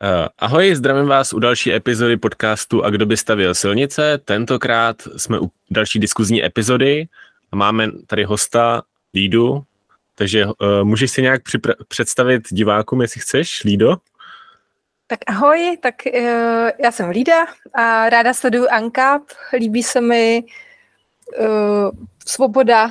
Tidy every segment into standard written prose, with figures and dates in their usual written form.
Ahoj, zdravím vás u další epizody podcastu A kdo by stavěl silnice. Tentokrát jsme u další diskuzní epizody a máme tady hosta Lídu, takže můžeš si nějak představit divákům, jestli chceš, Lído? Tak ahoj, tak já jsem Lída a ráda sleduju ANCAP, líbí se mi svoboda,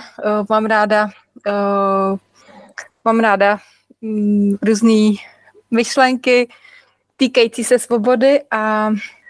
mám ráda různé myšlenky týkající se svobody a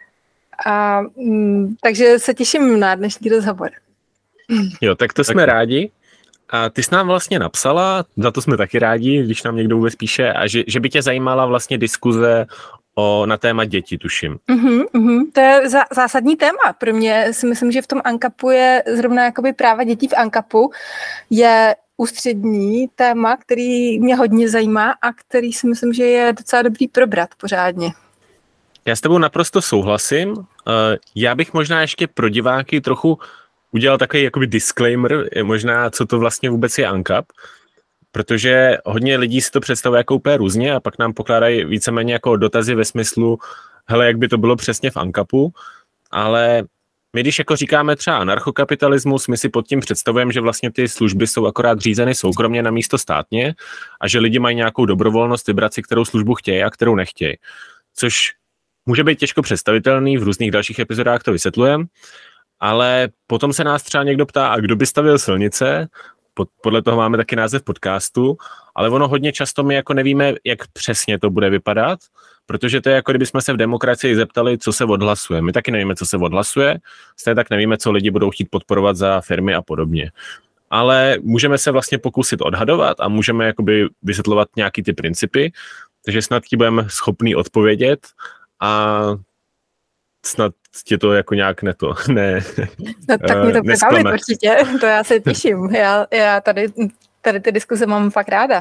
takže se těším na dnešní rozhovor. Jo, tak to jsme rádi. A ty jsi nám vlastně napsala, za to jsme taky rádi, když nám někdo vůbec píše, a že by tě zajímala vlastně diskuze na téma děti, tuším. To je zásadní téma. Pro mě si myslím, že v tom ANCAPu je zrovna jakoby práva dětí v ANCAPu je ústřední téma, který mě hodně zajímá a který si myslím, že je docela dobrý probrat pořádně. Já s tebou naprosto souhlasím. Já bych možná ještě pro diváky trochu udělal takový jakoby disclaimer, možná co to vlastně vůbec je ANCAP, protože hodně lidí si to představuje jako úplně různě a pak nám pokládají víceméně jako dotazy ve smyslu, hele, jak by to bylo přesně v ANCAPu, ale my když jako říkáme třeba anarchokapitalismus, my si pod tím představujeme, že vlastně ty služby jsou akorát řízeny soukromně na místo státně a že lidi mají nějakou dobrovolnost vybrat si, kterou službu chtějí a kterou nechtějí. Což může být těžko představitelný, v různých dalších epizodách to vysvětlujeme, ale potom se nás třeba někdo ptá, a kdo by stavěl silnice? Podle toho máme taky název podcastu, ale ono hodně často my jako nevíme, jak přesně to bude vypadat, protože to je jako kdybychom se v demokracii zeptali, co se odhlasuje. My taky nevíme, co se odhlasuje, stejně tak nevíme, co lidi budou chtít podporovat za firmy a podobně. Ale můžeme se vlastně pokusit odhadovat a můžeme jakoby vysvětlovat nějaký ty principy, takže snad ti budeme schopný odpovědět a snad tě to jako nějak ne. No, tak mi to překvapit určitě, to já se těším. Já tady ty diskuze mám fakt ráda.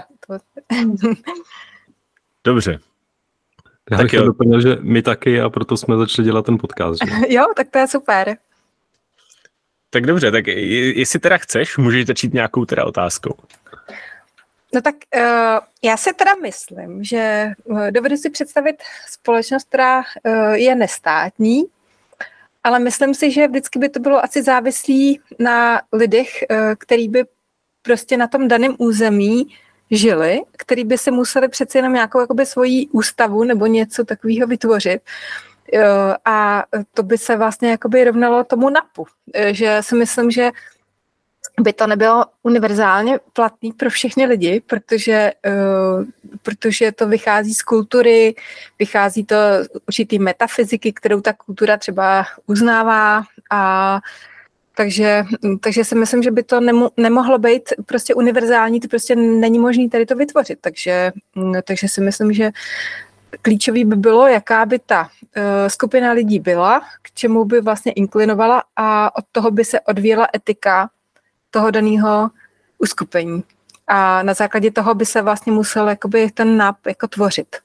Dobře. Já bych doplnil, že my taky a proto jsme začali dělat ten podcast. Že? Jo, tak to je super. Tak dobře, tak jestli teda chceš, můžeš začít nějakou teda otázkou. No tak já si teda myslím, že dovedu si představit společnost, která je nestátní, ale myslím si, že vždycky by to bylo asi závislý na lidech, který by prostě na tom daném území žili, který by se museli přeci jenom nějakou jakoby svoji ústavu nebo něco takového vytvořit. A to by se vlastně jakoby rovnalo tomu NAPu. Že si myslím, že by to nebylo univerzálně platný pro všechny lidi, protože to vychází z kultury, vychází to z určitý metafyziky, kterou ta kultura třeba uznává a takže si myslím, že by to nemohlo být prostě univerzální, to prostě není možné tady to vytvořit, takže si myslím, že klíčový by bylo, jaká by ta skupina lidí byla, k čemu by vlastně inklinovala a od toho by se odvíjela etika toho daného uskupení. A na základě toho by se vlastně musel jakoby ten NAP jako tvořit.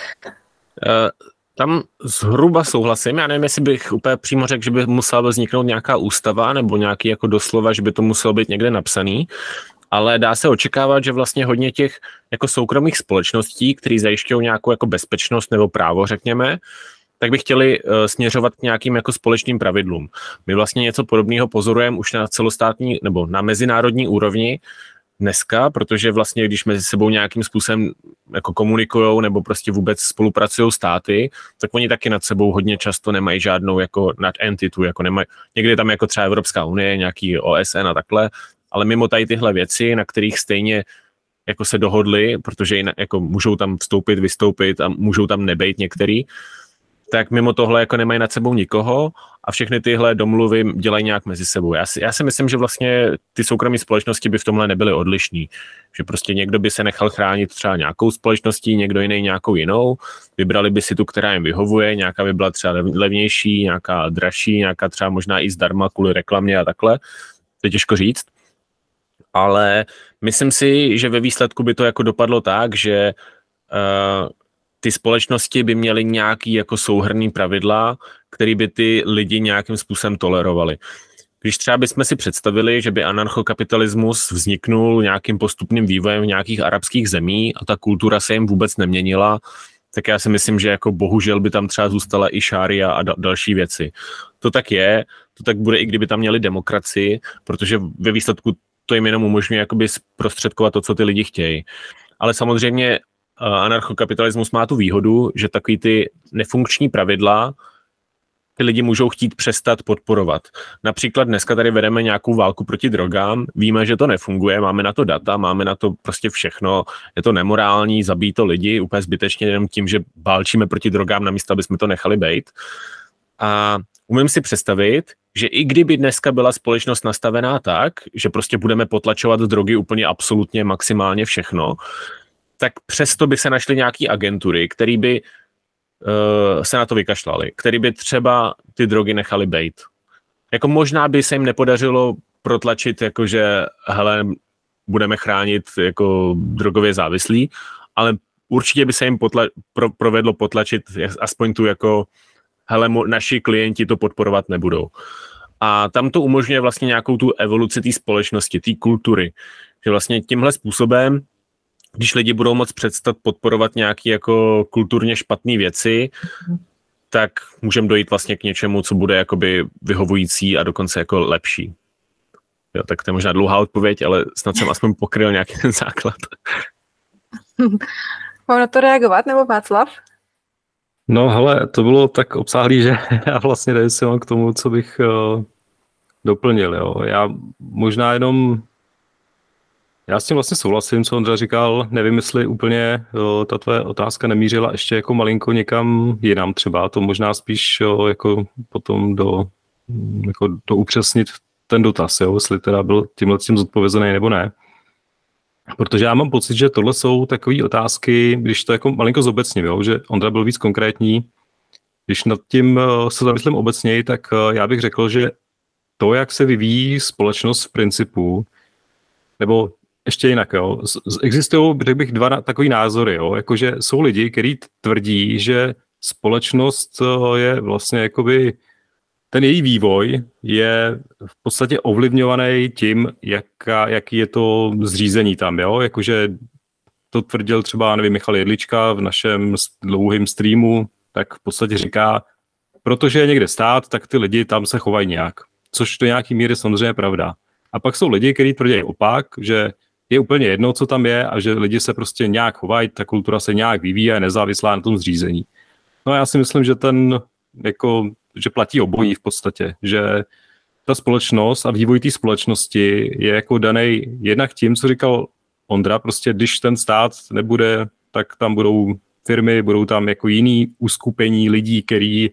Tam zhruba souhlasím. Já nevím, jestli bych úplně přímo řekl, že by musela vzniknout nějaká ústava nebo nějaký jako doslova, že by to muselo být někde napsaný, ale dá se očekávat, že vlastně hodně těch jako soukromých společností, které zajišťují nějakou jako bezpečnost nebo právo, řekněme, tak by chtěli směřovat k nějakým jako společným pravidlům. My vlastně něco podobného pozorujeme už na celostátní nebo na mezinárodní úrovni dneska, protože vlastně když mezi sebou nějakým způsobem jako komunikujou nebo prostě vůbec spolupracují státy, tak oni taky nad sebou hodně často nemají žádnou jako nadentitu, jako nemají, někdy tam jako třeba Evropská unie, nějaký OSN a takhle, ale mimo tady tyhle věci, na kterých stejně jako se dohodli, protože jako můžou tam vstoupit, vystoupit a můžou tam nebejt některý, tak mimo tohle jako nemají nad sebou nikoho a všechny tyhle domluvy dělají nějak mezi sebou. Já si myslím, že vlastně ty soukromé společnosti by v tomhle nebyly odlišný. Že prostě někdo by se nechal chránit třeba nějakou společností, někdo jiný nějakou jinou, vybrali by si tu, která jim vyhovuje, nějaká by byla třeba levnější, nějaká dražší, nějaká třeba možná i zdarma kvůli reklamě a takhle. To je těžko říct. Ale myslím si, že ve výsledku by to jako dopadlo tak, že ty společnosti by měly nějaký jako souhrnný pravidla, který by ty lidi nějakým způsobem tolerovali. Když třeba bychom si představili, že by anarchokapitalismus vzniknul nějakým postupným vývojem v nějakých arabských zemí a ta kultura se jim vůbec neměnila, tak já si myslím, že jako bohužel by tam třeba zůstala i šária a další věci. To tak je, to tak bude, i kdyby tam měli demokracii, protože ve výsledku to jim jenom umožňuje jakoby zprostředkovat to, co ty lidi chtějí. Ale samozřejmě anarchokapitalismus má tu výhodu, že takový ty nefunkční pravidla ty lidi můžou chtít přestat podporovat. Například dneska tady vedeme nějakou válku proti drogám, víme, že to nefunguje, máme na to data, máme na to prostě všechno, je to nemorální, zabíjí to lidi úplně zbytečně jenom tím, že válčíme proti drogám, namísto aby jsme to nechali bejt. A umím si představit, že i kdyby dneska byla společnost nastavená tak, že prostě budeme potlačovat drogy úplně absolutně maximálně všechno, tak přesto by se našly nějaký agentury, který by se na to vykašlali, který by třeba ty drogy nechali bejt. Jako možná by se jim nepodařilo protlačit, jakože hele, budeme chránit jako drogově závislí, ale určitě by se jim provedlo potlačit aspoň tu jako hele, naši klienti to podporovat nebudou. A tam to umožňuje vlastně nějakou tu evoluci té společnosti, té kultury. Že vlastně tímhle způsobem, když lidi budou moct přestat podporovat nějaké jako kulturně špatné věci, tak můžeme dojít vlastně k něčemu, co bude jakoby vyhovující a dokonce jako lepší. Jo, tak to je možná dlouhá odpověď, ale snad jsem aspoň pokryl nějaký ten základ. Mám na to reagovat, nebo Václav? No hele, to bylo tak obsáhlý, že já vlastně nevím, mám k tomu, co bych doplnil. Jo. Já možná jenom, já s tím vlastně souhlasím, co Ondra říkal, nevím, jestli úplně ta tvoje otázka nemířila ještě jako malinko někam jinam třeba, to možná spíš jako potom do upřesnit ten dotaz, jo, jestli teda byl tímhletím zodpovězený nebo ne. Protože já mám pocit, že tohle jsou takové otázky, když to jako malinko zobecním, jo, že Ondra byl víc konkrétní. Když nad tím se zamyslím obecněji, tak já bych řekl, že to, jak se vyvíjí společnost v principu, nebo ještě jinak, jo, existují, řekl bych, dva takový názory, jo, jakože jsou lidi, kteří tvrdí, že společnost je vlastně jakoby ten její vývoj je v podstatě ovlivňovaný tím, jaký je to zřízení tam, jo? Jakože to tvrdil třeba, nevím, Michal Jedlička v našem dlouhým streamu, tak v podstatě říká, protože je někde stát, tak ty lidi tam se chovají nějak. Což do nějaký míry samozřejmě je pravda. A pak jsou lidi, kteří tvrdí opak, že je úplně jedno, co tam je a že lidi se prostě nějak chovají, ta kultura se nějak vyvíjí a je nezávislá na tom zřízení. No já si myslím, že že platí obojí v podstatě, že ta společnost a vývoj té společnosti je jako daný jednak tím, co říkal Ondra, prostě když ten stát nebude, tak tam budou firmy, budou tam jako jiný uskupení lidí, který,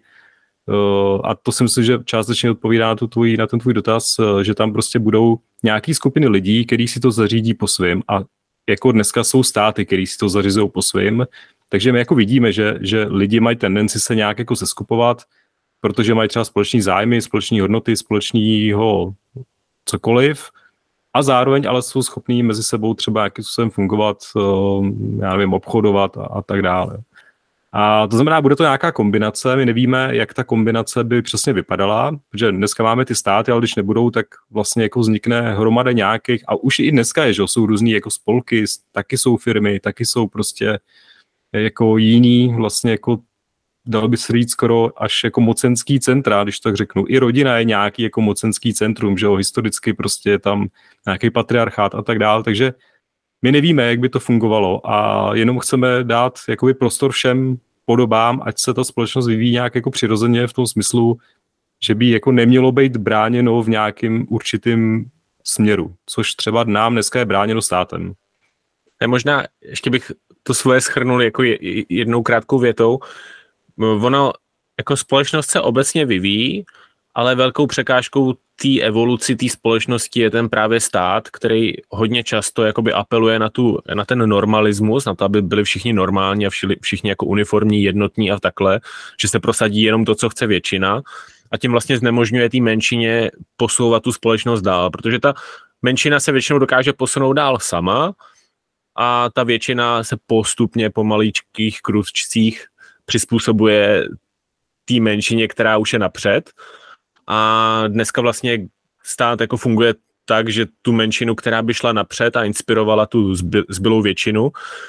a to si myslím, že částečně odpovídá na ten tvůj dotaz, že tam prostě budou nějaký skupiny lidí, který si to zařídí po svým a jako dneska jsou státy, který si to zařizují po svým, takže my jako vidíme, že lidi mají tendenci se nějak jako seskupovat, protože mají třeba společný zájmy, společné hodnoty, společného cokoliv a zároveň ale jsou schopní mezi sebou třeba jakým způsobem fungovat, já nevím, obchodovat a tak dále. A to znamená, bude to nějaká kombinace, my nevíme, jak ta kombinace by přesně vypadala, protože dneska máme ty státy, ale když nebudou, tak vlastně jako vznikne hromada nějakých, a už i dneska je, že jsou různý jako spolky, taky jsou firmy, taky jsou prostě jako jiný vlastně jako dalo by se říct skoro až jako mocenský centra, když tak řeknu. I rodina je nějaký jako mocenský centrum, že jo, historicky prostě je tam nějaký patriarchát a tak dále, takže my nevíme, jak by to fungovalo a jenom chceme dát jakoby prostor všem podobám, ať se ta společnost vyvíjí nějak jako přirozeně v tom smyslu, že by jako nemělo být bráněno v nějakým určitým směru, což třeba nám dneska je bráněno státem. Možná ještě bych to svoje shrnul jako jednou krátkou větou. Ono, jako společnost se obecně vyvíjí, ale velkou překážkou té evoluci té společnosti je ten právě stát, který hodně často jakoby apeluje na ten normalismus, na to, aby byli všichni normální a všichni jako uniformní, jednotní a takhle, že se prosadí jenom to, co chce většina a tím vlastně znemožňuje té menšině posouvat tu společnost dál, protože ta menšina se většinou dokáže posunout dál sama a ta většina se postupně po maličkých kručcích přizpůsobuje té menšině, která už je napřed. A dneska vlastně stát jako funguje tak, že tu menšinu, která by šla napřed a inspirovala tu zbylou většinu,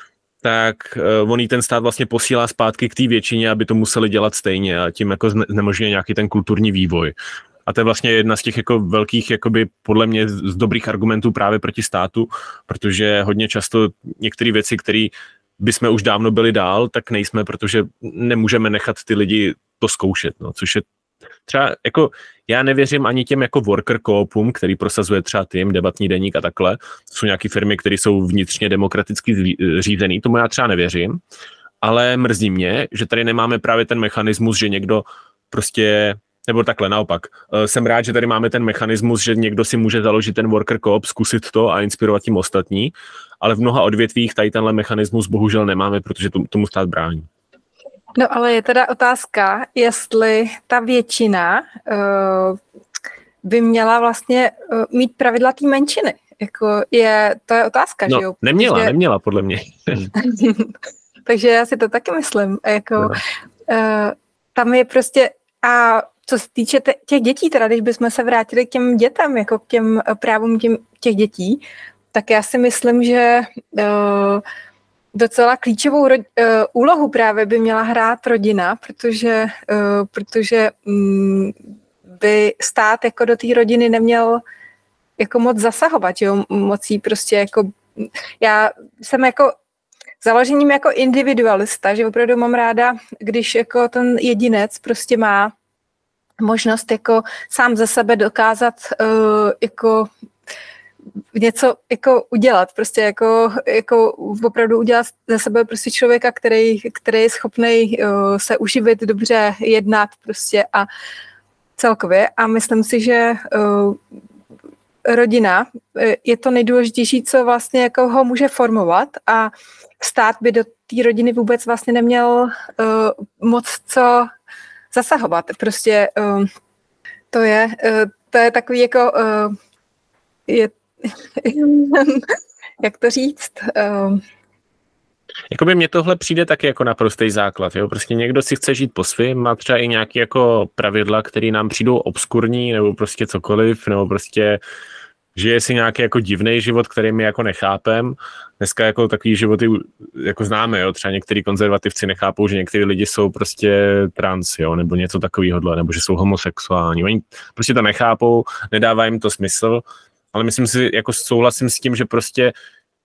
tak on jí ten stát vlastně posílá zpátky k té většině, aby to museli dělat stejně a tím jako znemožňuje nějaký ten kulturní vývoj. A to je vlastně jedna z těch jako velkých, jakoby podle mě z dobrých argumentů právě proti státu, protože hodně často některé věci, které bychom už dávno byli dál, tak nejsme, protože nemůžeme nechat ty lidi to zkoušet, no, což je třeba jako, já nevěřím ani těm jako worker co-opům, který prosazuje třeba tým, debatní deník a takhle. To jsou nějaké firmy, které jsou vnitřně demokraticky řízený, tomu já třeba nevěřím, ale mrzí mě, že tady nemáme právě ten mechanismus, že někdo prostě, nebo takhle naopak. Jsem rád, že tady máme ten mechanismus, že někdo si může založit ten worker co-op, zkusit to a inspirovat tím ostatní, ale v mnoha odvětvích tady tenhle mechanismus bohužel nemáme, protože tomu stát brání. No ale je teda otázka, jestli ta většina by měla vlastně mít pravidla té menšiny. Jako to je otázka, no, že jo? Neměla podle mě. Takže já si to taky myslím. Jako, tam je prostě, a co se týče těch dětí, teda když bychom se vrátili k těm dětem, jako k těm právům těch dětí, tak já si myslím, že docela klíčovou úlohu právě by měla hrát rodina, protože by stát jako do té rodiny neměl jako moc zasahovat, jo, mocí prostě jako, já jsem jako založením jako individualista, že opravdu mám ráda, když jako ten jedinec prostě má možnost jako sám ze sebe dokázat jako něco jako udělat, prostě jako opravdu udělat ze sebe prostě člověka, který je schopný se uživit, dobře jednat prostě a celkově. A myslím si, že rodina je to nejdůležitější, co vlastně jako ho může formovat a stát by do té rodiny vůbec vlastně neměl moc co zasahovat. Prostě to je takový jako jak to říct? Jakoby mně tohle přijde taky jako naprostý základ. Jo? Prostě někdo si chce žít po svým, má třeba i nějaké jako pravidla, které nám přijdou obskurní, nebo prostě cokoliv, nebo prostě žije si nějaký jako divný život, který my jako nechápem. Dneska jako takový životy jako známe, jo? Třeba některý konzervativci nechápou, že některý lidi jsou prostě trans, jo? Nebo něco takového, nebo že jsou homosexuální. Oni prostě to nechápou, nedává jim to smysl. Ale myslím si, jako souhlasím s tím, že prostě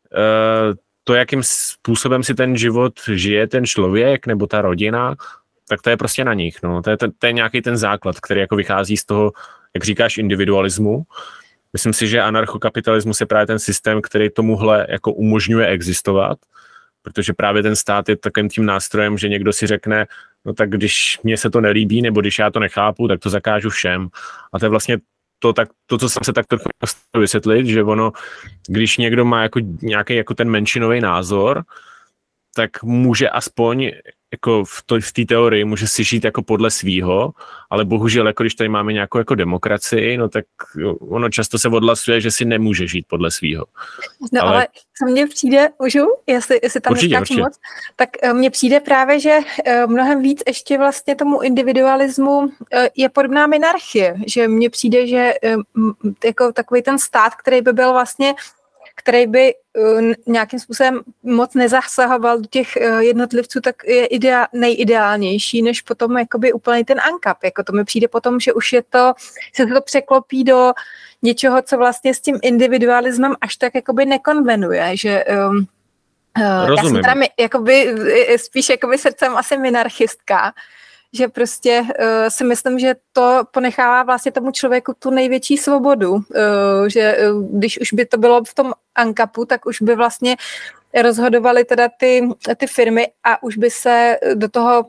to, jakým způsobem si ten život žije ten člověk nebo ta rodina, tak to je prostě na nich. No. To je nějaký ten základ, který jako vychází z toho, jak říkáš, individualismu. Myslím si, že anarchokapitalismus je právě ten systém, který tomuhle jako umožňuje existovat, protože právě ten stát je takovým tím nástrojem, že někdo si řekne, no tak když mně se to nelíbí, nebo když já to nechápu, tak to zakážu všem. A to je vlastně to, co jsem se tak trochu vysvětlit, že ono, když někdo má jako nějaký jako ten menšinový názor, tak může aspoň jako v té teorii může si žít jako podle svýho, ale bohužel, jako když tady máme nějakou jako demokracii, no tak ono často se odhlasuje, že si nemůže žít podle svýho. No ale co mně přijde, jestli tam neskáču moc, tak mně přijde právě, že mnohem víc ještě vlastně tomu individualismu je podobná minarchie, že mně přijde, že jako takový ten stát, který by byl vlastně, který by nějakým způsobem moc nezasahoval do těch jednotlivců, tak je nejideálnější, než potom jakoby úplně ten ANCAP. Jako to mi přijde potom, že už se to překlopí do něčeho, co vlastně s tím individualismem až tak jakoby nekonvenuje, že já jsem teda spíš jakoby srdcem asi minarchistka, že prostě si myslím, že to ponechává vlastně tomu člověku tu největší svobodu, že když už by to bylo v tom ANCAPu, tak už by vlastně rozhodovaly teda ty firmy a už by se do toho,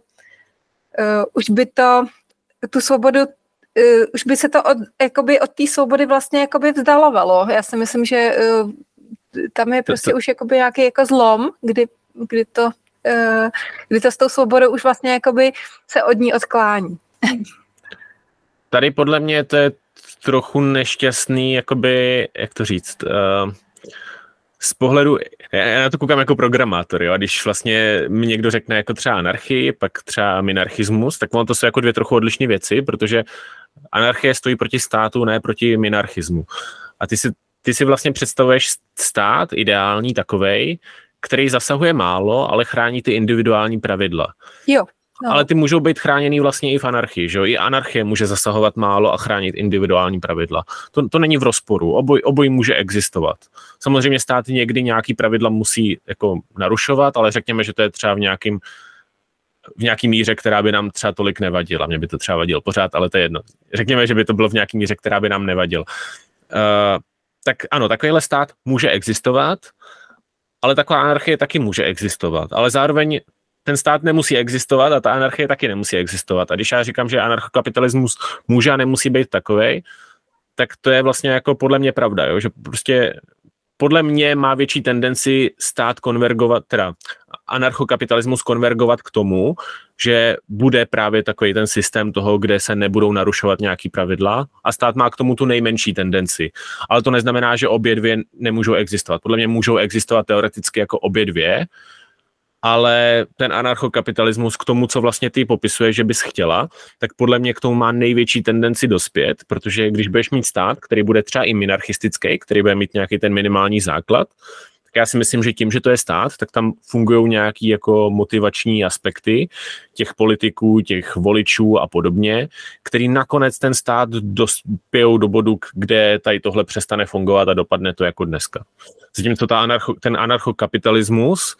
už by to tu svobodu, už by se to od té svobody vlastně jakoby vzdalovalo. Já si myslím, že tam je prostě už jakoby nějaký jako zlom, kdy to s tou svobodou už vlastně jakoby se od ní odklání. Tady podle mě to je trochu nešťastný, jakoby, jak to říct, z pohledu, já na to koukám jako programátor, jo, a když vlastně mi někdo řekne jako třeba anarchii, pak třeba minarchismus, tak ono to jsou jako dvě trochu odlišné věci, protože anarchie stojí proti státu, ne proti minarchismu. A ty si vlastně představuješ stát ideální takovej, který zasahuje málo, ale chrání ty individuální pravidla. Jo. No. Ale ty můžou být chráněný vlastně i v anarchii, že jo? I anarchie může zasahovat málo a chránit individuální pravidla. To není v rozporu, obojí může existovat. Samozřejmě státy někdy nějaký pravidla musí jako narušovat, ale řekněme, že to je třeba v nějaký míře, která by nám třeba tolik nevadila. Mně by to třeba vadil pořád, ale to je jedno. Řekněme, že by to bylo v nějaký míře, která by nám nevadila. Tak ano, takovýhle stát může existovat, ale taková anarchie taky může existovat. Ale zároveň ten stát nemusí existovat a ta anarchie taky nemusí existovat. A když já říkám, že anarchokapitalismus může a nemusí být takovej, tak to je vlastně jako podle mě pravda, jo? Že prostě podle mě má větší tendenci stát konvergovat, teda anarchokapitalismus konvergovat k tomu, že bude právě takový ten systém toho, kde se nebudou narušovat nějaký pravidla a stát má k tomu tu nejmenší tendenci. Ale to neznamená, že obě dvě nemůžou existovat. Podle mě můžou existovat teoreticky jako obě dvě, ale ten anarchokapitalismus k tomu, co vlastně ty popisuje, že bys chtěla, tak podle mě k tomu má největší tendenci dospět, protože když budeš mít stát, který bude třeba i minarchistický, který bude mít nějaký ten minimální základ, tak já si myslím, že tím, že to je stát, tak tam fungují nějaký jako motivační aspekty těch politiků, těch voličů a podobně, který nakonec ten stát dospějou do bodu, kde tady tohle přestane fungovat a dopadne to jako dneska. Zatímco ten anarchokapitalismus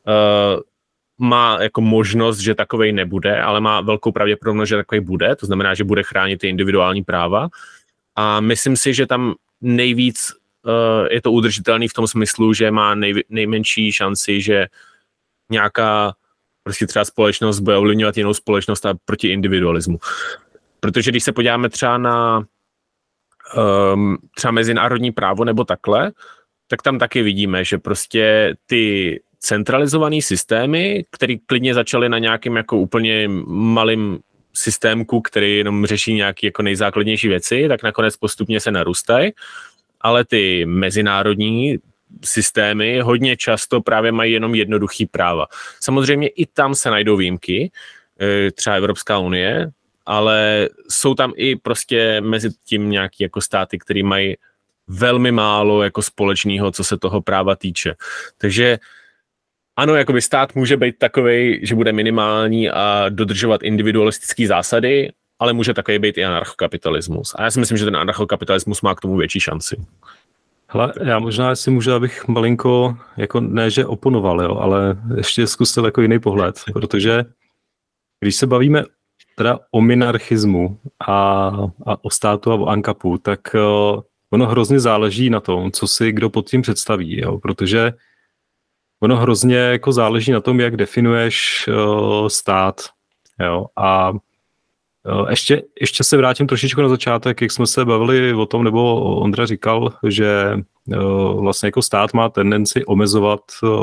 má jako možnost, že takovej nebude, ale má velkou pravděpodobnost, že takovej bude, to znamená, že bude chránit ty individuální práva a myslím si, že tam nejvíc je to udržitelný v tom smyslu, že má nejmenší šanci, že nějaká prostě třeba společnost bude ovlivňovat jinou společnost a proti individualismu. Protože když se podíváme třeba na třeba mezinárodní právo nebo takhle, tak tam taky vidíme, že prostě ty centralizované systémy, které klidně začaly na nějakém jako úplně malým systémku, který jenom řeší nějaké jako nejzákladnější věci, tak nakonec postupně se narůstají. Ale ty mezinárodní systémy hodně často právě mají jenom jednoduchý práva. Samozřejmě i tam se najdou výjimky, třeba Evropská unie, ale jsou tam i prostě mezi tím nějaký jako státy, které mají velmi málo jako společného, co se toho práva týče. Takže ano, jakoby stát může být takovej, že bude minimální a dodržovat individualistické zásady, ale může takový být i anarchokapitalismus. A já si myslím, že ten anarchokapitalismus má k tomu větší šanci. Hele, já možná, jestli můžu, abych malinko, jako ne, že oponoval, jo, ale ještě zkusil jako jiný pohled, protože když se bavíme teda o minarchismu a o státu a o ANCAPu, tak ono hrozně záleží na tom, co si kdo pod tím představí, jo, protože ono hrozně jako záleží na tom, jak definuješ stát, jo, a ještě se vrátím trošičku na začátek, jak jsme se bavili o tom, nebo Ondra říkal, že vlastně jako stát má tendenci omezovat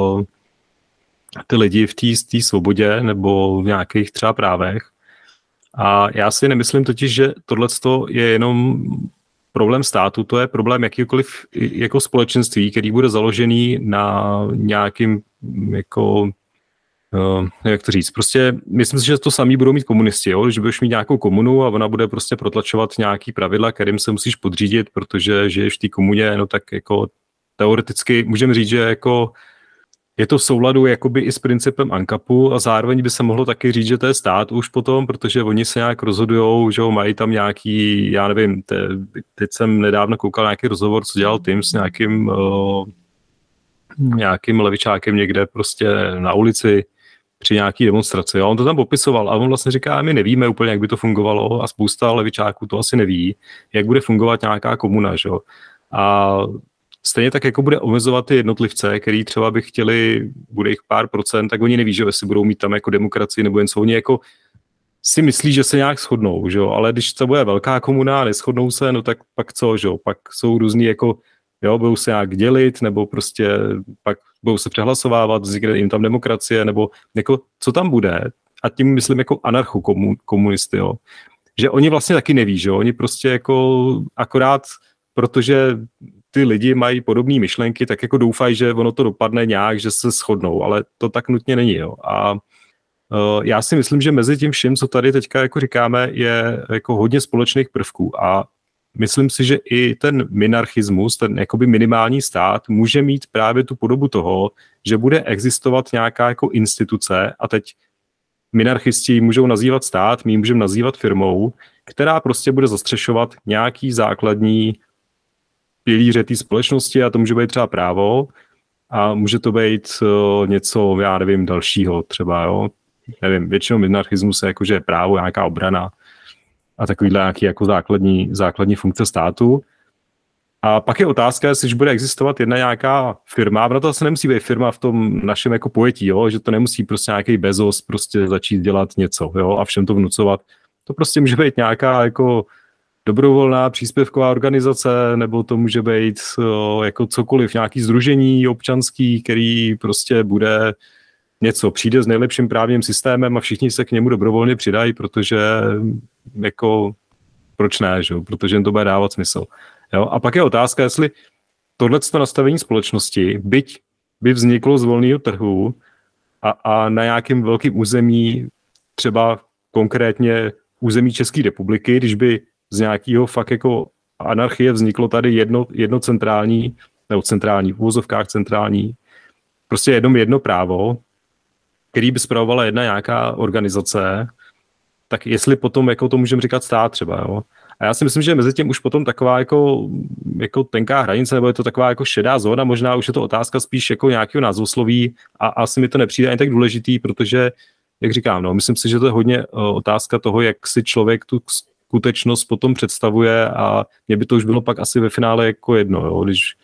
ty lidi v té svobodě nebo v nějakých třeba právech. A já si nemyslím totiž, že tohleto je jenom problém státu, to je problém jakýkoliv jako společenství, který bude založený na nějakým jako jak to říct, prostě myslím si, že to samý budou mít komunisti, jo? Že budeš mít nějakou komunu a ona bude prostě protlačovat nějaký pravidla, kterým se musíš podřídit, protože žiješ v té komuně, no tak jako teoreticky můžeme říct, že jako je to v souladu jakoby i s principem ANCAPu a zároveň by se mohlo taky říct, že to je stát už potom, protože oni se nějak rozhodujou, že mají tam nějaký, já nevím, teď jsem nedávno koukal nějaký rozhovor, co dělal Tim s nějakým levičákem někde prostě na ulici při nějaký demonstraci. A on to tam popisoval a on vlastně říká, my nevíme úplně, jak by to fungovalo a spousta levičáků to asi neví, jak bude fungovat nějaká komuna. Že? A stejně tak jako bude omezovat ty jednotlivce, který třeba by chtěli, bude jich pár procent, tak oni neví, že jestli budou mít tam jako demokracii nebo jen co. Oni jako si myslí, že se nějak shodnou, že? Ale když to bude velká komuna a neshodnou se, no tak pak co, že? Pak jsou různý jako jo, budou se nějak dělit, nebo prostě pak budou se přehlasovávat, vznikne jim tam demokracie, nebo jako, co tam bude, a tím myslím jako anarchokomunisty, jo, že oni vlastně taky neví, že oni prostě jako akorát, protože ty lidi mají podobné myšlenky, tak jako doufají, že ono to dopadne nějak, že se shodnou, ale to tak nutně není, jo, a já si myslím, že mezi tím vším, co tady teďka jako říkáme, je jako hodně společných prvků a myslím si, že i ten minarchismus, ten jakoby minimální stát, může mít právě tu podobu toho, že bude existovat nějaká jako instituce, a teď minarchisti můžou nazývat stát, my ji můžeme nazývat firmou, která prostě bude zastřešovat nějaký základní pilíře té společnosti, a to může být třeba právo a může to být něco, já nevím, dalšího třeba, jo. Nevím, většinou minarchismus je jakože právo, nějaká obrana a takovýhle nějaký jako základní funkce státu. A pak je otázka, jestli bude existovat jedna nějaká firma, a na to se nemusí být firma v tom našem jako pojetí, jo, že to nemusí prostě nějaký Bezos prostě začít dělat něco, jo, a všem to vnucovat. To prostě může být nějaká jako dobrovolná příspěvková organizace, nebo to může být jako cokoliv, nějaký sdružení občanský, který prostě bude něco, přijde s nejlepším právním systémem a všichni se k němu dobrovolně přidají, protože jako proč ne, že? Protože jim to bude dávat smysl. Jo? A pak je otázka, jestli tohleto nastavení společnosti, byť by vzniklo z volného trhu a na nějakém velkém území, třeba konkrétně území České republiky, když by z nějakého fakt jako anarchie vzniklo tady jedno centrální, nebo centrální, v uvozovkách centrální, prostě jedno právo, který by spravovala jedna nějaká organizace, tak jestli potom jako to můžeme říkat stát třeba, jo. A já si myslím, že mezi tím už potom taková jako tenká hranice, nebo je to taková jako šedá zóna, možná už je to otázka spíš jako nějakého názvosloví a asi mi to nepřijde ani tak důležitý, protože, jak říkám, no, myslím si, že to je hodně otázka toho, jak si člověk tu skutečnost potom představuje, a mě by to už bylo pak asi ve finále jako jedno, jo,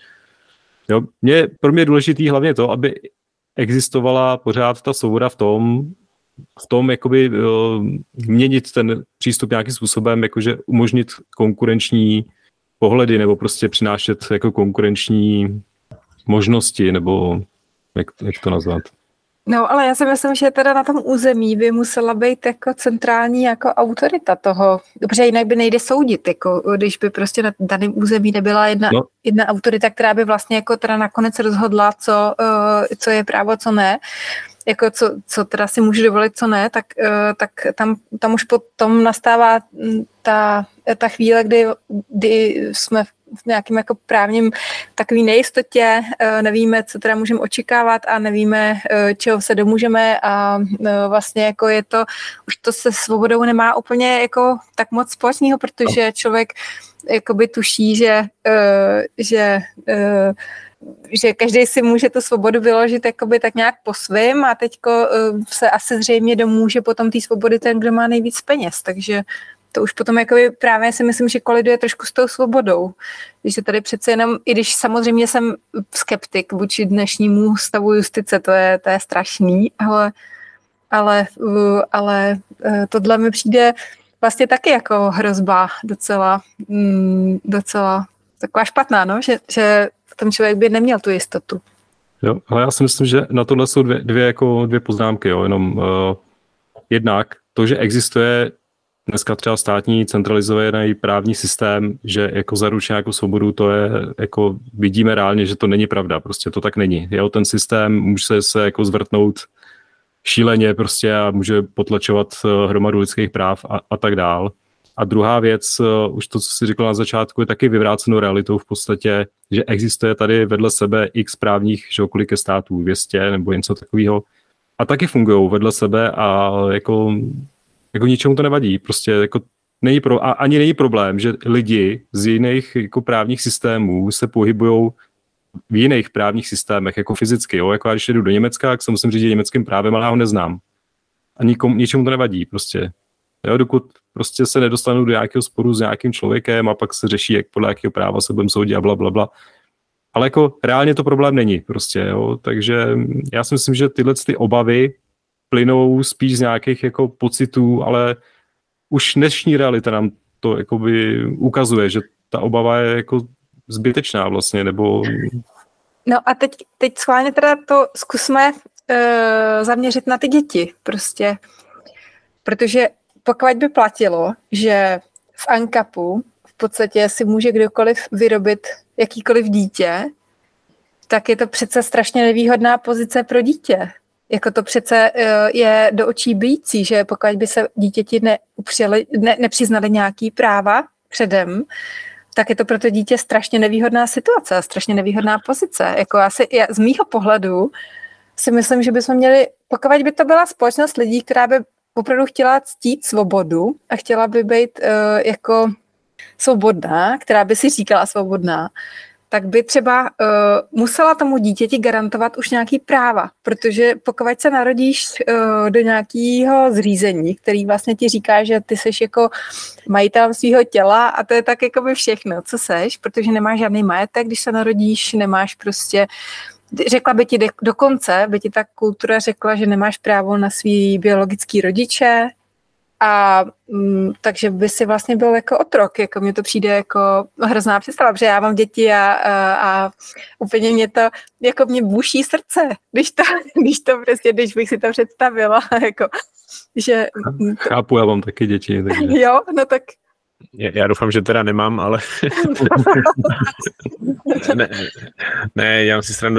pro mě je důležitý hlavně to, aby existovala pořád ta svoboda v tom jakoby měnit ten přístup nějakým způsobem, jakože umožnit konkurenční pohledy nebo prostě přinášet jako konkurenční možnosti, nebo jak to nazvat. No, ale já si myslím, že teda na tom území by musela být jako centrální jako autorita toho, protože jinak by nejde soudit, jako když by prostě na daném území nebyla jedna autorita, která by vlastně jako teda nakonec rozhodla, co je právo, co ne, jako co teda si může dovolit, co ne, tak tam už potom nastává ta chvíle, kdy jsme v nějakém jako právním takový nejistotě, nevíme, co teda můžeme očekávat a nevíme, čeho se domůžeme, a vlastně jako je to, už to se svobodou nemá úplně jako tak moc společného, protože člověk jakoby tuší, že každý si může tu svobodu vyložit jakoby tak nějak po svým, a teďko se asi zřejmě domůže potom té svobody ten, kdo má nejvíc peněz, takže to už potom jakoby právě si myslím, že koliduje trošku s tou svobodou. Když tady přece jenom, i když samozřejmě jsem skeptik vůči dnešnímu stavu justice, to je strašný, ale tohle mi přijde vlastně taky jako hrozba docela taková špatná, no? že ten člověk by neměl tu jistotu. Jo, ale já si myslím, že na tohle jsou dvě poznámky. Jo. Jenom jednak to, že existuje dneska třeba státní centralizovaný právní systém, že jako zaručí nějakou svobodu, to je jako vidíme reálně, že to není pravda, prostě to tak není. Jo, ten systém může se jako zvrtnout šíleně prostě a může potlačovat hromadu lidských práv a tak dál. A druhá věc, už to, co jsi říkal na začátku, je taky vyvrácenou realitou v podstatě, že existuje tady vedle sebe x právních, že kolik je států, 200 nebo něco takového, a taky fungují vedle sebe a jako ničemu to nevadí. Prostě jako ani není problém, že lidi z jiných jako právních systémů se pohybují v jiných právních systémech, jako fyzicky. Jo? Jako já když jdu do Německa, tak se musím řídit německým právem, ale já ho neznám. A ničemu to nevadí. Prostě. Jo? Dokud prostě se nedostanu do nějakého sporu s nějakým člověkem a pak se řeší, jak podle jakého práva se budeme soudit a blablabla. Ale jako reálně to problém není. Prostě, jo? Takže já si myslím, že tyhle ty obavy plynou spíš z nějakých jako pocitů, ale už dnešní realita nám to jakoby ukazuje, že ta obava je jako zbytečná vlastně, nebo... No a teď schválně teda to zkusme zaměřit na ty děti prostě, protože pokud by platilo, že v ANCAPu v podstatě si může kdokoliv vyrobit jakýkoliv dítě, tak je to přece strašně nevýhodná pozice pro dítě. Jako to přece je do očí bijící, že pokud by se dítěti nepřiznali nějaký práva předem, tak je to pro to dítě strašně nevýhodná situace, strašně nevýhodná pozice. Jako já z mýho pohledu si myslím, že bychom měli, pokud by to byla společnost lidí, která by opravdu chtěla ctít svobodu a chtěla by být jako svobodná, která by si říkala svobodná, tak by třeba musela tomu dítěti garantovat už nějaký práva, protože pokud se narodíš do nějakého zřízení, který vlastně ti říká, že ty seš jako majitelem svého těla a to je tak jako by všechno, co seš, protože nemáš žádný majetek, když se narodíš, nemáš prostě, řekla by ti dokonce, by ti ta kultura řekla, že nemáš právo na svý biologický rodiče, a takže by si vlastně byl jako otrok, jako mně to přijde jako hrozná představa, protože já mám děti a úplně mě to, jako mě buší srdce, když bych si to představila, jako, že... Chápu, já mám taky děti. Takže... Jo, no tak... Já doufám, že teda nemám, ale... ne, já si srandu.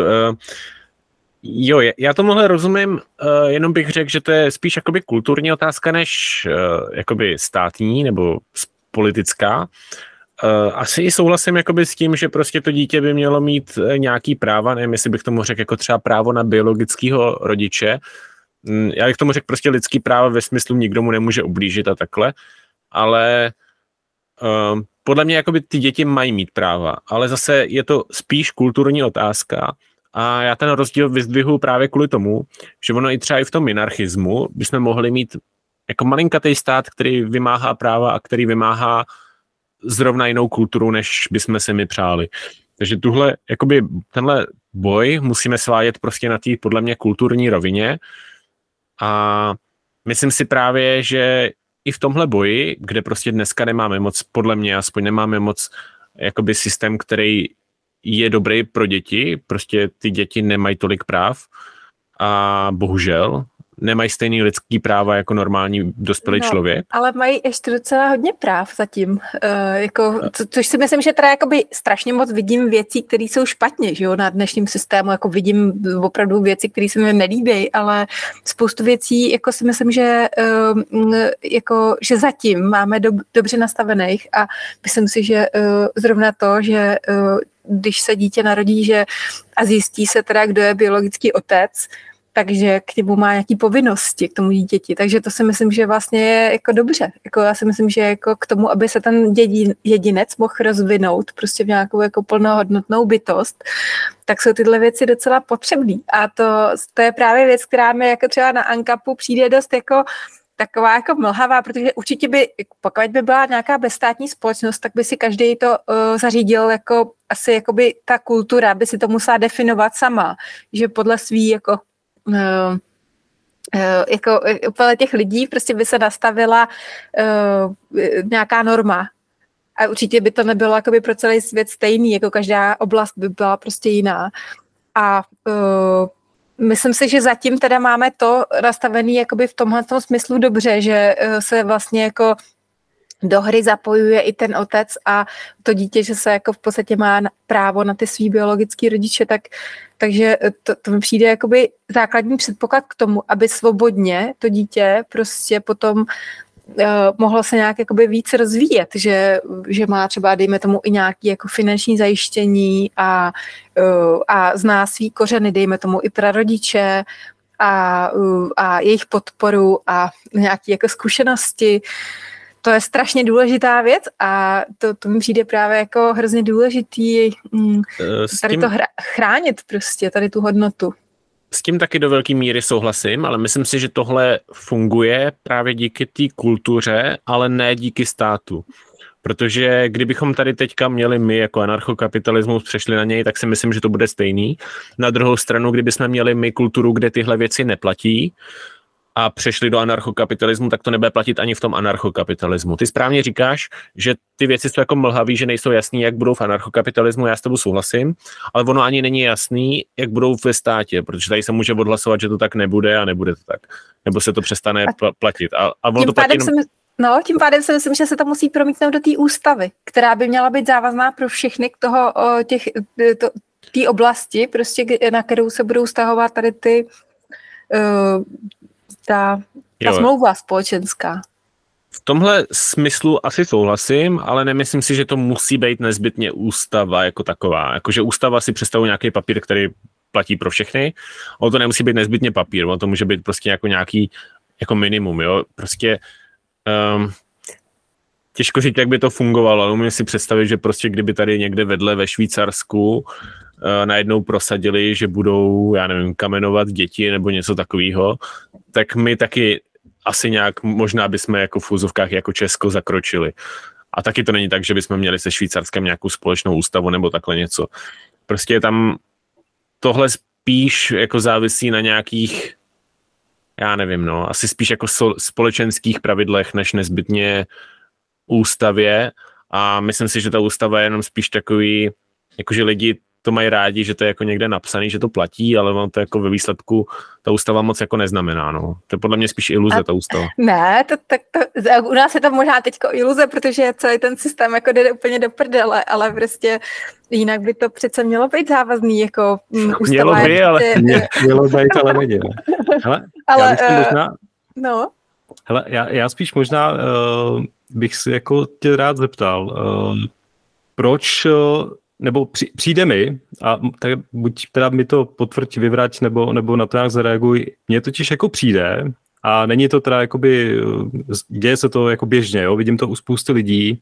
Jo, já tomuhle rozumím, jenom bych řekl, že to je spíš jakoby kulturní otázka než jakoby státní nebo politická. Asi i souhlasím jakoby s tím, že prostě to dítě by mělo mít nějaký práva, nevím, jestli bych tomu řekl jako třeba právo na biologického rodiče. Já bych tomu řekl prostě lidský práva ve smyslu nikdo mu nemůže ublížit a takhle, ale podle mě jakoby ty děti mají mít práva, ale zase je to spíš kulturní otázka. A já ten rozdíl vyzdvihuji právě kvůli tomu, že ono i třeba i v tom minarchismu bychom mohli mít jako malinkatý stát, který vymáhá práva a který vymáhá zrovna jinou kulturu, než bychom si my přáli. Takže tenhle boj musíme svádět prostě na té podle mě kulturní rovině a myslím si právě, že i v tomhle boji, kde prostě dneska nemáme moc, podle mě aspoň nemáme moc jakoby systém, který je dobrý pro děti, prostě ty děti nemají tolik práv a bohužel nemají stejný lidský práva jako normální dospělý člověk. Ale mají ještě docela hodně práv zatím. Což si myslím, že teda jakoby strašně moc vidím věcí, které jsou špatně, že jo, na dnešním systému, jako vidím opravdu věci, které se mi nelíbí, ale spoustu věcí, jako si myslím, že že zatím máme dobře nastavených a myslím si, že zrovna to, že když se dítě narodí, a zjistí se teda, kdo je biologický otec, takže k němu má nějaké povinnosti k tomu dítěti. Takže to si myslím, že vlastně je jako dobře. Jako já si myslím, že jako k tomu, aby se ten jedinec mohl rozvinout prostě v nějakou jako plnohodnotnou bytost, tak jsou tyhle věci docela potřebné. A to je právě věc, která mi jako třeba na ANCAPu přijde dost jako taková jako mlhavá, protože určitě by, pokud by byla nějaká bezstátní společnost, tak by si každý to zařídil jako asi jakoby ta kultura by si to musela definovat sama, že podle svý jako podle těch lidí prostě by se nastavila nějaká norma. A určitě by to nebylo jakoby pro celý svět stejný, jako každá oblast by byla prostě jiná. A myslím si, že zatím teda máme to nastavený jakoby v tomhle smyslu dobře, že se vlastně jako do hry zapojuje i ten otec a to dítě, že se jako v podstatě má právo na ty svý biologický rodiče, takže to mi přijde jakoby základní předpoklad k tomu, aby svobodně to dítě prostě potom mohlo se nějak jakoby víc rozvíjet, že má třeba, dejme tomu, i nějaké jako finanční zajištění a zná svý kořeny, dejme tomu i prarodiče a jejich podporu a nějaké jako zkušenosti. To je strašně důležitá věc a to mi přijde právě jako hrozně důležitý tady to chránit prostě, tady tu hodnotu. S tím taky do velké míry souhlasím, ale myslím si, že tohle funguje právě díky té kultuře, ale ne díky státu. Protože kdybychom tady teďka měli my jako anarchokapitalismus, přešli na něj, tak si myslím, že to bude stejný. Na druhou stranu, kdybychom měli my kulturu, kde tyhle věci neplatí, a přešli do anarchokapitalismu, tak to nebude platit ani v tom anarchokapitalismu. Ty správně říkáš, že ty věci jsou jako mlhavý, že nejsou jasný, jak budou v anarchokapitalismu, já s tebou souhlasím, ale ono ani není jasný, jak budou ve státě, protože tady se může odhlasovat, že to tak nebude a nebude to tak. Nebo se to přestane platit. A ono to platí tím pádem si myslím, že se to musí promítnout do té ústavy, která by měla být závazná pro všechny k té oblasti, prostě, na kterou se budou vztahovat tady ty ta smlouva společenská. V tomhle smyslu asi souhlasím, ale nemyslím si, že to musí být nezbytně ústava jako taková. Jakože ústava si představuje nějaký papír, který platí pro všechny, ale to nemusí být nezbytně papír, ono to může být prostě jako nějaký jako minimum, jo, prostě těžko říct, jak by to fungovalo, ale umím si představit, že prostě kdyby tady někde vedle ve Švýcarsku najednou prosadili, že budou, já nevím, kamenovat děti nebo něco takového, tak my taky asi nějak, možná bychom jako v úzovkách jako Česko zakročili. A taky to není tak, že bychom měli se Švýcarskem nějakou společnou ústavu nebo takhle něco. Prostě je tam tohle spíš jako závisí na nějakých, já nevím, no, asi spíš jako společenských pravidlech, než nezbytně ústavě a myslím si, že ta ústava je jenom spíš takový, jakože lidi to mají rádi, že to je jako někde napsaný, že to platí, ale on to jako ve výsledku ta ústava moc jako neznamená, no. To je podle mě spíš iluze, ta ústava. Ne, u nás je to možná teďko iluze, protože celý ten systém jako jde úplně do prdele, ale prostě jinak by to přece mělo být závazný, jako ústava. Mělo by, ale mělo být, ale není. Ale já spíš možná bych si jako tě rád zeptal, proč nebo přijde mi, a tak buď teda mi to potvrď, vyvrať, nebo na to nějak zareaguj, mně totiž jako přijde, a není to teda jakoby, děje se to jako běžně, jo? Vidím to u spousty lidí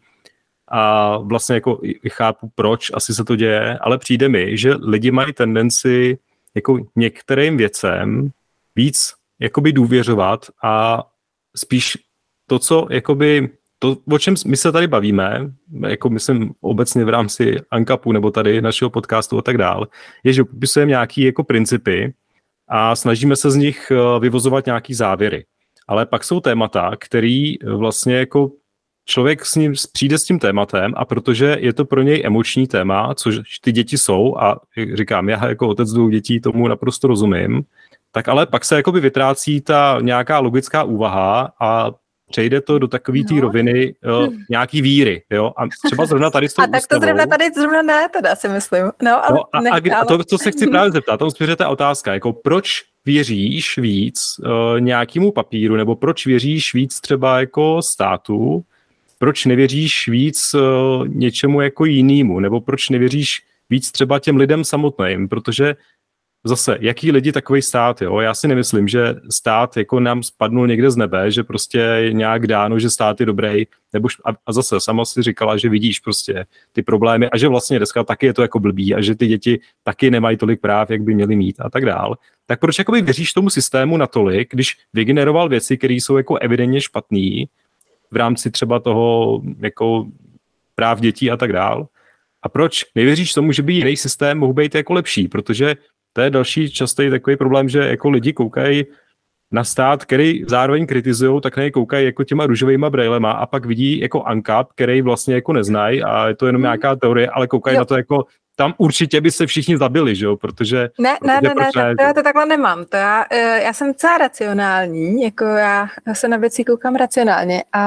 a vlastně jako chápu, proč asi se to děje, ale přijde mi, že lidi mají tendenci jako některým věcem víc jakoby důvěřovat a spíš to, co jakoby to, o čem my se tady bavíme, jako myslím obecně v rámci ANCAPu nebo tady našeho podcastu a tak dál, je, že popisujeme nějaké jako principy a snažíme se z nich vyvozovat nějaký závěry. Ale pak jsou témata, který vlastně jako člověk s ním přijde s tím tématem a protože je to pro něj emoční téma, což ty děti jsou a říkám, já jako otec 2 dětí tomu naprosto rozumím, tak ale pak se jakoby vytrácí ta nějaká logická úvaha a přejde to do takový té roviny nějaký víry, jo, a třeba zrovna tady s tou ústavou. A tak to zrovna ne, teda si myslím. No, ale a to, co se chci právě zeptat, tam směřuje otázka, jako proč věříš víc nějakému papíru, nebo proč věříš víc třeba jako státu, proč nevěříš víc něčemu jako jinému, nebo proč nevěříš víc třeba těm lidem samotným, protože zase, jaký lidi takový stát, jo? Já si nemyslím, že stát jako nám spadnul někde z nebe, že prostě je nějak dáno, že stát je dobrý, nebo a zase sama si říkala, že vidíš prostě ty problémy a že vlastně dneska taky je to jako blbý a že ty děti taky nemají tolik práv, jak by měly mít a tak dál. Tak proč jakoby věříš tomu systému natolik, když vygeneroval věci, které jsou jako evidentně špatný v rámci třeba toho jako práv dětí a tak dál? A proč nevěříš tomu, že by jiný systém mohl být jako lepší, protože to je další častý takový problém, že jako lidi koukají na stát, který zároveň kritizujou, tak ne koukají jako těma růžovýma brejlema a pak vidí jako ANCAP, který vlastně jako neznají a je to jenom nějaká teorie, ale koukají na to jako tam určitě by se všichni zabili, že jo, protože... Ne, to takhle nemám. To já jsem celá racionální, jako já se na věci koukám racionálně a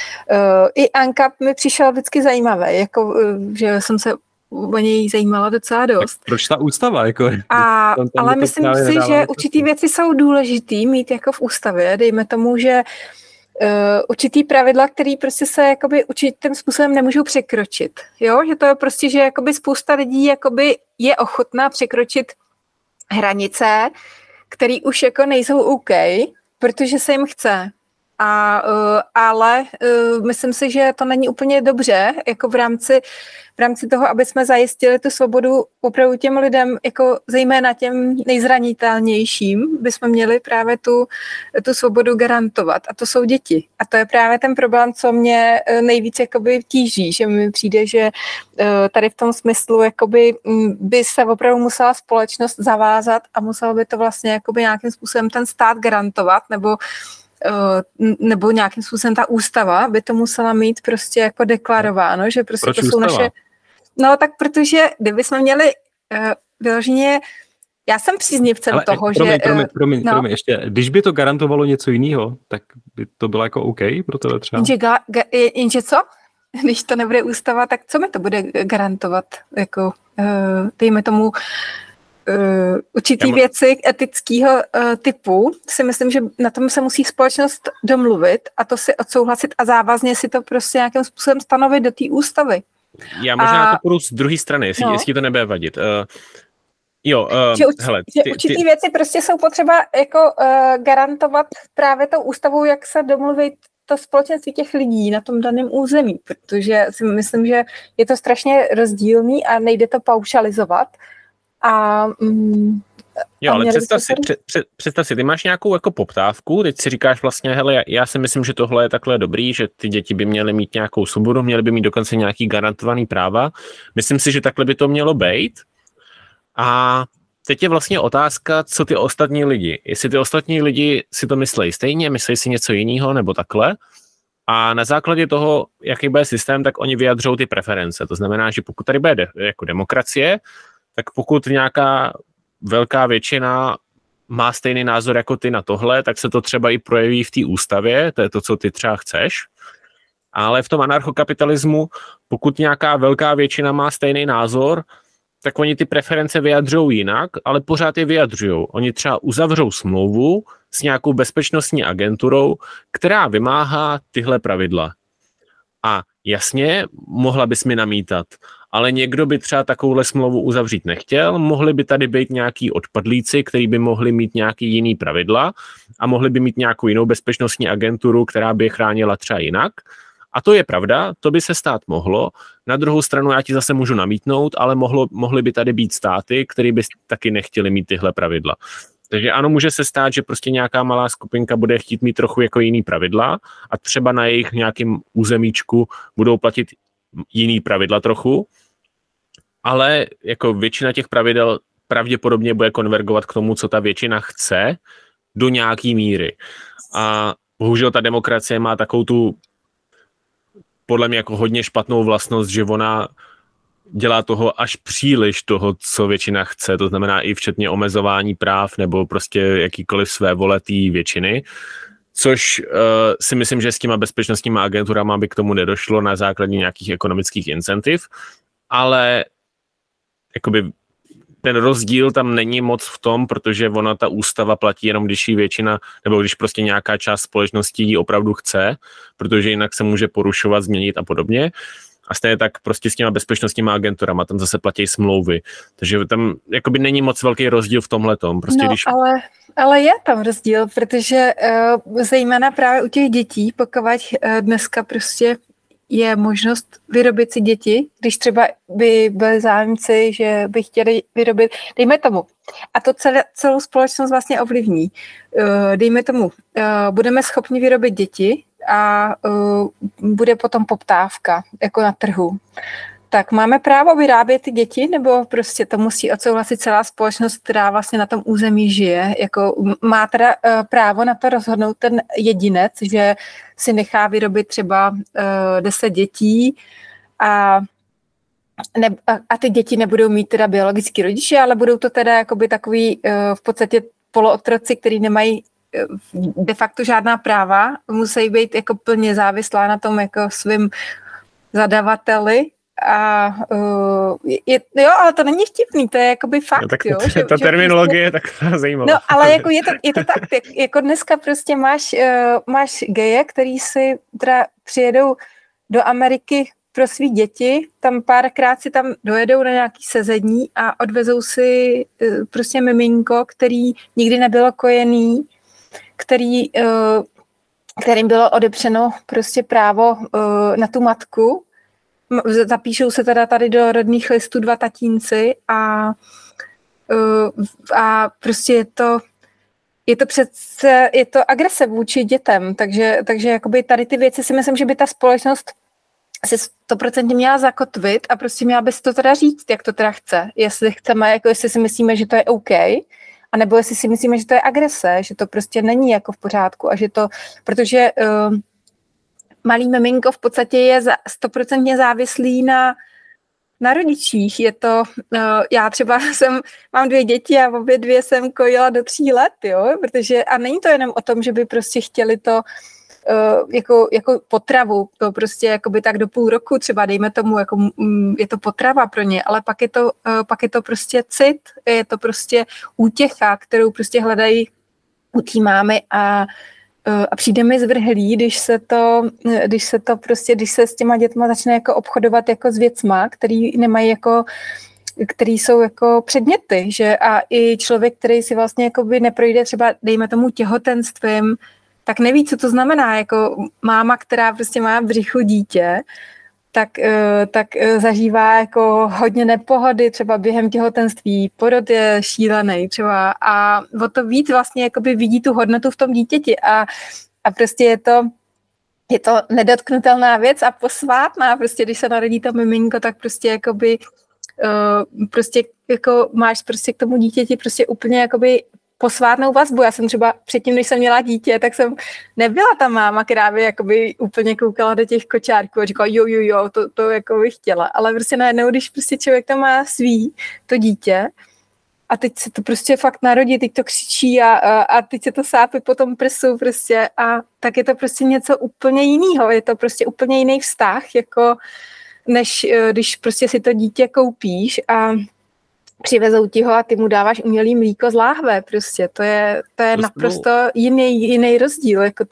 i ANCAP mi přišel vždycky zajímavý, jako že jsem se o něj zajímala docela dost. Tak proč ta ústava? Jako, ale myslím si, že určitý věci jsou důležitý mít jako v ústavě. Dejme tomu, že určitý pravidla, které prostě se jakoby určitým způsobem nemůžou překročit. Jo? Že to je prostě, že jakoby spousta lidí jakoby je ochotná překročit hranice, které už jako nejsou OK, protože se jim chce. Ale myslím si, že to není úplně dobře, jako v rámci toho, aby jsme zajistili tu svobodu opravdu těm lidem, jako zejména těm nejzranitelnějším, bychom měli právě tu svobodu garantovat. A to jsou děti. A to je právě ten problém, co mě nejvíc jakoby tíží, že mi přijde, že tady v tom smyslu jakoby by se opravdu musela společnost zavázat a musel by to vlastně jakoby nějakým způsobem ten stát garantovat, nebo nějakým způsobem ta ústava by to musela mít prostě jako deklarováno, že prostě proč to jsou ústava? naše... No tak protože kdybychom měli vyloženě... Já jsem příznivcem toho, že... Promiň, ještě. Když by to garantovalo něco jiného, tak by to bylo jako OK pro tebe třeba? Jenže co? Když to nebude ústava, tak co mi to bude garantovat? Jako, dejme tomu... určitý věci etického typu, si myslím, že na tom se musí společnost domluvit a to si odsouhlasit a závazně si to prostě nějakým způsobem stanovit do té ústavy. Já možná to půjdu z druhé strany, jestli to nebude vadit. Určitý věci prostě jsou potřeba jako garantovat právě tou ústavou, jak se domluvit to společenství těch lidí na tom daném území, protože si myslím, že je to strašně rozdílný a nejde to paušalizovat. Ale představ si, ty máš nějakou jako poptávku, teď si říkáš vlastně, hele, já si myslím, že tohle je takhle dobrý, že ty děti by měly mít nějakou svobodu, měly by mít dokonce nějaký garantovaný práva. Myslím si, že takhle by to mělo být. A teď je vlastně otázka, co ty ostatní lidi. Jestli ty ostatní lidi si to myslejí stejně, myslejí si něco jiného nebo takhle. A na základě toho, jaký bude systém, tak oni vyjadřou ty preference. To znamená, že pokud tady bude jako demokracie, tak pokud nějaká velká většina má stejný názor jako ty na tohle, tak se to třeba i projeví v té ústavě, to je to, co ty třeba chceš. Ale v tom anarchokapitalismu, pokud nějaká velká většina má stejný názor, tak oni ty preference vyjadřují jinak, ale pořád je vyjadřují. Oni třeba uzavřou smlouvu s nějakou bezpečnostní agenturou, která vymáhá tyhle pravidla. A jasně, mohla bys mi namítat, ale někdo by třeba takovouhle smlouvu uzavřít nechtěl, mohli by tady být nějaký odpadlíci, kteří by mohli mít nějaký jiný pravidla a mohli by mít nějakou jinou bezpečnostní agenturu, která by je chránila třeba jinak. A to je pravda, to by se stát mohlo. Na druhou stranu já ti zase můžu namítnout, ale mohly by tady být státy, které by taky nechtěli mít tyhle pravidla. Takže ano, může se stát, že prostě nějaká malá skupinka bude chtít mít trochu jako jiný pravidla a třeba na jejich nějakým územíčku budou platit jiný pravidla trochu, ale jako většina těch pravidel pravděpodobně bude konvergovat k tomu, co ta většina chce do nějaký míry. A bohužel ta demokracie má takovou tu podle mě jako hodně špatnou vlastnost, že ona dělá toho až příliš toho, co většina chce, to znamená i včetně omezování práv nebo prostě jakýkoliv svévole té většiny, což si myslím, že s těma bezpečnostníma agenturama by k tomu nedošlo na základě nějakých ekonomických incentiv, ale jakoby ten rozdíl tam není moc v tom, protože ona ta ústava platí jenom, když ji většina, nebo když prostě nějaká část společnosti ji opravdu chce, protože jinak se může porušovat, změnit a podobně. A stejně tak prostě s těma bezpečnostníma agenturama, tam zase platí smlouvy. Takže tam jakoby není moc velký rozdíl v tomhletom. Prostě když... ale je tam rozdíl, protože zejména právě u těch dětí, pokud dneska prostě je možnost vyrobit si děti, když třeba by byli zájemci, že by chtěli vyrobit, dejme tomu, a to celou společnost vlastně ovlivní, dejme tomu, budeme schopni vyrobit děti a bude potom poptávka, jako na trhu. Tak máme právo vyrábět ty děti, nebo prostě to musí odsouhlasit celá společnost, která vlastně na tom území žije? Jako má teda právo na to rozhodnout ten jedinec, že si nechá vyrobit třeba 10 dětí a ty děti nebudou mít teda biologický rodiče, ale budou to teda jakoby takový v podstatě polootroci, který nemají de facto žádná práva, musí být jako plně závislá na tom jako svým zadavateli. Ale to není vtipný, to je jakoby fakt. No, tak ta terminologie je tak zajímavá. No, ale jako je to tak, jako dneska prostě máš geje, který si teda přijedou do Ameriky pro svý děti, tam párkrát si tam dojedou na nějaký sezení a odvezou si prostě miminko, který nikdy nebylo kojený, kterým bylo odepřeno prostě právo na tu matku. Zapíšou se teda tady do rodných listů 2 tatínci a prostě je to agrese vůči dětem, takže jakoby tady ty věci si myslím, že by ta společnost si 100% měla zakotvit a prostě měla by si to teda říct, jak to teda chce. Jestli chceme, jako jestli si myslíme, že to je OK, anebo jestli si myslíme, že to je agrese, že to prostě není jako v pořádku a že to, protože malý miminko v podstatě je 100% závislý na rodičích. Je to, já třeba mám 2 děti a obě 2 jsem kojila do 3 let, jo, protože, a není to jenom o tom, že by prostě chtěli to jako potravu, to prostě jakoby tak do půl roku třeba, dejme tomu, jako je to potrava pro ně, ale pak je to prostě cit, je to prostě útěcha, kterou prostě hledají u té mámy a přijde mi zvrhlý, když se s těma dětma začne jako obchodovat jako s věcma, který nemají jako, který jsou jako předměty, že a i člověk, který si vlastně jakoby neprojde třeba, dejme tomu těhotenstvím, tak neví, co to znamená, jako máma, která prostě má v břichu dítě, tak zažívá jako hodně nepohody třeba během těhotenství, porod je šílený třeba a o to víc vlastně jakoby vidí tu hodnotu v tom dítěti a prostě je to nedotknutelná věc a posvátná, prostě když se narodí to miminko, tak prostě jakoby prostě jako máš prostě k tomu dítěti prostě úplně jakoby posvátnou vazbu. Já jsem třeba předtím, když jsem měla dítě, tak jsem nebyla ta máma, která by jakoby úplně koukala do těch kočárků a říkala jo, to jako bych chtěla. Ale prostě najednou, když prostě člověk tam má to dítě a teď se to prostě fakt narodí, teď to křičí a teď se to sápí po tom prsu prostě a tak je to prostě něco úplně jiného. Je to prostě úplně jiný vztah, jako než když prostě si to dítě koupíš a přivezou ti ho a ty mu dáváš umělý mlíko z láhve, prostě, to je naprosto jiný rozdíl, jako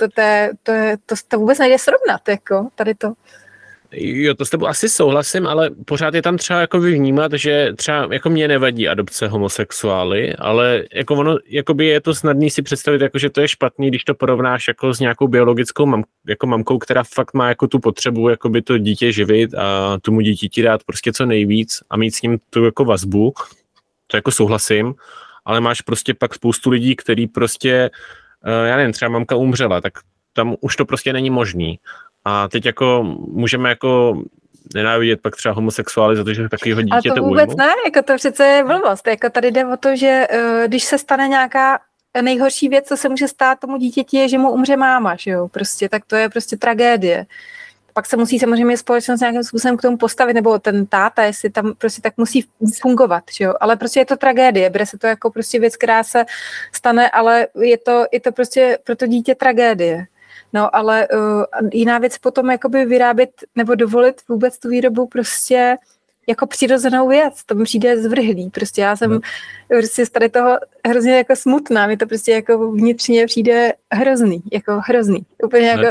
to vůbec nejde srovnat, jako tady to. Jo, to s tebou asi souhlasím, ale pořád je tam třeba jako vnímat, že třeba jako mě nevadí adopce homosexuály, ale jako ono, jakoby je to snadný si představit, jako že to je špatný, když to porovnáš jako s nějakou biologickou mamkou, která fakt má jako tu potřebu jakoby to dítě živit a tomu dítěti dát prostě co nejvíc a mít s ním tu jako vazbu, to jako souhlasím, ale máš prostě pak spoustu lidí, který prostě, já nevím, třeba mamka umřela, tak tam už to prostě není možný. A teď jako můžeme jako nenávidět pak třeba homosexuály za to, že takovýho dítěte ujmu. Ale to vůbec ne, jako to přece je blbost. Jako tady jde o to, že když se stane nějaká nejhorší věc, co se může stát tomu dítěti, je, že mu umře máma, že jo, prostě, tak to je prostě tragédie. Pak se musí samozřejmě společnost nějakým způsobem k tomu postavit, nebo ten táta, jestli tam prostě tak musí fungovat, že jo, ale prostě je to tragédie, bere se to jako prostě věc, která se stane, ale je to prostě pro to dítě tragédie. No, ale jiná věc potom jakoby vyrábět nebo dovolit vůbec tu výrobu prostě jako přirozenou věc. To mi přijde zvrhlý. Prostě já jsem prostě z tady toho hrozně jako smutná. Mi to prostě jako vnitřně přijde hrozný. Úplně jako...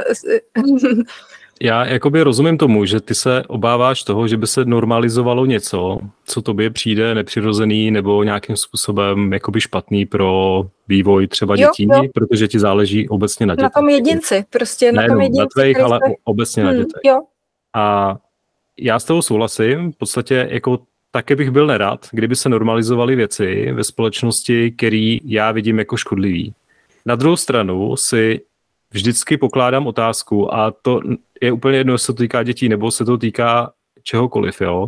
Já jakoby rozumím tomu, že ty se obáváš toho, že by se normalizovalo něco, co tobě přijde nepřirozený nebo nějakým způsobem jakoby špatný pro vývoj třeba dětí, protože ti záleží obecně na dětech. Na tom jedinci, prostě na tom jedinci. Na tvých, ale obecně na dětech. Jo. A já s tebou souhlasím, v podstatě jako taky bych byl nerad, kdyby se normalizovaly věci ve společnosti, který já vidím jako škodlivý. Na druhou stranu si vždycky pokládám otázku a to je úplně jedno, jestli se to týká dětí nebo se to týká čehokoliv, jo.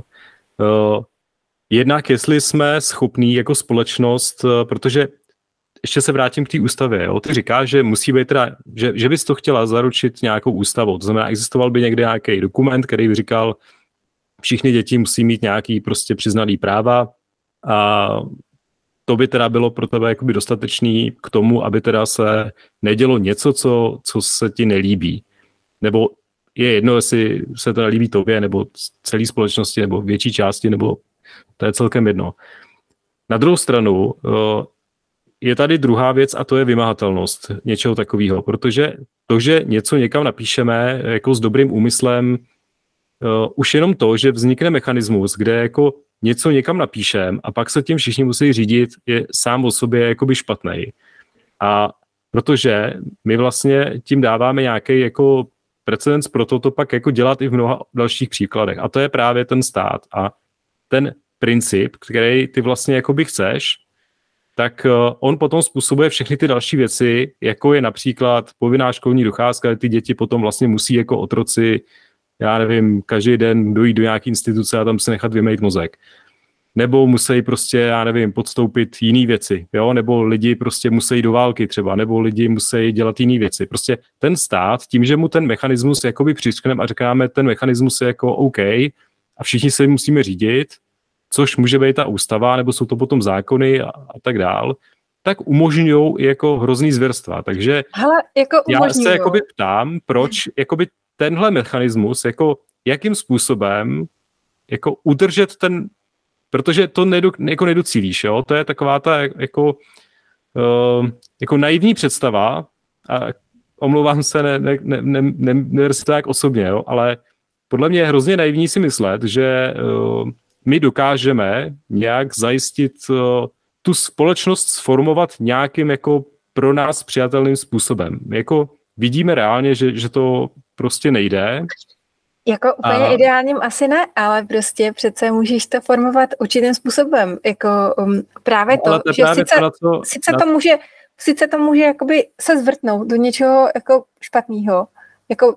Jednak jestli jsme schopní jako společnost, protože ještě se vrátím k té ústavě, jo. Ty říkáš, že musí být teda, že bys to chtěla zaručit nějakou ústavou, to znamená, existoval by někde nějaký dokument, který by říkal, všichni děti musí mít nějaký prostě přiznaný práva a to by teda bylo pro tebe jakoby dostatečný k tomu, aby teda se nedělo něco, co se ti nelíbí. Nebo je jedno, jestli se to nelíbí tobě, nebo celé společnosti, nebo větší části, nebo to je celkem jedno. Na druhou stranu je tady druhá věc a to je vymahatelnost něčeho takového, protože to, že něco někam napíšeme jako s dobrým úmyslem, už jenom to, že vznikne mechanismus, kde jako něco někam napíšem a pak se tím všichni musí řídit, je sám o sobě jakoby špatnej. A protože my vlastně tím dáváme nějaký jako precedens pro to pak jako dělat i v mnoha dalších příkladech. A to je právě ten stát. A ten princip, který ty vlastně jakoby chceš, tak on potom způsobuje všechny ty další věci, jako je například povinná školní docházka, ty děti potom vlastně musí jako otroci, já nevím, každý den dojít do nějaké instituce a tam se nechat vymejt mozek. Nebo musí prostě, já nevím, podstoupit jiné věci, jo? Nebo lidi prostě musí do války třeba, nebo lidi musí dělat jiné věci. Prostě ten stát, tím, že mu ten mechanismus jakoby přiskneme a říkáme, ten mechanismus je jako OK a všichni se musíme řídit, což může být ta ústava, nebo jsou to potom zákony a tak dál, tak umožňují i jako hrozný zvěrstva. Takže hele, jako já se jakoby ptám, proč jakoby tenhle mechanismus, jako jakým způsobem jako udržet ten, protože to jako nedocílíš, jo? To je taková ta jako naivní představa, a omlouvám se, neber si to jak osobně, jo? Ale podle mě je hrozně naivní si myslet, že my dokážeme nějak zajistit tu společnost sformovat nějakým jako pro nás přijatelným způsobem. Jako vidíme reálně, že to prostě nejde. Jako úplně ideálním asi ne, ale prostě přece můžeš to formovat určitým způsobem. Jako právě to, že sice to může jakoby se zvrtnout do něčeho jako špatného, jako,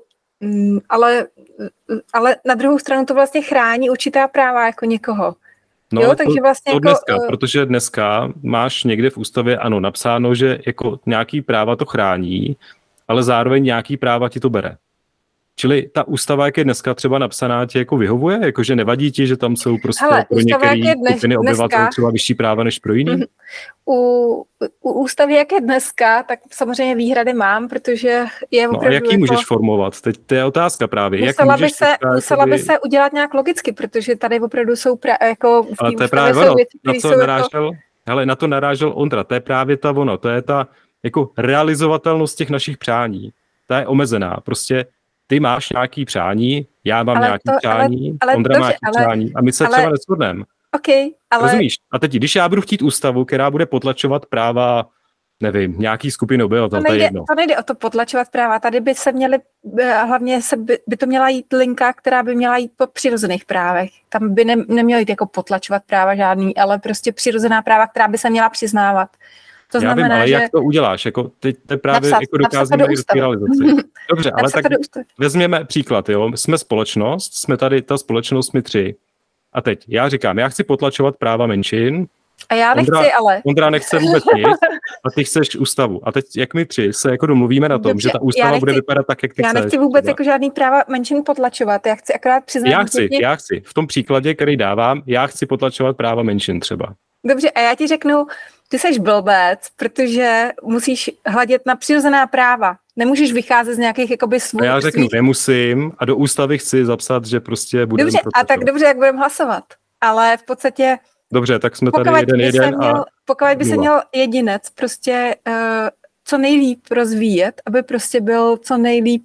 ale na druhou stranu to vlastně chrání určitá práva jako někoho. No, jo, takže vlastně to jako, dneska, protože dneska máš někde v ústavě napsáno, že jako nějaký práva to chrání, ale zároveň nějaký práva ti to bere. Čili ta ústava, jak je dneska třeba napsaná, ti jako vyhovuje? Jakože nevadí ti, že tam jsou prostě pro některé skupiny obyvatel třeba vyšší práva než pro jiný? U ústavy, jak je dneska, tak samozřejmě výhrady mám, protože je opravdu... No a jaký můžeš formovat? Teď to je otázka právě. Musela by se udělat nějak logicky, protože tady opravdu jsou jako v té ústavě jsou věci, které jsou narážel, hele, na to narážel Ondra, to je právě to je ta jako realizovatelnost těch našich přání. Ta je omezená, prostě ty máš nějaký přání, já mám nějaký přání, Ondra má nějaký přání a my se třeba neshodneme. Okay, ale... Rozumíš? A teď, když já budu chtít ústavu, která bude potlačovat práva, nevím, nějaký skupiny obyvatel, to je jedno. To nejde o to potlačovat práva, tady by se měly, hlavně by to měla jít linka, která by měla jít po přirozených právech. Tam by nemělo jít jako potlačovat práva žádný, ale prostě přirozená práva, která by se měla přiznávat. To znamená, já vím, ale že... jak to uděláš? Jako teď právě jako dokázíme realizaci. Dobře, ale tak vezměme příklad, jo. Jsme společnost, jsme tady, ta společnost, my tři. A teď já říkám, já chci potlačovat práva menšin. A já nechci, ale... Ondra nechce vůbec nic a ty chceš ústavu. A teď jak my tři se jako domluvíme na tom, dobře, že ta ústava bude vypadat tak, jak ty chceš. Já nechci vůbec jako žádný práva menšin potlačovat, já chci akorát přiznat... Já chci. V tom příkladě, který dávám, já chci potlačovat práva menšin třeba. Dobře, a já ti řeknu, ty seš blbec, protože musíš hledět na přirozená práva. Nemůžeš vycházet z nějakých jakoby svůj... Já řeknu, nemusím a do ústavy chci zapsat, že prostě budeme... Dobře, a tak dobře, jak budeme hlasovat. Ale v podstatě... Dobře, tak jsme tady jeden a... Pokud by se měl jedinec prostě co nejlíp rozvíjet, aby prostě byl co nejlíp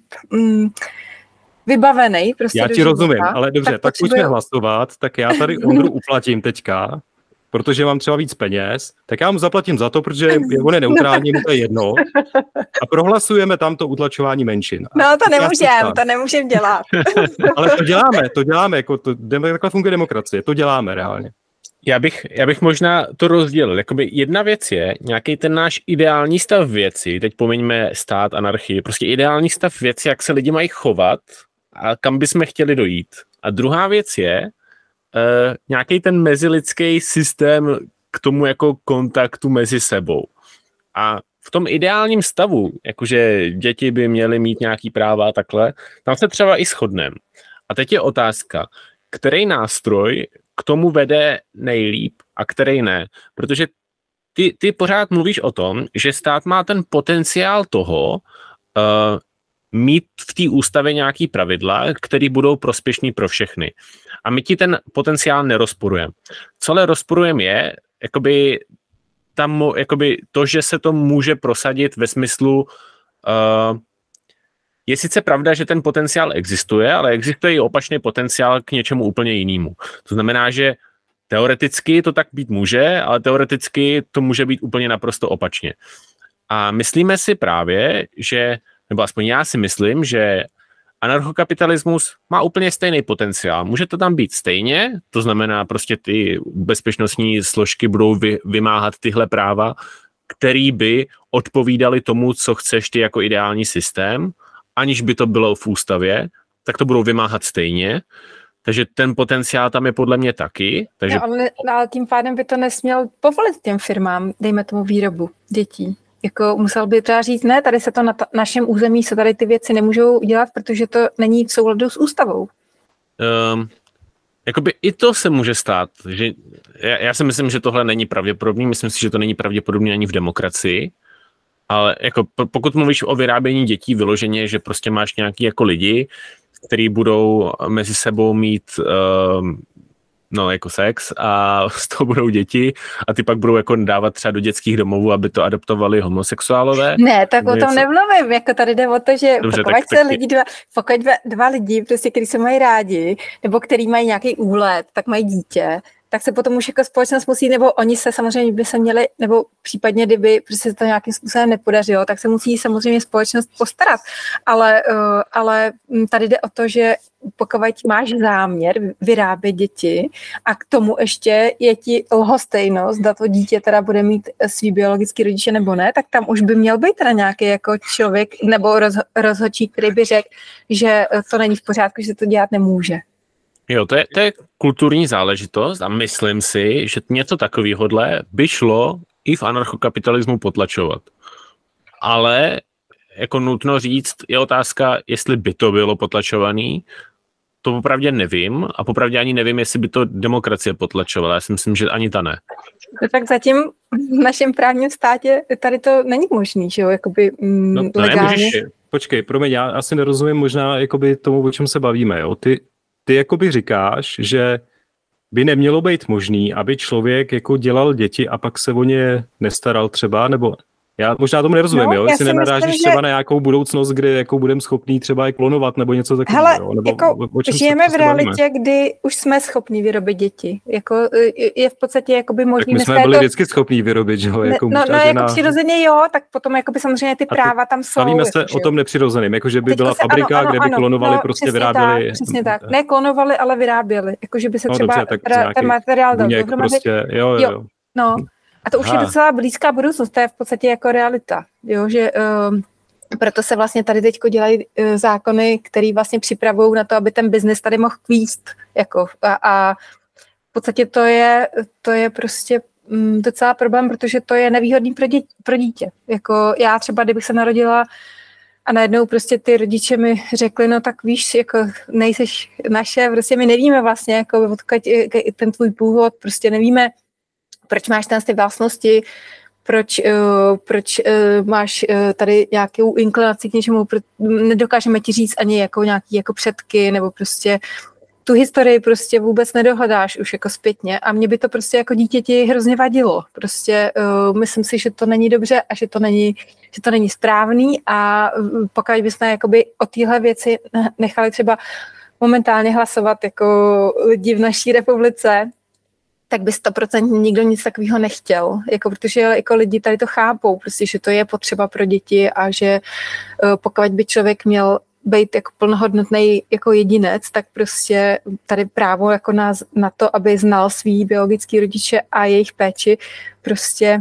vybavený. Prostě já ti rozumím, ale dobře, tak pojďme hlasovat, tak já tady Ondru uplatím teďka, protože mám třeba víc peněz, tak já mu zaplatím za to, protože on je neutrální, mu to je jedno. A prohlasujeme tam to utlačování menšin. No to nemůžem dělat. Ale to děláme, jako takhle funguje demokracie, to děláme reálně. Já bych možná to rozdělil. Jakoby jedna věc je nějaký ten náš ideální stav věci, teď pomeňme stát, anarchii, prostě ideální stav věci, jak se lidi mají chovat a kam bychom chtěli dojít. A druhá věc je nějaký ten mezilidský systém k tomu jako kontaktu mezi sebou. A v tom ideálním stavu, jakože děti by měly mít nějaký práva a takhle, tam se třeba i shodneme. A teď je otázka, který nástroj k tomu vede nejlíp a který ne. Protože ty pořád mluvíš o tom, že stát má ten potenciál toho mít v té ústavě nějaký pravidla, které budou prospěšný pro všechny. A my ti ten potenciál nerozporujeme. Co ale rozporujeme je, jakoby to, že se to může prosadit ve smyslu, je sice pravda, že ten potenciál existuje, ale existuje i opačný potenciál k něčemu úplně jinému. To znamená, že teoreticky to tak být může, ale teoreticky to může být úplně naprosto opačně. A myslíme si právě, že, nebo aspoň já si myslím, že anarchokapitalismus má úplně stejný potenciál. Může to tam být stejně, to znamená prostě ty bezpečnostní složky budou vymáhat tyhle práva, který by odpovídali tomu, co chceš ty jako ideální systém, aniž by to bylo v ústavě, tak to budou vymáhat stejně. Takže ten potenciál tam je podle mě taky. Takže... No, ale tím pádem by to nesměl povolit těm firmám, dejme tomu výrobu dětí. Jako musel by třeba říct, ne, tady se to na našem území se tady ty věci nemůžou dělat, protože to není v souladu s ústavou. Jakoby i to se může stát, že já si myslím, že tohle není pravděpodobný, myslím si, že to není pravděpodobný ani v demokracii, ale jako pokud mluvíš o vyrábění dětí vyloženě, že prostě máš nějaký jako lidi, kteří budou mezi sebou mít jako sex a z toho budou děti a ty pak budou jako dávat třeba do dětských domovů, aby to adoptovali homosexuálové. Ne, tak o tom nemluvím, jako tady jde o to, že dobře, pokud dva lidi, prostě, kteří se mají rádi, nebo který mají nějaký úlet, tak mají dítě, tak se potom už jako společnost musí, nebo oni se samozřejmě by se měli, nebo případně kdyby prostě se to nějakým způsobem nepodařilo, tak se musí samozřejmě společnost postarat. Ale tady jde o to, že pokud máš záměr vyrábět děti a k tomu ještě je ti lhostejnost, zda to dítě teda bude mít svý biologický rodiče nebo ne, tak tam už by měl být teda nějaký jako člověk nebo rozhodčí, který by řekl, že to není v pořádku, že se to dělat nemůže. Jo, to je kulturní záležitost a myslím si, že něco takovýhodle by šlo i v anarchokapitalismu potlačovat. Ale jako nutno říct, je otázka, jestli by to bylo potlačovaný, to popravdě nevím a popravdě ani nevím, jestli by to demokracie potlačovala. Já si myslím, že ani ta ne. Tak zatím v našem právním státě tady to není možný, že jo, jakoby legálně. Počkej, promiň, já asi nerozumím možná jakoby tomu, o čem se bavíme, jo. Ty jakoby říkáš, že by nemělo být možný, aby člověk jako dělal děti a pak se o ně nestaral třeba, nebo já možná tomu nerozumím, jo? Jestli nenarážíš třeba na nějakou budoucnost, kde jako budeme schopní třeba je klonovat nebo něco takového. Hele, jo? Nebo jako žijeme v realitě, kdy už jsme schopni vyrobit děti. Jako, je v podstatě jakoby možný. Tak my jsme byli vždycky schopní vyrobit, že jo? Jako jako přirozeně jo, tak potom jakoby samozřejmě ty práva tam jsou. Bavíme se o tom nepřirozeným, jako že by byla fabrika, kde by klonovali, prostě vyráběli. Přesně tak. Ne klonovali, ale vyráběli. Jako že by se třeba ten materiál dal dohromady. Jo. No. A to už je docela blízká budoucnost, to je v podstatě jako realita, jo, že proto se vlastně tady teďko dělají zákony, které vlastně připravují na to, aby ten biznes tady mohl kvíst, jako a v podstatě to je prostě docela problém, protože to je nevýhodný pro dítě, jako já třeba, kdybych se narodila a najednou prostě ty rodiče mi řekli, no tak víš, jako nejseš naše, prostě my nevíme vlastně, jako odkud ten tvůj původ, prostě nevíme, proč máš tam ty vlastnosti, proč máš tady nějakou inklinaci k něčemu, nedokážeme ti říct ani jako nějaký jako předky, nebo prostě tu historii prostě vůbec nedohledáš už jako zpětně a mě by to prostě jako dítěti hrozně vadilo. Prostě myslím si, že to není dobře a že to není správný a pokud bychom jakoby o téhle věci nechali třeba momentálně hlasovat jako lidi v naší republice, tak by 100% nikdo nic takového nechtěl, jako protože jako lidi tady to chápou, prostě, že to je potřeba pro děti a že pokud by člověk měl být jako plnohodnotný jako jedinec, tak prostě tady právo jako na to, aby znal svý biologický rodiče a jejich péči, prostě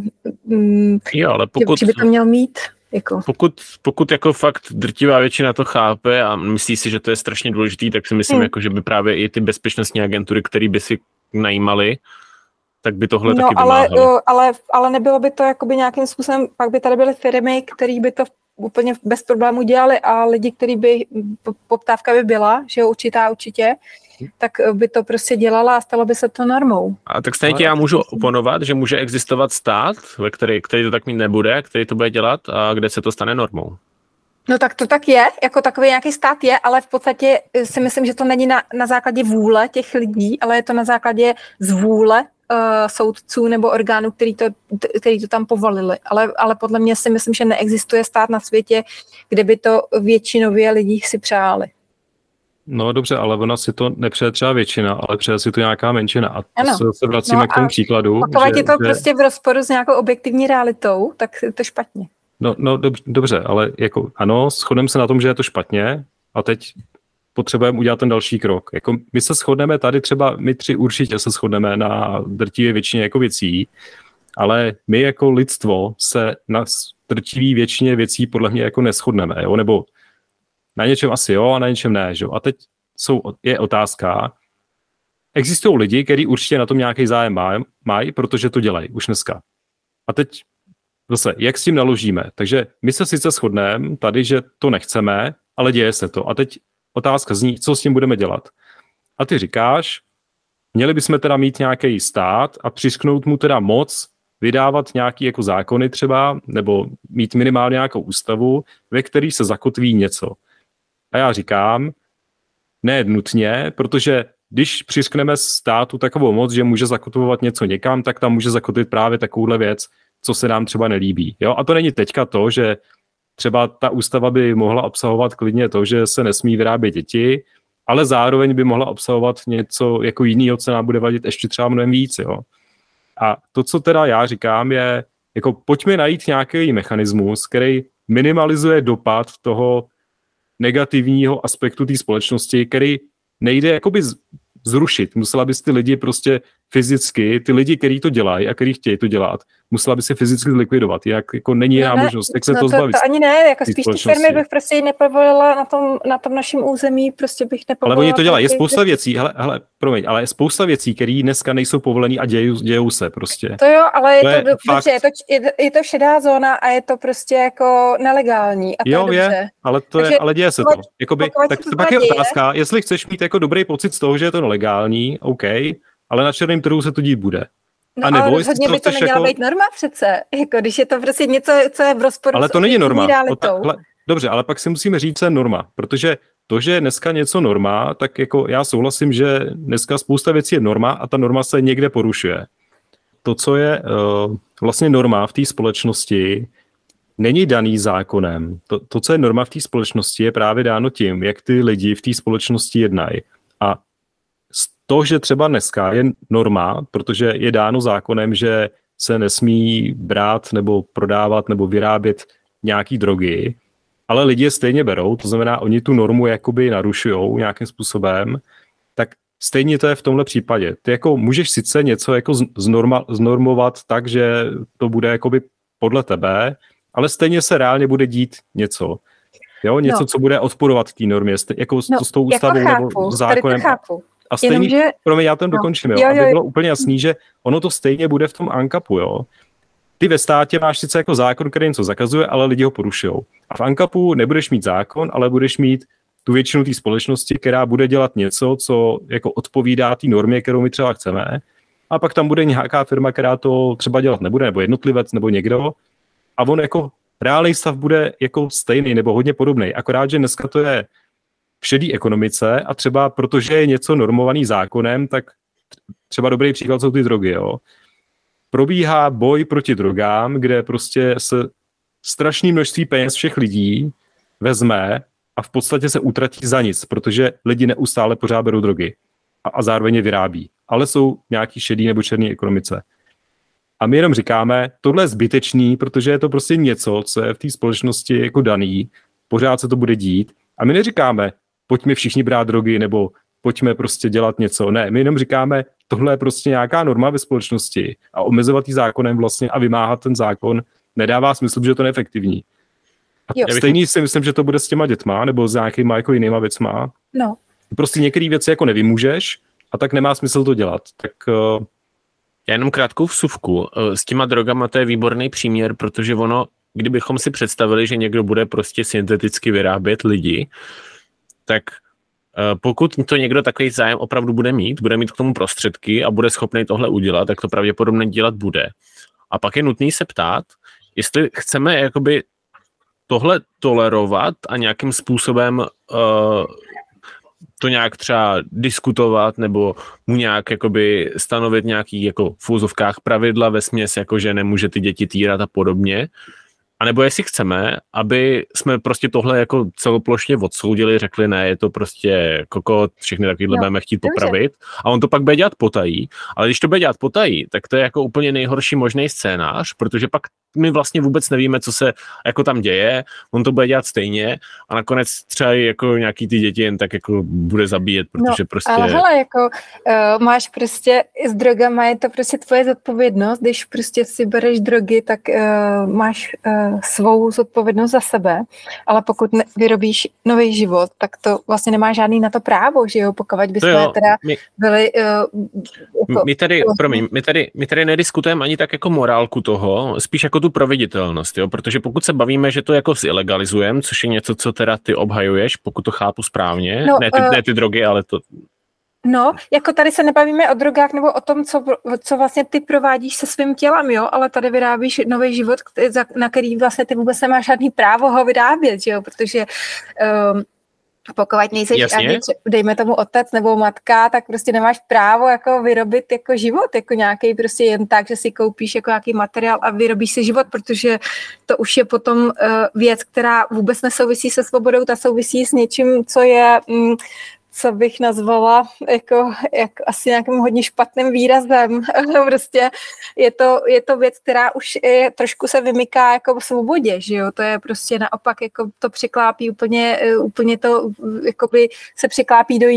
jo, ale že by to měl mít. Jako. Pokud jako fakt drtivá většina to chápe a myslí si, že to je strašně důležitý, tak si myslím, jako, že by právě i ty bezpečnostní agentury, které by si najímali, tak by tohle taky vymáhali. Ale nebylo by to jakoby nějakým způsobem, pak by tady byly firmy, které by to úplně bez problémů dělali a lidi, který by, poptávka by byla, že jo, určitě, tak by to prostě dělala a stalo by se to normou. A tak stejně já můžu oponovat, že může existovat stát, který to tak mít nebude, který to bude dělat a kde se to stane normou. No tak to tak je, jako takový nějaký stát je, ale v podstatě si myslím, že to není na základě vůle těch lidí, ale je to na základě zvůle soudců nebo orgánů, který to tam povolili. Ale podle mě si myslím, že neexistuje stát na světě, kde by to většinově lidí si přáli. No dobře, ale ona si to nepřeje třeba většina, ale přeje si to nějaká menšina. A to se vracíme k tomu příkladu. Pokud je to prostě v rozporu s nějakou objektivní realitou, tak je to špatně. No dobře, ale jako ano, shodneme se na tom, že je to špatně a teď potřebujeme udělat ten další krok. Jako my se shodneme tady třeba, my tři určitě se shodneme na drtivé většině jako věcí, ale my jako lidstvo se na drtivé většině věcí podle mě jako neshodneme, jo? Nebo na něčem asi jo a na něčem ne, jo? A teď je otázka, existují lidi, kteří určitě na tom nějaký zájem mají, protože to dělají už dneska. A teď zase, jak s tím naložíme? Takže my se sice shodneme tady, že to nechceme, ale děje se to. A teď otázka zní, co s tím budeme dělat. A ty říkáš, měli bychom teda mít nějaký stát a přisknout mu teda moc vydávat nějaký jako zákony třeba, nebo mít minimálně nějakou ústavu, ve který se zakotví něco. A já říkám, ne nutně, protože když přiskneme státu takovou moc, že může zakotvovat něco někam, tak tam může zakotvit právě takovouhle věc, co se nám třeba nelíbí. Jo? A to není teďka to, že třeba ta ústava by mohla obsahovat klidně to, že se nesmí vyrábět děti, ale zároveň by mohla obsahovat něco jako jiného, co nám bude vadit ještě třeba mnohem víc. Jo? A to, co teda já říkám, je, jako pojďme najít nějaký mechanismus, který minimalizuje dopad toho negativního aspektu té společnosti, který nejde jakoby zrušit. Musela bys ty lidi prostě fyzicky, ty lidi, kteří to dělají a kteří chtějí to dělat, musela by se fyzicky zlikvidovat. Jak jako není jiná možnost, jak se to zbavit. To ani ne, jako spíš ty firmy bych prostě nepovolila na tom našem území, prostě bych nepovolila. Ale oni to dělají, je spousta věcí, promiň, ale je spousta věcí, které dneska nejsou povolený a dějou se prostě. To jo, ale je to šedá zóna a je to prostě jako nelegální a to jo, je dobře. Ale děje se to. Jakoby, tak pak je otázka, jestli chceš mít jako dobrý pocit z toho, že je to nelegální, OK, ale na černém trhu se to dít bude. No, ale rozhodně by to neměla být norma přece. Jako, když je to prostě něco, co je v rozporu ale to není norma. realitou. Dobře, ale pak si musíme říct, co je norma. Protože to, že je dneska něco norma, tak jako já souhlasím, že dneska spousta věcí je norma a ta norma se někde porušuje. To, co je vlastně norma v té společnosti, není daný zákonem. To, co je norma v té společnosti, je právě dáno tím, jak ty lidi v té společnosti jednají. A to, že třeba dneska je norma, protože je dáno zákonem, že se nesmí brát nebo prodávat nebo vyrábět nějaký drogy, ale lidi je stejně berou, to znamená, oni tu normu jakoby narušujou nějakým způsobem, tak stejně to je v tomhle případě. Ty jako můžeš sice něco jako znormovat tak, že to bude jakoby podle tebe, ale stejně se reálně bude dít něco. Jo, něco, co bude odporovat té normě, jako s tou ústavou jako nebo zákonem. A stejný, promiň, já ten dokončím, jo, aby bylo úplně jasný, že ono to stejně bude v tom ANCAPu, jo. Ty ve státě máš sice jako zákon, který něco zakazuje, ale lidi ho porušujou. A v ANCAPu nebudeš mít zákon, ale budeš mít tu většinu té společnosti, která bude dělat něco, co jako odpovídá té normě, kterou my třeba chceme. A pak tam bude nějaká firma, která to třeba dělat nebude, nebo jednotlivec, nebo někdo. A on jako reálný stav bude jako stejný, nebo hodně podobný. Akorát, že dneska to je v šedý ekonomice a třeba protože je něco normovaný zákonem, tak třeba dobrý příklad jsou ty drogy, jo. Probíhá boj proti drogám, kde prostě se strašné množství peněz všech lidí vezme a v podstatě se utratí za nic, protože lidi neustále pořád berou drogy a zároveň je vyrábí, ale jsou nějaký šedý nebo černý ekonomice. A my jenom říkáme, tohle je zbytečný, protože je to prostě něco, co je v té společnosti jako daný, pořád se to bude dít a my neříkáme, pojďme všichni brát drogy, nebo pojďme prostě dělat něco. Ne, my jenom říkáme, tohle je prostě nějaká norma ve společnosti a omezovat jí zákonem vlastně a vymáhat ten zákon nedává smysl, že to je neefektivní. A stejný si myslím, že to bude s těma dětma, nebo s nějakýma jako jinýma věcma. No. Prostě některé věci jako nevymůžeš a tak nemá smysl to dělat. Tak já jenom krátkou vsuvku. S těma drogama to je výborný příměr, protože ono, kdybychom si představili, že někdo bude prostě synteticky vyrábět lidi, tak pokud to někdo takový zájem opravdu bude mít k tomu prostředky a bude schopný tohle udělat, tak to pravděpodobně dělat bude. A pak je nutný se ptát, jestli chceme jakoby tohle tolerovat a nějakým způsobem to nějak třeba diskutovat nebo mu nějak jakoby stanovit nějaký jako v úzovkách pravidla vesměs, jako že nemůže ty děti týrat a podobně. A nebo jestli chceme, aby jsme prostě tohle jako celoplošně odsoudili, řekli ne, je to prostě kokot, všechny takovýhle budeme chtít popravit a on to pak bude dělat potají, ale když to bude dělat potají, tak to je jako úplně nejhorší možný scénář, protože pak my vlastně vůbec nevíme, co se jako tam děje, on to bude dělat stejně a nakonec třeba jako nějaký ty děti jen tak jako bude zabíjet, protože prostě... Ale hele, jako máš prostě s drogama, je to prostě tvoje zodpovědnost, když prostě si bereš drogy, tak máš svou zodpovědnost za sebe, ale pokud vyrobíš nový život, tak to vlastně nemá žádný na to právo, že jo, pokud bychom teda byli... My tady nediskutujeme ani tak jako morálku toho, spíš jako tu proveditelnost, jo, protože pokud se bavíme, že to jako zilegalizujeme, což je něco, co teda ty obhajuješ, pokud to chápu správně, ne ty drogy, ale to... No, jako tady se nebavíme o drogách nebo o tom, co vlastně ty provádíš se svým tělem, jo, ale tady vyrábíš nový život, na který vlastně ty vůbec nemáš žádný právo ho vyrábět, jo, protože pokud nejseš ani, dejme tomu otec nebo matka, tak prostě nemáš právo jako vyrobit jako život, jako nějaký prostě jen tak, že si koupíš jako nějaký materiál a vyrobíš si život, protože to už je potom věc, která vůbec nesouvisí se svobodou, ta souvisí s něčím, co je co bych nazvala jako asi nějakým hodně špatným výrazem. Prostě je to věc, která už trošku se vymyká jako v svobodě, že jo? To je prostě naopak jako to překlápí úplně to jakoby se překlápí do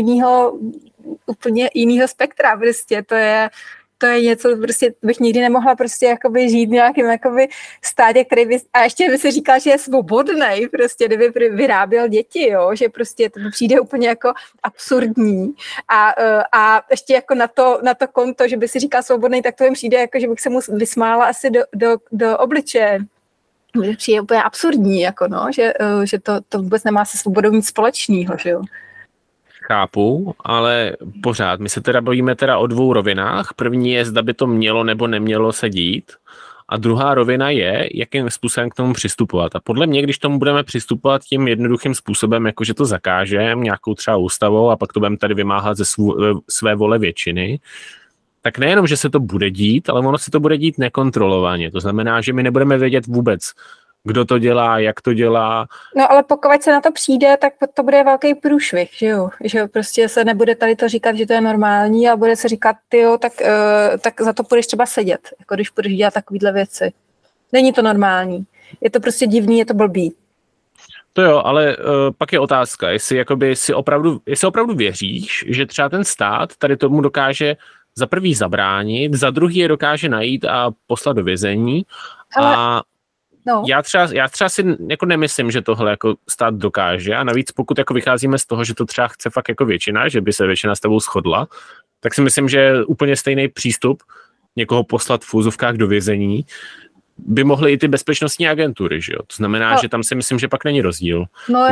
úplně jiného spektra. Prostě to je něco, prostě bych nikdy nemohla prostě jakoby žít v nějakém jakoby státě, který by, a ještě by si říkal, že je svobodnej, prostě kdyby vyráběl děti, jo, že prostě to přijde úplně jako absurdní a ještě jako na to konto, že by si říkal svobodnej, tak to jim přijde jako, že bych se mu vysmála asi do obličeje. Přijde úplně absurdní, jako no, že to vůbec nemá se svobodou nic společného, že jo. Chápu, ale pořád. My se teda bavíme teda o dvou rovinách. První je, zda by to mělo nebo nemělo se dít. A druhá rovina je, jakým způsobem k tomu přistupovat. A podle mě, když tomu budeme přistupovat tím jednoduchým způsobem, jako že to zakážeme nějakou třeba ústavou a pak to budeme tady vymáhat ze své vole většiny, tak nejenom, že se to bude dít, ale ono se to bude dít nekontrolovaně. To znamená, že my nebudeme vědět vůbec, kdo to dělá, jak to dělá. No ale pokud se na to přijde, tak to bude velký průšvih, že jo? Že prostě se nebude tady to říkat, že to je normální a bude se říkat, tyjo, tak za to půjdeš třeba sedět, jako když půjdeš dělat takovýhle věci. Není to normální. Je to prostě divný, je to blbý. To jo, ale pak je otázka, jestli opravdu věříš, že třeba ten stát tady tomu dokáže za prvý zabránit, za druhý je dokáže najít a poslat do vězení. A no. Já třeba si jako nemyslím, že tohle jako stát dokáže a navíc pokud jako vycházíme z toho, že to třeba chce fakt jako většina, že by se většina s tebou shodla, tak si myslím, že úplně stejný přístup někoho poslat v úzovkách do vězení by mohly i ty bezpečnostní agentury, že jo? To znamená, že tam si myslím, že pak není rozdíl. No,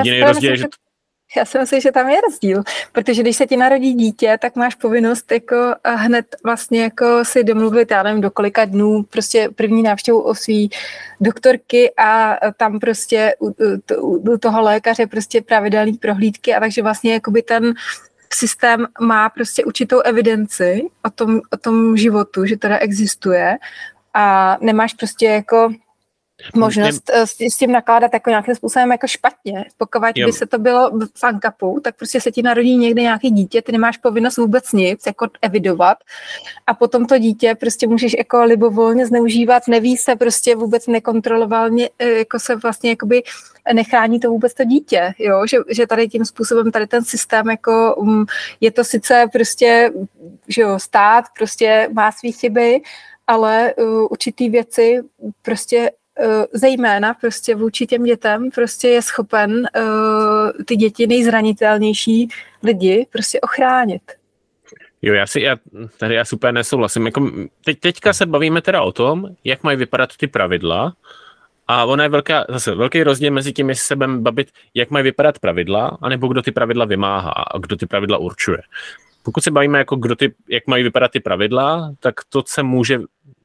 já si myslím, že tam je rozdíl, protože když se ti narodí dítě, tak máš povinnost jako hned vlastně jako si domluvit, já nevím, do kolika dnů, prostě první návštěvu o svý doktorky a tam prostě u toho lékaře prostě pravidelný prohlídky a takže vlastně jakoby ten systém má prostě určitou evidenci o tom životu, že teda existuje a nemáš prostě jako možnost s tím nakládat jako nějakým způsobem jako špatně. Pokud by se to bylo v ANCAPu, tak prostě se ti narodí někde nějaký dítě, ty nemáš povinnost vůbec nic jako evidovat a potom to dítě prostě můžeš jako libovolně zneužívat, neví se prostě vůbec nekontrolovaně, jako se vlastně jakoby nechrání to vůbec to dítě, jo? Že tady tím způsobem tady ten systém jako je to sice prostě, že jo, stát prostě má svý chyby, ale určitý věci prostě zejména prostě vůči těm dětem prostě je schopen ty děti nejzranitelnější lidi prostě ochránit. Jo, já super nesouhlasím. Jako teďka se bavíme teda o tom, jak mají vypadat ty pravidla a ona je velký rozdíl mezi tím, jestli se budeme bavit, jak mají vypadat pravidla, anebo kdo ty pravidla vymáhá a kdo ty pravidla určuje. Pokud se bavíme, jako jak mají vypadat ty pravidla, tak to se může...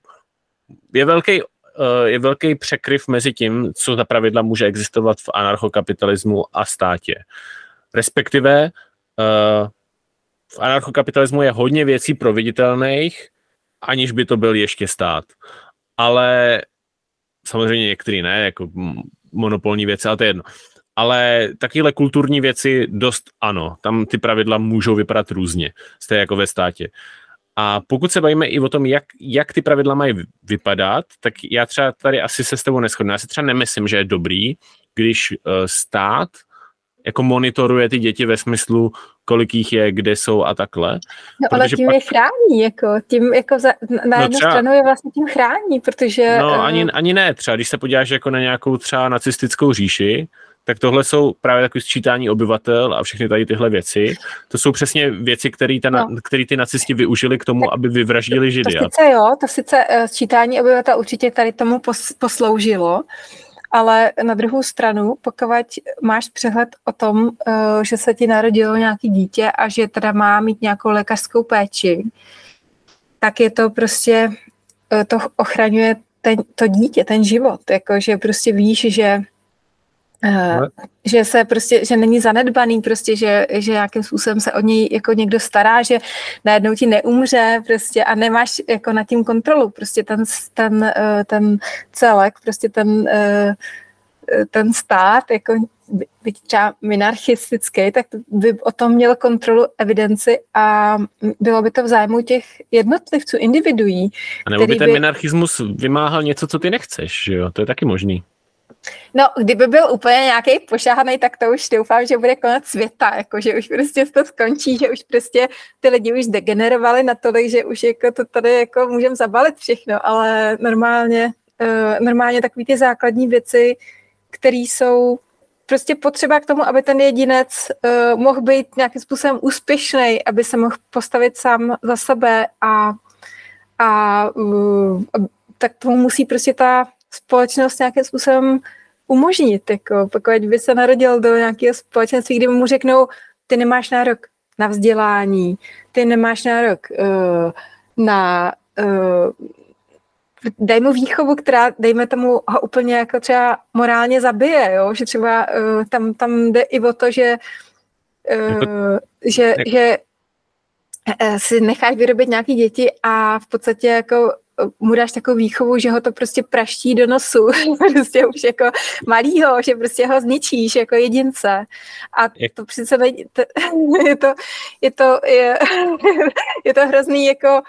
Je velký překryv mezi tím, co za pravidla může existovat v anarchokapitalismu a státě. Respektive v anarchokapitalismu je hodně věcí proveditelných, aniž by to byl ještě stát. Ale samozřejmě některý ne, jako monopolní věci, ale to je jedno. Ale takovéhle kulturní věci dost ano, tam ty pravidla můžou vypadat různě, stejně jako ve státě. A pokud se bavíme i o tom, jak ty pravidla mají vypadat, tak já třeba tady asi se s tebou neshodnu. Já si třeba nemyslím, že je dobrý, když stát jako monitoruje ty děti ve smyslu, kolik jich je, kde jsou a takhle. No ale tím je chrání, tím na jednu stranu je vlastně tím chrání, protože... No ani ne, třeba když se podíváš jako na nějakou třeba nacistickou říši, tak tohle jsou právě takové sčítání obyvatel a všechny tady tyhle věci. To jsou přesně věci, které ty nacisti využili k tomu, aby vyvraždili Židy. To sice sčítání obyvatel určitě tady tomu posloužilo, ale na druhou stranu, pokud máš přehled o tom, že se ti narodilo nějaký dítě a že teda má mít nějakou lékařskou péči, tak je to prostě, to ochraňuje to dítě, ten život, jako že prostě víš, že se prostě, že není zanedbaný prostě, že nějakým způsobem se o něj jako někdo stará, že najednou ti neumře prostě a nemáš jako nad tím kontrolu, prostě ten celek, prostě ten stát, jako byť třeba minarchistický, tak by o tom měl kontrolu, evidenci a bylo by to v zájmu těch jednotlivců, individuí. A nebo by ten minarchismus vymáhal něco, co ty nechceš, že jo? To je taky možný. No, kdyby byl úplně nějaký pošáhaný, tak to už doufám, že bude konec světa, jako, že už prostě to skončí, že už prostě ty lidi už degenerovali natolik, že už jako to tady jako můžeme zabalit všechno, ale normálně takový ty základní věci, které jsou prostě potřeba k tomu, aby ten jedinec mohl být nějakým způsobem úspěšný, aby se mohl postavit sám za sebe a tak tomu musí prostě ta společnost nějakým způsobem umožnit. Jako, pokud by se narodil do nějakého společenství, kde mu řeknou, ty nemáš nárok na vzdělání, ty nemáš nárok dej mu výchovu, která, dejme tomu, ho úplně jako třeba morálně zabije, jo? Že třeba tam jde i o to, že si necháš vyrobit nějaký děti a v podstatě jako mu dáš takovou výchovu, že ho to prostě praští do nosu, prostě už jako malýho, že prostě ho zničíš jako jedince. A to přece je to hrozný jako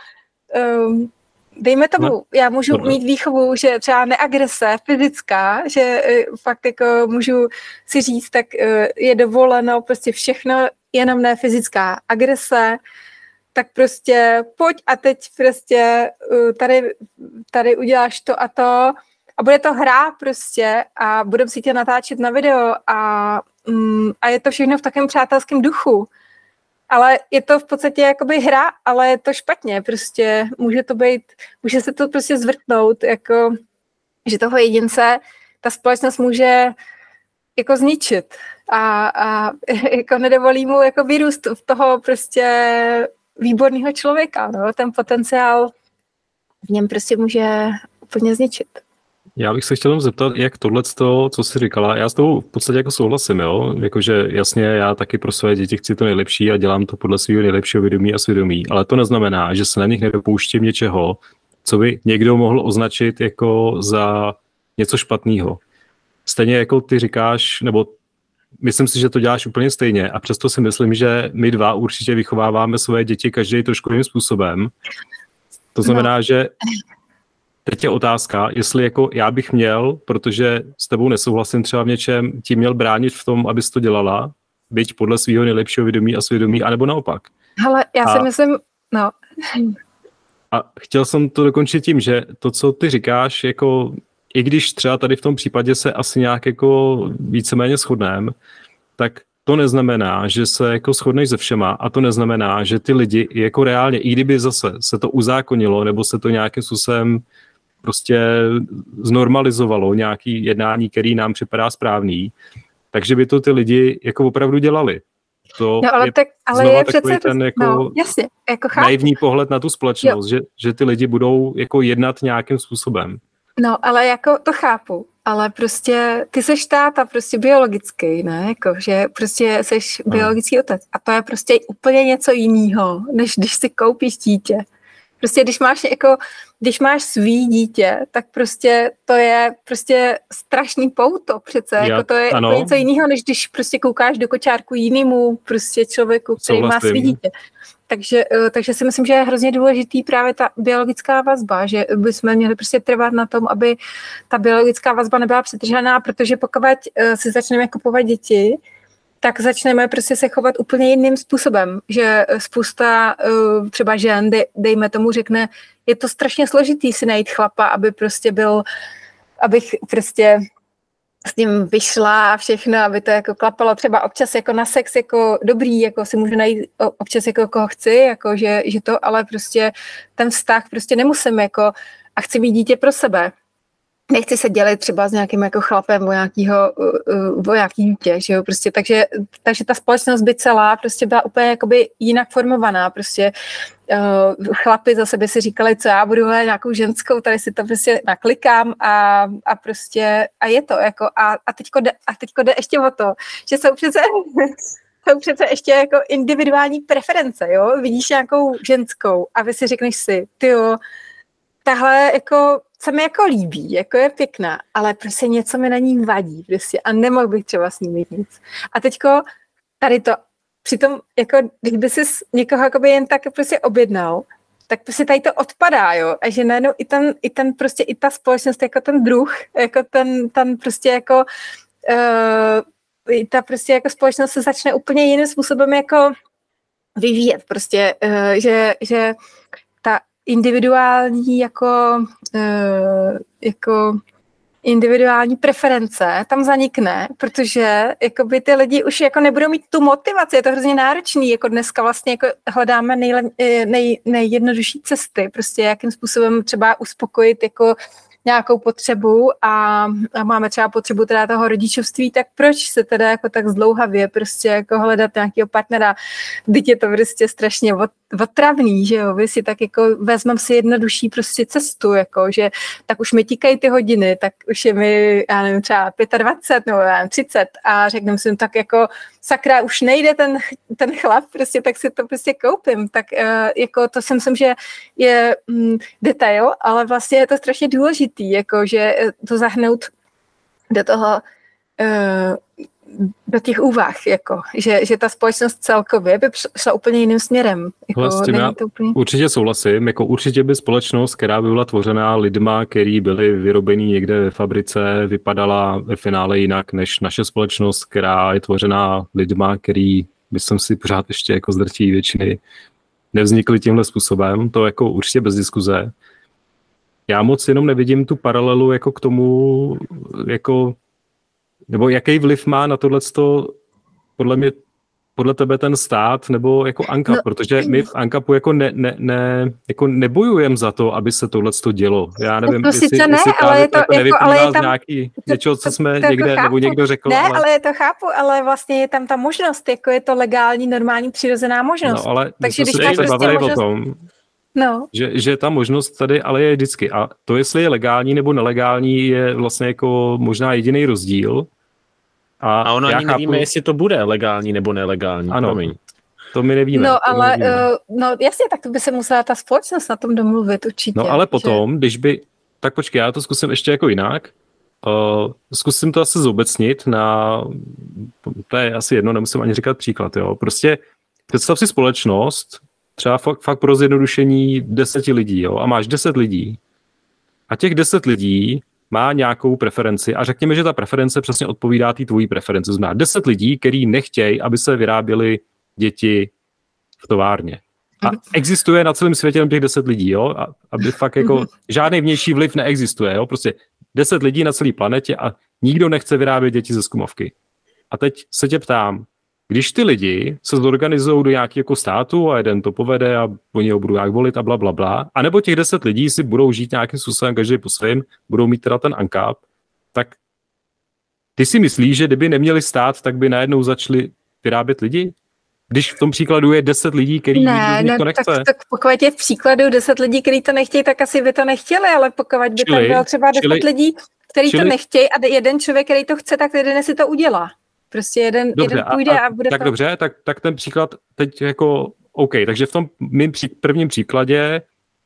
dejme tomu, já můžu mít výchovu, že třeba neagrese fyzická, že fakt jako můžu si říct, tak je dovoleno prostě všechno, jenom ne fyzická agrese, tak prostě pojď a teď prostě tady uděláš to a bude to hra prostě a budeme si tě natáčet na video a je to všechno v takovém přátelském duchu. Ale je to v podstatě jakoby hra, ale je to špatně, prostě může se to prostě zvrtnout, jako, že toho jedince ta společnost může jako zničit a jako nedovolí mu jako vyrůst v toho prostě výborného člověka, no, ten potenciál v něm prostě může úplně zničit. Já bych se chtěl zeptat, jak tohleto, co jsi říkala, já s tou v podstatě jako souhlasím, jo, jakože jasně, já taky pro své děti chci to nejlepší a dělám to podle svého nejlepšího vědomí a svědomí, ale to neznamená, že se na nich nedopouštím něčeho, co by někdo mohl označit jako za něco špatného. Stejně jako ty říkáš, nebo myslím si, že to děláš úplně stejně a přesto si myslím, že my dva určitě vychováváme své děti každý trošku jiným způsobem. To znamená, že teď je otázka, jestli jako já bych měl, protože s tebou nesouhlasím třeba v něčem, ti měl bránit v tom, abys to dělala, byť podle svého nejlepšího vědomí a svědomí, anebo naopak. Hele, já si myslím, no. A chtěl jsem to dokončit tím, že to, co ty říkáš, jako i když třeba tady v tom případě se asi nějak jako víceméně shodneme, tak to neznamená, že se jako shodneš se všema a to neznamená, že ty lidi jako reálně, i kdyby zase se to uzákonilo nebo se to nějakým způsobem prostě znormalizovalo, nějaký jednání, který nám připadá správný, takže by to ty lidi jako opravdu dělali. To no, ale je přece ten jako, jasně, jako naivní pohled na tu společnost, že ty lidi budou jako jednat nějakým způsobem. No, ale jako to chápu, ale prostě ty seš táta prostě biologický, ne, jako, že prostě seš biologický otec a to je prostě úplně něco jiného, než když si koupíš dítě. Prostě když máš svý dítě, tak prostě to je prostě strašný pouto přece, jako to je úplně něco jiného, než když prostě koukáš do kočárku jinému prostě člověku, který má svý dítě. Takže si myslím, že je hrozně důležitý právě ta biologická vazba, že bychom měli prostě trvat na tom, aby ta biologická vazba nebyla přetržená, protože pokud si začneme kupovat děti, tak začneme prostě se chovat úplně jiným způsobem, že spousta třeba žen, dejme tomu, řekne, je to strašně složitý si najít chlapa, abych prostě s ním vyšla a všechno, aby to jako klapalo třeba občas jako na sex jako dobrý, jako si můžu najít občas jako koho chci, jako že to, ale prostě ten vztah prostě nemusím jako a chci mít dítě pro sebe. nechci se dělit třeba s nějakým jako chlapem o nějaký dítě, že jo, prostě, takže ta společnost by celá prostě byla úplně jakoby jinak formovaná, prostě chlapi zase by si říkali, co já budu hledat nějakou ženskou, tady si to prostě naklikám a prostě, a je to, jako, a teďko jde ještě o to, že jsou přece ještě jako individuální preference, jo, vidíš nějakou ženskou a vy si řekneš si, tyjo, tahle jako se mi jako líbí, jako je pěkná, ale prostě něco mi na ní vadí prostě a nemohl bych třeba s ní mít nic. A teďko tady to, přitom jako když by si někoho jakoby jen tak prostě objednal, tak prostě tady to odpadá, jo, a že najednou i ten prostě i ta společnost, jako ten druh, jako ten prostě jako ta prostě jako společnost se začne úplně jiným způsobem jako vyvíjet, prostě, že ta individuální jako individuální preference tam zanikne, protože jakoby ty lidi už jako nebudou mít tu motivaci, je to hrozně náročný, jako dneska vlastně jako hledáme nejjednodušší cesty, prostě jakým způsobem třeba uspokojit jako nějakou potřebu a máme třeba potřebu teda toho rodičovství, tak proč se teda jako tak zdlouhavě prostě jako hledat nějakého partnera, vždyť je to prostě strašně otravný, že jo, vy si tak jako vezmeme si jednodušší prostě cestu, jako, že tak už mi tíkají ty hodiny, tak už je mi, já nevím, třeba 25 nebo já nevím, 30 a řekneme si, tak jako sakra, už nejde ten chlap, prostě tak si to prostě koupím, tak jako to si myslím, že je detail, ale vlastně je to strašně důležitý, jako, že to zahrnout do toho do těch úvah, jako, že ta společnost celkově by šla úplně jiným směrem. Jako, s tím já úplně... určitě souhlasím, jako určitě by společnost, která by byla tvořená lidma, který byli vyrobení někde ve fabrice, vypadala ve finále jinak než naše společnost, která je tvořená lidma, který, myslím si, pořád ještě jako z drtí většiny nevznikly tímhle způsobem, to jako určitě bez diskuze. Já moc jenom nevidím tu paralelu jako k tomu, jako nebo jaký vliv má na tohleto podle tebe ten stát nebo jako ANCAP, protože my v ANCAPu jako jako nebojujeme za to, aby se tohleto dělo. Já nevím, jestli ale je to nevyplývá z nějaký něčeho, co jsme někde chápu. Nebo někdo řekl. Ne, ale je to chápu, ale vlastně je tam ta možnost, jako je to legální, normální, přirozená možnost. No, ale takže když se bavili možnost... o tom, no. že ta možnost tady ale je vždycky. A to, jestli je legální nebo nelegální, je vlastně jako možná jediný rozdíl. A ono ani nevíme, jestli to bude legální nebo nelegální. Ano, to my nevíme. No, ale no jasně, tak to by se musela ta společnost na tom domluvit určitě. No, ale potom, když by... Tak počkej, já to zkusím ještě jako jinak. Zkusím to asi zobecnit na... To je asi jedno, nemusím ani říkat příklad, jo. Prostě představ si společnost, třeba fakt pro zjednodušení 10 lidí, jo, a máš 10 lidí. A těch 10 lidí má nějakou preferenci a řekněme, že ta preference přesně odpovídá té tvojí preferenci. Znamená 10 lidí, kteří nechtějí, aby se vyráběly děti v továrně. A existuje na celém světě těch 10 lidí, jo? A aby fakt jako žádný vnější vliv neexistuje, jo? Prostě 10 lidí na celé planetě a nikdo nechce vyrábět děti ze zkumavky. A teď se tě ptám, když ty lidi se zorganizují do nějakého jako státu a jeden to povede a oni ho budou nějak volit a blablabla, a nebo těch 10 lidí si budou žít nějakým způsobem, každý po svém, budou mít teda ten ANCAP, tak ty si myslíš, že kdyby neměli stát, tak by najednou začali vyrábět lidi? Když v tom příkladu je 10 lidí, který nikdo to nechce. Tak pokud je v příkladu 10 lidí, který to nechtějí, tak asi by to nechtěli, ale pokud by tam bylo třeba 10 lidí, který to nechtějí a jeden člověk, který to chce, tak jeden si to udělá. Prostě jeden půjde a bude tak to... Dobře, tak ten příklad teď jako OK, takže v tom mým prvním příkladě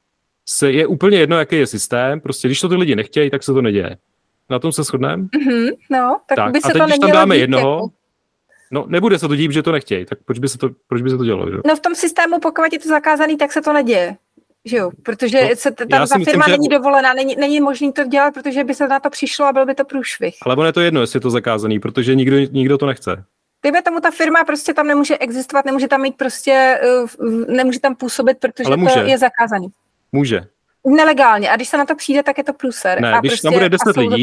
je úplně jedno, jaký je systém, prostě když to ty lidi nechtějí, tak se to neděje. Na tom se shodneme? No, tak by se to nemělo dít. A teď, když tam dáme jednoho, jako... no nebude se to dít, že to nechtějí, tak proč by se to dělalo? Že? No v tom systému, pokud je to zakázaný, tak se to neděje. Že jo, protože tam ta firma není dovolená, není možný to dělat, protože by se na to přišlo a byl by to průšvih. Ale ono je to jedno, jestli je to zakázaný, protože nikdo to nechce. Kdyby tomu ta firma prostě tam nemůže existovat, nemůže tam mít prostě, nemůže tam působit, protože to je zakázaný. Může. Nelegálně. A když se na to přijde, tak je to průser. Ne, a když prostě, tam bude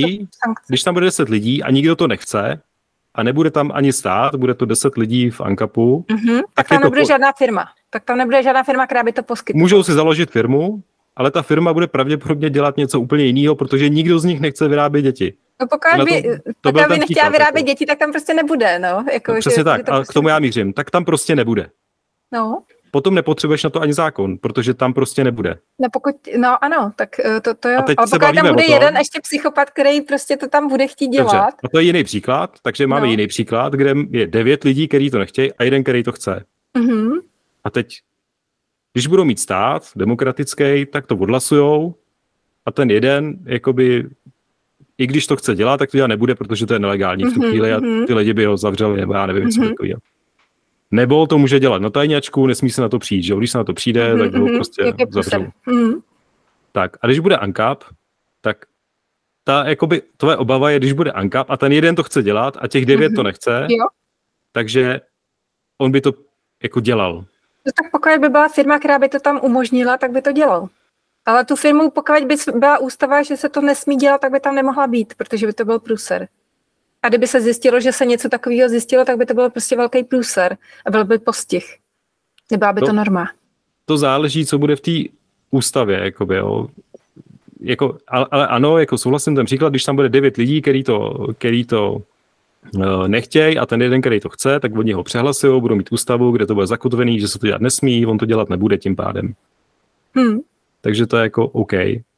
10 lidí a nikdo to nechce a nebude tam ani stát, bude to 10 lidí v ANCAPu. Tak tam nebude žádná firma. Tak tam nebude žádná firma, která by to poskytla. Můžou si založit firmu ale ta firma bude pravděpodobně dělat něco úplně jiného, protože nikdo z nich nechce vyrábět děti. No pokud by nechtěla vyrábět děti, tak tam prostě nebude, no. Jako, přesně že, tak, že to a prostě k tomu já mířím. Tak tam prostě nebude. No. Potom nepotřebuješ na to ani zákon, protože tam prostě nebude. No ano, tak to jo. A teď ale se pokud tam bude tom, jeden ještě psychopat, který prostě to tam bude chtít dělat. Dobře, a to je jiný příklad, takže máme jiný příklad, kde je 9 lidí, kteří to nechtějí a jeden, který to chce. Mm-hmm. A teď, když budou mít stát demokratický, tak to odhlasujou a ten jeden, jakoby, i když to chce dělat, tak to dělat nebude, protože to je nelegální v tu chvíli a ty lidi by ho zavřeli, nebo já nevím, co takového. Nebo to může dělat na tajňačku, nesmí se na to přijít, že když se na to přijde, tak ho prostě zavřou. Tak a když bude ANCAP, tak ta jakoby tvoje obava je, když bude ANCAP a ten jeden to chce dělat a těch 9 to nechce, takže on by to jako dělal. No tak pokud by byla firma, která by to tam umožnila, tak by to dělal. Ale tu firmu, pokud by byla ústava, že se to nesmí dělat, tak by tam nemohla být, protože by to byl průser. A kdyby se zjistilo, že se něco takového zjistilo, tak by to byl prostě velký průser a byl by postih. Nebyla by to norma. To záleží, co bude v té ústavě, jakoby, jo. Jako, ale ano, jako souhlasím ten příklad, když tam bude 9 lidí, který to nechtějí a ten jeden, který to chce, tak oni ho přehlasují, budou mít ústavu, kde to bude zakotvený, že se to dělat nesmí, on to dělat nebude tím pádem. Takže to je jako OK.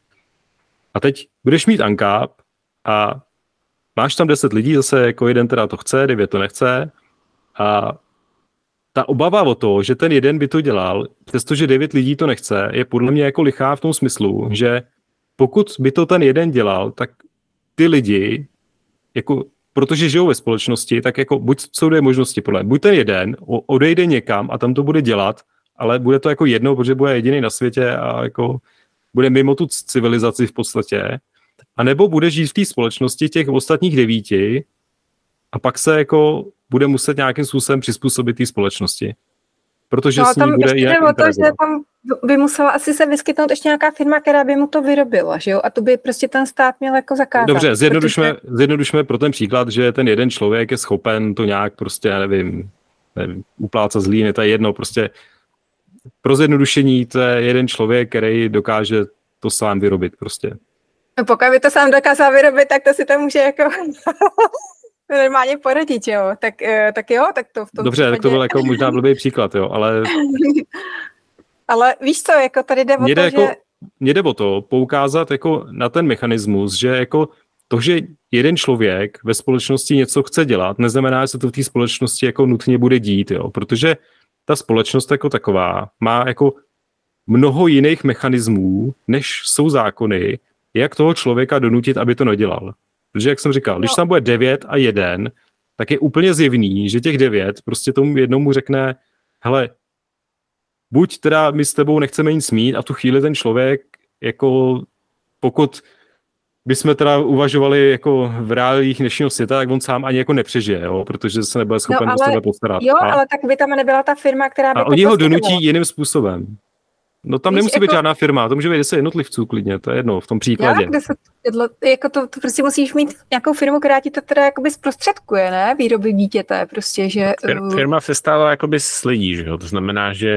A teď budeš mít ANCAP a máš tam 10 lidí, zase jako jeden teda to chce, 9 to nechce a ta obava o to, že ten jeden by to dělal, přestože 9 lidí to nechce, je podle mě jako lichá v tom smyslu, že pokud by to ten jeden dělal, tak ty lidi, jako, protože žijou ve společnosti, tak jako buď jsou dvě možnosti, buď ten jeden odejde někam a tam to bude dělat, ale bude to jako jedno, protože bude jediný na světě a jako bude mimo tu civilizaci v podstatě, a nebo bude žít v té společnosti těch ostatních 9 a pak se jako bude muset nějakým způsobem přizpůsobit té společnosti. Protože s ní bude jinak interagovat. Že tam by musela asi se vyskytnout ještě nějaká firma, která by mu to vyrobila, že jo? A to by prostě ten stát měl jako zakázat. Dobře, zjednodušme pro ten příklad, že ten jeden člověk je schopen to nějak prostě, já nevím uplácat z líny, to je jedno, prostě pro zjednodušení to je jeden člověk, který dokáže to sám vyrobit prostě. No pokud by to sám dokázal vyrobit, tak to si to může jako normálně poradit, jo. Tak jo, tak to v tom dobře, případě... tak to byl jako možná blbý příklad, jo, ale... ale víš co, jako tady jde o to, že... Mně jde o to poukázat jako na ten mechanismus, že jako to, že jeden člověk ve společnosti něco chce dělat, neznamená, že se to v té společnosti jako nutně bude dít, jo, protože ta společnost jako taková má jako mnoho jiných mechanismů, než jsou zákony, jak toho člověka donutit, aby to nedělal. Protože, jak jsem říkal, když tam bude 9 a 1, tak je úplně zjevný, že těch 9 prostě tomu jednomu řekne, hele, buď teda my s tebou nechceme nic mít a v tu chvíli ten člověk, jako pokud bychom teda uvažovali jako v reálích dnešního světa, tak on sám ani jako nepřežije, jo, protože se nebude schopen o sebe postarat. Jo, ale tak by tam nebyla ta firma, která by a oni ho donutí jiným způsobem. No tam nemusí být žádná firma, to může být 10 jednotlivců klidně, to je jedno v tom příkladě. Jako to prostě musíš mít nějakou firmu, která ti to teda jakoby zprostředkuje, ne? Výroby dítěte, prostě, že... Firma se stává jakoby s lidí, že jo? To znamená, že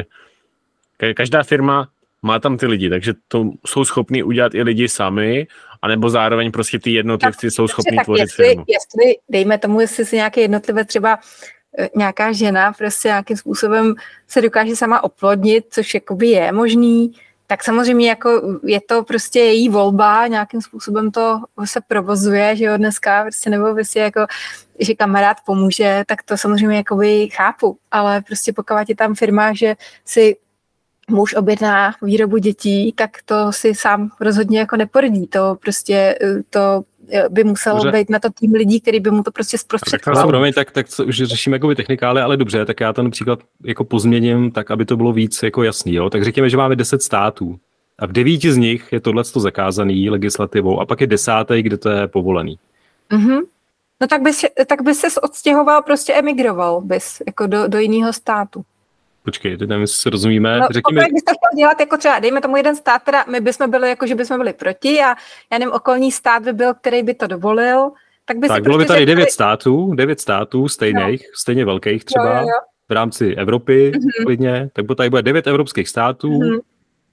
každá firma má tam ty lidi, takže to jsou schopní udělat i lidi sami, anebo zároveň prostě ty jednotlivci jsou schopní tvořit firmu. Jestli, dejme tomu, jestli si nějaké jednotlivé třeba nějaká žena prostě nějakým způsobem se dokáže sama oplodnit, což jakoby je možný, tak samozřejmě jako je to prostě její volba, nějakým způsobem to se provozuje, že jo, dneska prostě, nebo prostě jako, že kamarád pomůže, tak to samozřejmě jakoby chápu, ale prostě pokud je tam firma, že si muž objedná výrobu dětí, tak to si sám rozhodně jako neporodí, to prostě to by muselo být na to tým lidí, který by mu to prostě zprostředkoval. Tak už řešíme jakoby technikály, ale dobře, tak já ten příklad jako pozměním tak, aby to bylo víc jako jasný. Jo? Tak řekněme, že máme 10 států a v 9 z nich je tohleto zakázaný legislativou a pak je 10., kde to je povolený. Mm-hmm. No tak by ses odstěhoval, prostě emigroval bys jako do jiného státu. Počkej, teď nevím, jestli se rozumíme. No, řekněme... pokud byste chtěl dělat jako třeba, dejme tomu jeden stát, teda my bychom byli jako, že bychom byli proti a já nevím, okolní stát by byl, který by to dovolil, tak by tak si bylo prostě by tady 9 států stejných, stejně velkých třeba, v rámci Evropy klidně, tak tady bude 9 evropských států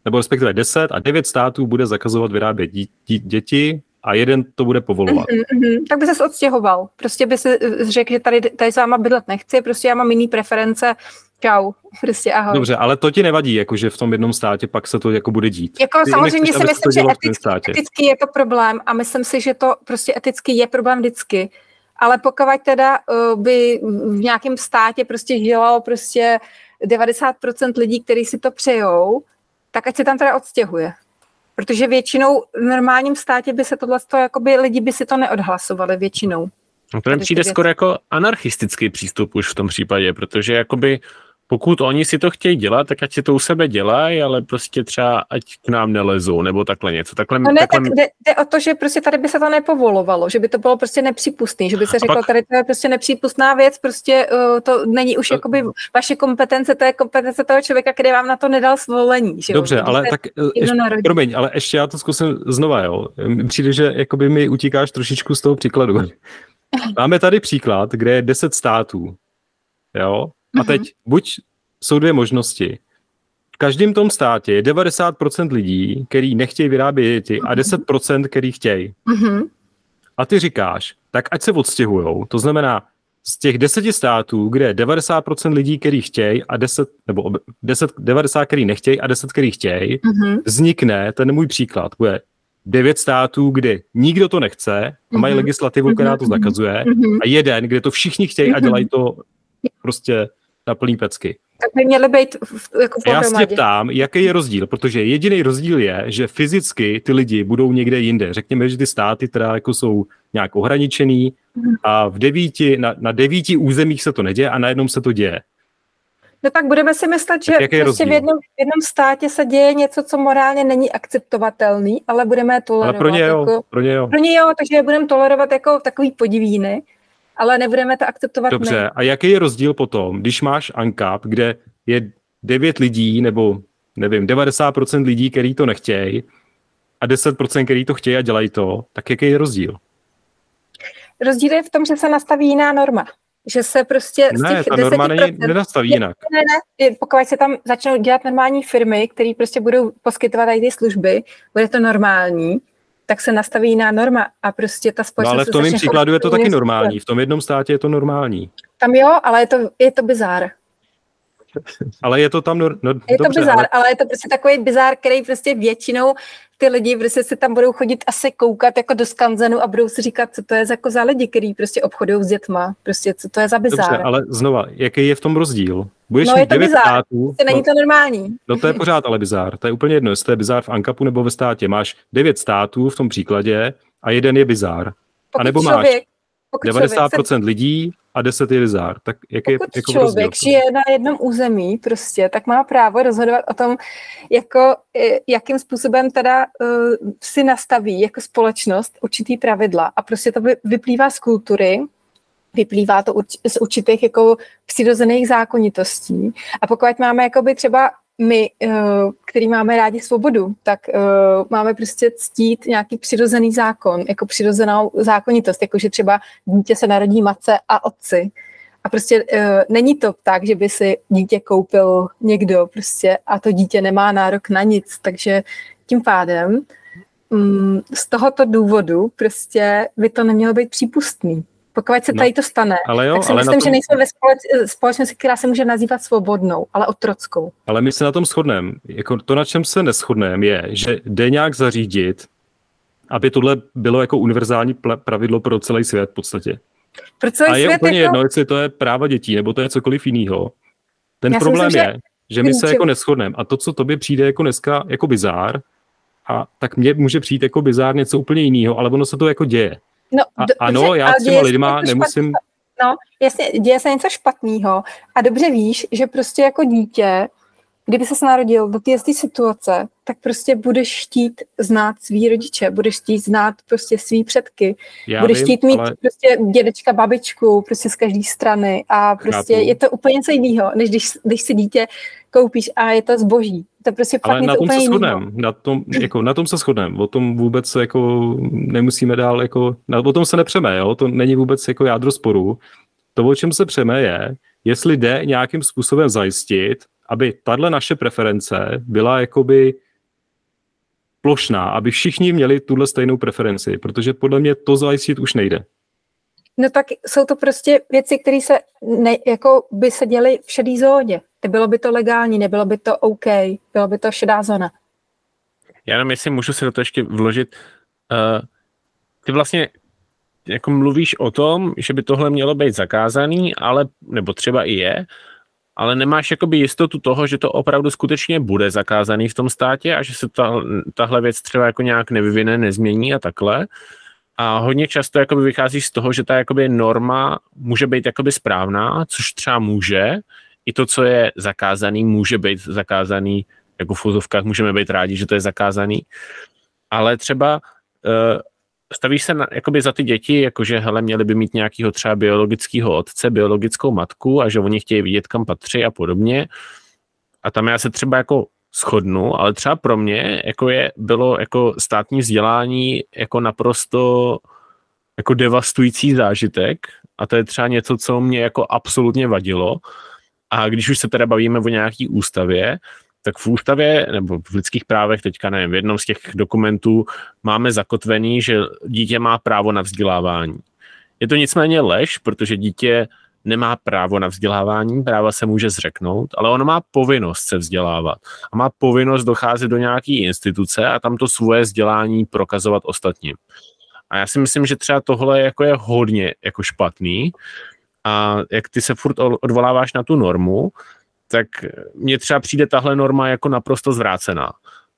nebo respektive 10 a 9 států bude zakazovat vyrábět děti a jeden to bude povolovat. Tak by ses odstěhoval. Prostě by si řekl, že tady s váma bydlet nechci, prostě já mám jiný preference, čau, prostě ahoj. Dobře, ale to ti nevadí, jakože v tom jednom státě pak se to jako bude dít. Jako samozřejmě si myslím, že eticky je to problém a myslím si, že to prostě eticky je problém vždycky. Ale pokud teda by v nějakém státě prostě žilo prostě 90% lidí, kteří si to přejou, tak ať se tam teda odstěhuje. Protože většinou v normálním státě by se tohle, jakoby lidi by si to neodhlasovali většinou. No to mi přijde skoro jako anarchistický přístup už v tom případě, protože jakoby pokud oni si to chtějí dělat, tak ať si to u sebe dělají, ale prostě třeba ať k nám nelezou, nebo takhle něco. Tak jde o to, že prostě tady by se to nepovolovalo, že by to bylo prostě nepřípustné, že by se řeklo, tady to je prostě nepřípustná věc, prostě to není už jakoby vaše kompetence, to je kompetence toho člověka, který vám na to nedal svolení. Že dobře, ale tak promiň, ale ještě já to zkusím znova, jo. Přijde, že jakoby mi utíkáš trošičku z toho příkladu. Máme tady příklad, kde je 10 států, jo. A teď buď jsou dvě možnosti. V každém tom státě je 90% lidí, který nechtějí vyrábět děti a 10%, který chtějí. A ty říkáš, tak ať se odstěhujou. To znamená, z těch 10 států, kde je 90% lidí, který chtějí a 90, který nechtějí a 10, který chtějí, vznikne, ten můj příklad, bude 9 států, kde nikdo to nechce a mají legislativu, která to zakazuje a jeden, kde to všichni chtějí a dělají to prostě na plný pecky. Tak by měly být jako já se ptám, jaký je rozdíl, protože jediný rozdíl je, že fyzicky ty lidi budou někde jinde. Řekněme, že ty státy teda jako jsou nějak ohraničený a na 9 územích se to neděje a na jednom se to děje. No tak budeme si myslet, že prostě v jednom státě se děje něco, co morálně není akceptovatelný, ale budeme tolerovat. Ale pro ně jo. Pro ně jo, takže je budeme tolerovat jako takový podivíny. Ale nebudeme to akceptovat. Dobře, a jaký je rozdíl potom, když máš ANCAP, kde je 9 lidí, nebo nevím, 90% lidí, který to nechtějí a 10%, který to chtějí a dělají to, tak jaký je rozdíl? Rozdíl je v tom, že se nastaví jiná norma. Že se prostě z těch 10%... ta norma nenastaví jinak. Ne, pokud se tam začnou dělat normální firmy, které prostě budou poskytovat i ty služby, bude to normální, tak se nastaví jiná norma a prostě ta společnost... No ale v tom mým příkladu je to taky normální. V tom jednom státě je to normální. Tam jo, ale je to bizár. Ale je to tam... je dobře, to bizár, ale je to prostě takový bizár, který prostě většinou ty lidi prostě si tam budou chodit asi koukat jako do skanzenu a budou si říkat, co to je jako za lidi, který prostě obchodují s dětma. Prostě co to je za bizár. Dobře, ale znova, jaký je v tom rozdíl? Budeš mít 9 států. Není to normální. No to je pořád ale bizár. To je úplně jedno, jestli to je bizár v ANCAPu nebo ve státě. Máš 9 států v tom příkladě a jeden je bizár. A nebo máš 90% lidí a 10 je bizár. Tak jaký je jako člověk žije na jednom území prostě, tak má právo rozhodovat o tom, jako, jakým způsobem teda si nastaví jako společnost určitý pravidla. A prostě to vyplývá z kultury, vyplývá to z určitých jako přirozených zákonitostí. A pokud máme jakoby třeba my, který máme rádi svobodu, tak máme prostě ctít nějaký přirozený zákon, jako přirozenou zákonitost, jakože třeba dítě se narodí matce a otci. A prostě není to tak, že by si dítě koupil někdo prostě a to dítě nemá nárok na nic. Takže tím pádem z tohoto důvodu prostě by to nemělo být přípustný. Pokud se tady to stane, tak si myslím, že nejsme ve společnosti, která se může nazývat svobodnou, ale otrockou. Ale my se na tom shodneme. Jako to, na čem se neshodneme, je, že jde nějak zařídit, aby tohle bylo jako univerzální pravidlo pro celý svět v podstatě. Pro celý a je svět úplně jako... jedno, jestli to je práva dětí, nebo to je cokoliv jiného. Ten problém je, že my se jako neshodneme. A to, co tobě přijde jako dneska jako bizár, a tak mně může přijít jako bizár něco úplně jiného, ale ono se to jako děje. No, ano, já s těma lidma nemusím... No, jasně, děje se něco špatného a dobře víš, že prostě jako dítě, kdyby ses narodil do té situace, tak prostě budeš chtít znát svý rodiče, budeš chtít znát prostě svý předky, budeš chtít mít prostě dědečka, babičku prostě z každé strany a prostě je to úplně něco jiného, než když si dítě koupíš a je to zboží. To prostě fakt něco úplně jiného. Na tom se shodneme, o tom vůbec jako nemusíme dál, jako, o tom se nepřeme, jo? To není vůbec jako jádro sporu. To, o čem se přeme, je, jestli jde nějakým způsobem zajistit, aby tahle naše preference byla jakoby plošná, aby všichni měli tuhle stejnou preferenci, protože podle mě to zajistit už nejde. No tak jsou to prostě věci, které se jako by se děly v šedé zóně. Bylo by to legální, nebylo by to OK, bylo by to šedá zóna. Já jenom, jestli můžu se do toho ještě vložit, ty vlastně jako mluvíš o tom, že by tohle mělo být zakázaný, ale, nebo třeba i je, ale nemáš jakoby jistotu toho, že to opravdu skutečně bude zakázaný v tom státě a že se tahle věc třeba jako nějak nevyvine, nezmění a takhle. A hodně často jakoby vycházíš z toho, že ta jakoby norma může být jakoby správná, což třeba může. I to, co je zakázaný, může být zakázaný, jako v úzovkách můžeme být rádi, že to je zakázaný. Ale třeba stavíš se jakoby za ty děti, jakože hele, měli by mít nějakého třeba biologického otce, biologickou matku a že oni chtějí vidět, kam patří a podobně. A tam já se třeba jako shodnu, ale třeba pro mě jako bylo jako státní vzdělání jako naprosto jako devastující zážitek a to je třeba něco, co mě jako absolutně vadilo. A když už se teda bavíme o nějaký ústavě, tak v ústavě nebo v lidských právech, teďka nevím, v jednom z těch dokumentů máme zakotvený, že dítě má právo na vzdělávání. Je to nicméně lež, protože dítě nemá právo na vzdělávání, práva se může zřeknout, ale ono má povinnost se vzdělávat a má povinnost docházet do nějaký instituce a tam to svoje vzdělání prokazovat ostatním. A já si myslím, že třeba tohle jako je hodně jako špatný a jak ty se furt odvoláváš na tu normu, tak mně třeba přijde tahle norma jako naprosto zvrácená.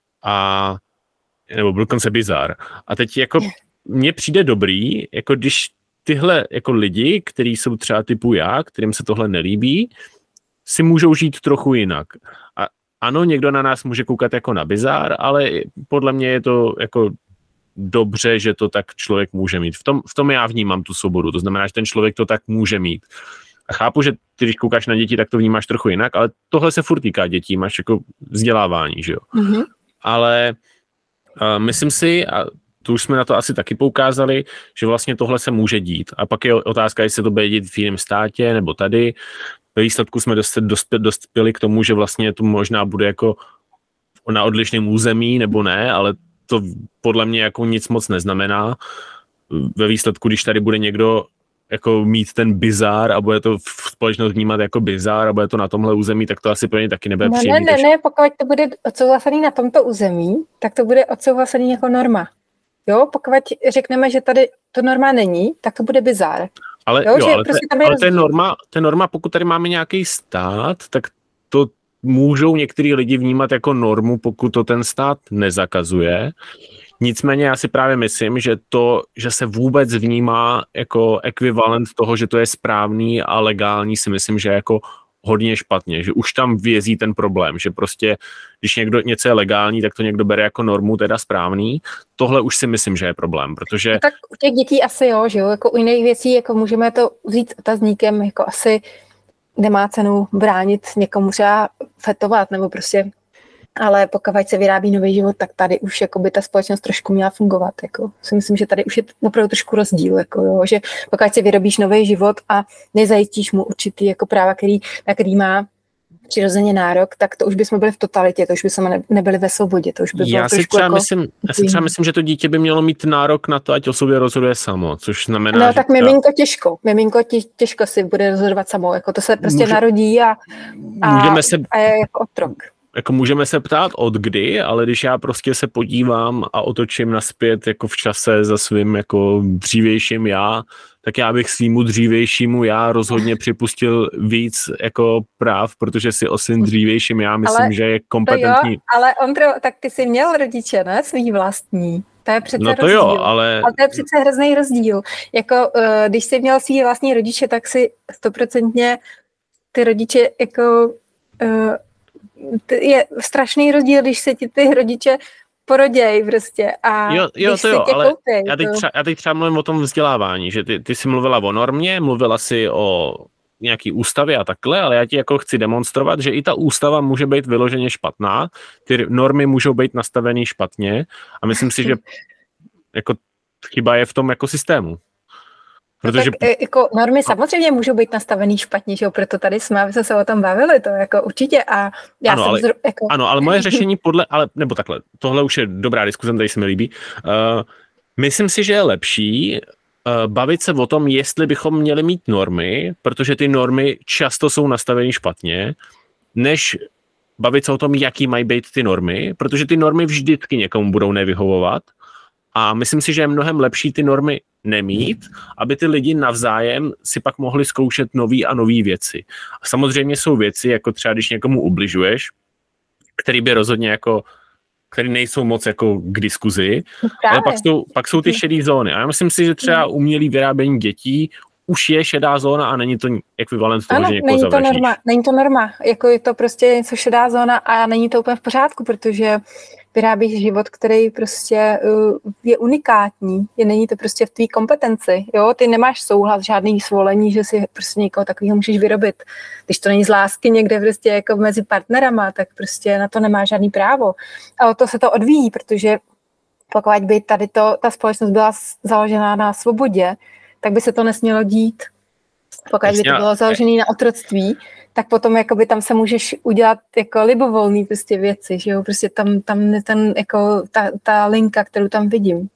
A nebo dokonce bizar. A teď jako mně přijde dobrý, jako když tyhle jako lidi, kteří jsou třeba typu já, kterým se tohle nelíbí, si můžou žít trochu jinak. A ano, někdo na nás může koukat jako na bizar, ale podle mě je to jako dobře, že to tak člověk může mít. V tom já vnímám tu svobodu. To znamená, že ten člověk to tak může mít. A chápu, že ty, když koukáš na děti, tak to vnímáš trochu jinak, ale tohle se furt týká dětí, máš jako vzdělávání, že jo. Mm-hmm. Ale myslím si, a to už jsme na to asi taky poukázali, že vlastně tohle se může dít. A pak je otázka, jestli se to bude dít v jiném státě nebo tady. Ve výsledku jsme dospěli k tomu, že vlastně to možná bude jako na odlišném území nebo ne, ale to podle mě jako nic moc neznamená. Ve výsledku, když tady bude někdo jako mít ten bizár a bude to v společnost vnímat jako bizár a bude to na tomhle území, tak to asi pro ně taky nebude příjemný. Ne, pokud to bude odsouhlasený na tomto území, tak to bude odsouhlasený jako norma. Jo, pokud řekneme, že tady to norma není, tak to bude bizár. Ale, prostě ale ta norma, pokud tady máme nějaký stát, tak to můžou některý lidi vnímat jako normu, pokud to ten stát nezakazuje. Nicméně já si právě myslím, že to, že se vůbec vnímá jako ekvivalent toho, že to je správný a legální, si myslím, že je jako hodně špatně, že už tam vězí ten problém, že prostě, když něco je legální, tak to někdo bere jako normu, teda správný. Tohle už si myslím, že je problém, protože... No tak u těch dětí asi jo, že jo, jako u jiných věcí, jako můžeme to vzít s otazníkem, jako asi nemá cenu bránit někomu třeba fetovat, nebo prostě, ale pokud se vyrábí nový život, tak tady už jako by ta společnost trošku měla fungovat, jako si myslím, že tady už je opravdu trošku rozdíl, jako jo, že pokud si vyrobíš nový život a nezajistíš mu určitý jako práva, na který má přirozeně nárok, tak to už bychom byli v totalitě, to už bychom nebyli ve svobodě, to už by bylo trošku jako... Já si třeba myslím, že to dítě by mělo mít nárok na to, ať o sobě rozhoduje samo, což znamená, no, tak miminko těžko si bude rozhodovat samo, jako to se prostě narodí a je jako otrok. Jako můžeme se ptát od kdy, ale když já prostě se podívám a otočím naspět jako v čase za svým jako dřívějším já, tak já bych svýmu dřívějšímu já rozhodně připustil víc jako práv, protože si o svým dřívějším já myslím, že je kompetentní. Jo, ale tak ty jsi měl rodiče, ne? Svý vlastní. To je přece no to rozdíl. Jo, ale to je přece hrozný rozdíl. Jako, když jsi měl svý vlastní rodiče, tak si 100% ty rodiče jako... je strašný rozdíl, když se ti ty rodiče poroděj prostě a jo, to jo, ale koupej, já teď třeba mluvím o tom vzdělávání, že ty jsi mluvila o normě, mluvila si o nějaký ústavě a takhle, ale já ti jako chci demonstrovat, že i ta ústava může být vyloženě špatná, ty normy můžou být nastavený špatně a myslím si, že jako chyba je v tom jako systému. Protože... Tak jako normy samozřejmě můžou být nastavený špatně, že jo, proto tady jsme, aby se o tom bavili, to jako určitě a já ano, jsem ano, ale moje řešení nebo takhle, tohle už je dobrá diskuze, tady se mi líbí. Myslím si, že je lepší bavit se o tom, jestli bychom měli mít normy, protože ty normy často jsou nastaveny špatně, než bavit se o tom, jaký mají být ty normy, protože ty normy vždycky někomu budou nevyhovovat a myslím si, že je mnohem lepší ty normy nemít, aby ty lidi navzájem si pak mohli zkoušet nový a nový věci. A samozřejmě jsou věci, jako třeba když někomu ubližuješ, který by rozhodně jako které nejsou moc jako k diskuzi, ale pak jsou ty šedé zóny. A já myslím si, že třeba umělý vyrábění dětí už je šedá zóna a není to ekvivalent toho, že někoho zavraždíš. Není to norma, jako je to prostě něco šedá zóna a není to úplně v pořádku, protože vyrábíš život, který prostě je unikátní, není to prostě v tvý kompetenci, jo, ty nemáš souhlas, žádný svolení, že si prostě někoho takového můžeš vyrobit. Když to není z lásky někde prostě jako mezi partnerama, tak prostě na to nemá žádný právo. A o to se to odvíjí, protože pokud by tady ta společnost byla založená na svobodě, tak by se to nesmělo dít. Pokud by to bylo založené na otroctví, tak potom jakoby tam se můžeš udělat jako libovolný prostě věci, že jo, prostě tam je ten jako ta linka, kterou tam vidím.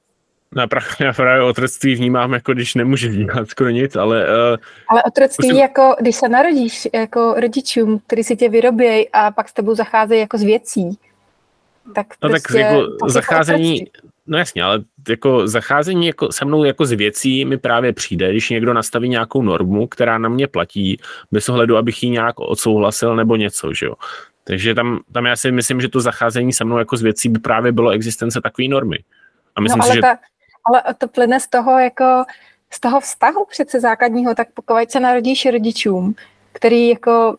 Já právě otroctví vnímám, jako když nemůžeš dělat skoro nic, ale... Ale otroctví jako, když se narodíš jako rodičům, který si tě vyrobějí a pak s tebou zacházejí jako z věcí, tak prostě... tak jako zacházení... No jasně, ale jako zacházení jako se mnou jako z věcí mi právě přijde, když někdo nastaví nějakou normu, která na mě platí, bez ohledu, abych ji nějak odsouhlasil nebo něco, že jo. Takže tam já si myslím, že to zacházení se mnou jako z věcí by právě bylo existence takové normy. A myslím si, že... Ale to plyne z toho jako z toho vztahu přece základního, tak pokud se narodíš rodičům, který jako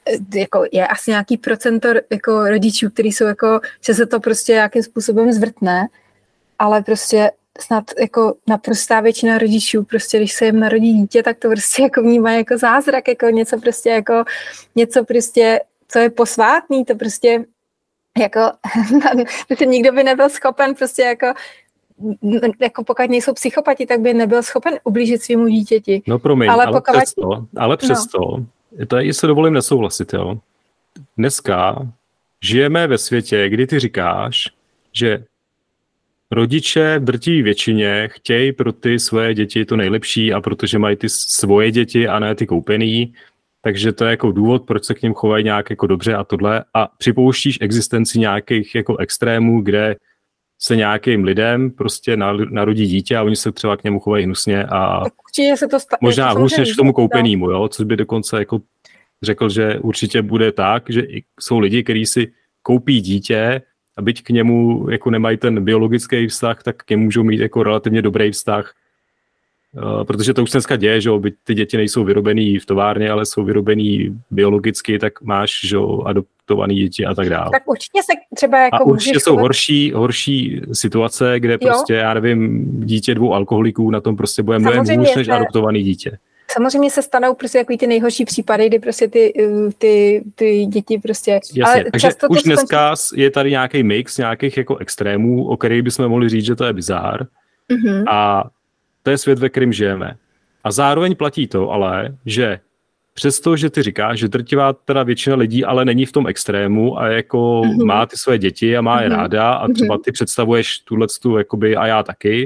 je asi nějaký procento jako rodičů, který jsou jako, že se to prostě nějakým způsobem zvrtne, ale prostě snad jako naprostá většina rodičů, prostě když se jim narodí dítě, tak to prostě jako vnímá jako zázrak, jako něco prostě, co je posvátný, to prostě jako nikdo by nebyl schopen prostě jako pokud nejsou psychopati, tak by nebyl schopen ublížit svýmu dítěti. No promiň, ale přesto, tady se dovolím nesouhlasit, jo. Dneska žijeme ve světě, kdy ty říkáš, že rodiče v drtivé většině chtějí pro ty svoje děti to nejlepší a protože mají ty svoje děti a ne ty koupený, takže to je jako důvod, proč se k nim chovají nějak jako dobře a tohle a připouštíš existenci nějakých jako extrémů, kde se nějakým lidem prostě narodí dítě a oni se třeba k němu chovají hnusně a možná hůř než k tomu koupenýmu, jo, což by dokonce jako řekl, že určitě bude tak, že jsou lidi, kteří si koupí dítě a byť k němu jako nemají ten biologický vztah, tak k němu můžou mít jako relativně dobrý vztah, protože to už dneska děje, že byť ty děti nejsou vyrobený v továrně, ale jsou vyrobený biologicky, tak máš, že adoptovaný děti a tak dále. Tak určitě se třeba jako a určitě jsou horší situace, kde prostě, já nevím, dítě 2 alkoholiků na tom prostě bude mnohem hůř než adoptovaný dítě. Samozřejmě se stanou prostě takový ty nejhorší případy, kdy prostě ty děti prostě... Jasně, ale takže už dneska je tady nějaký mix nějakých jako extrémů, o kterých bychom mohli říct, že to je bizár. Mm-hmm. A to je svět, ve kterém žijeme. A zároveň platí to ale, že přesto, že ty říkáš, že drtivá teda většina lidí ale není v tom extrému a jako má ty své děti a má je ráda a třeba ty představuješ tuhletu jakoby a já taky,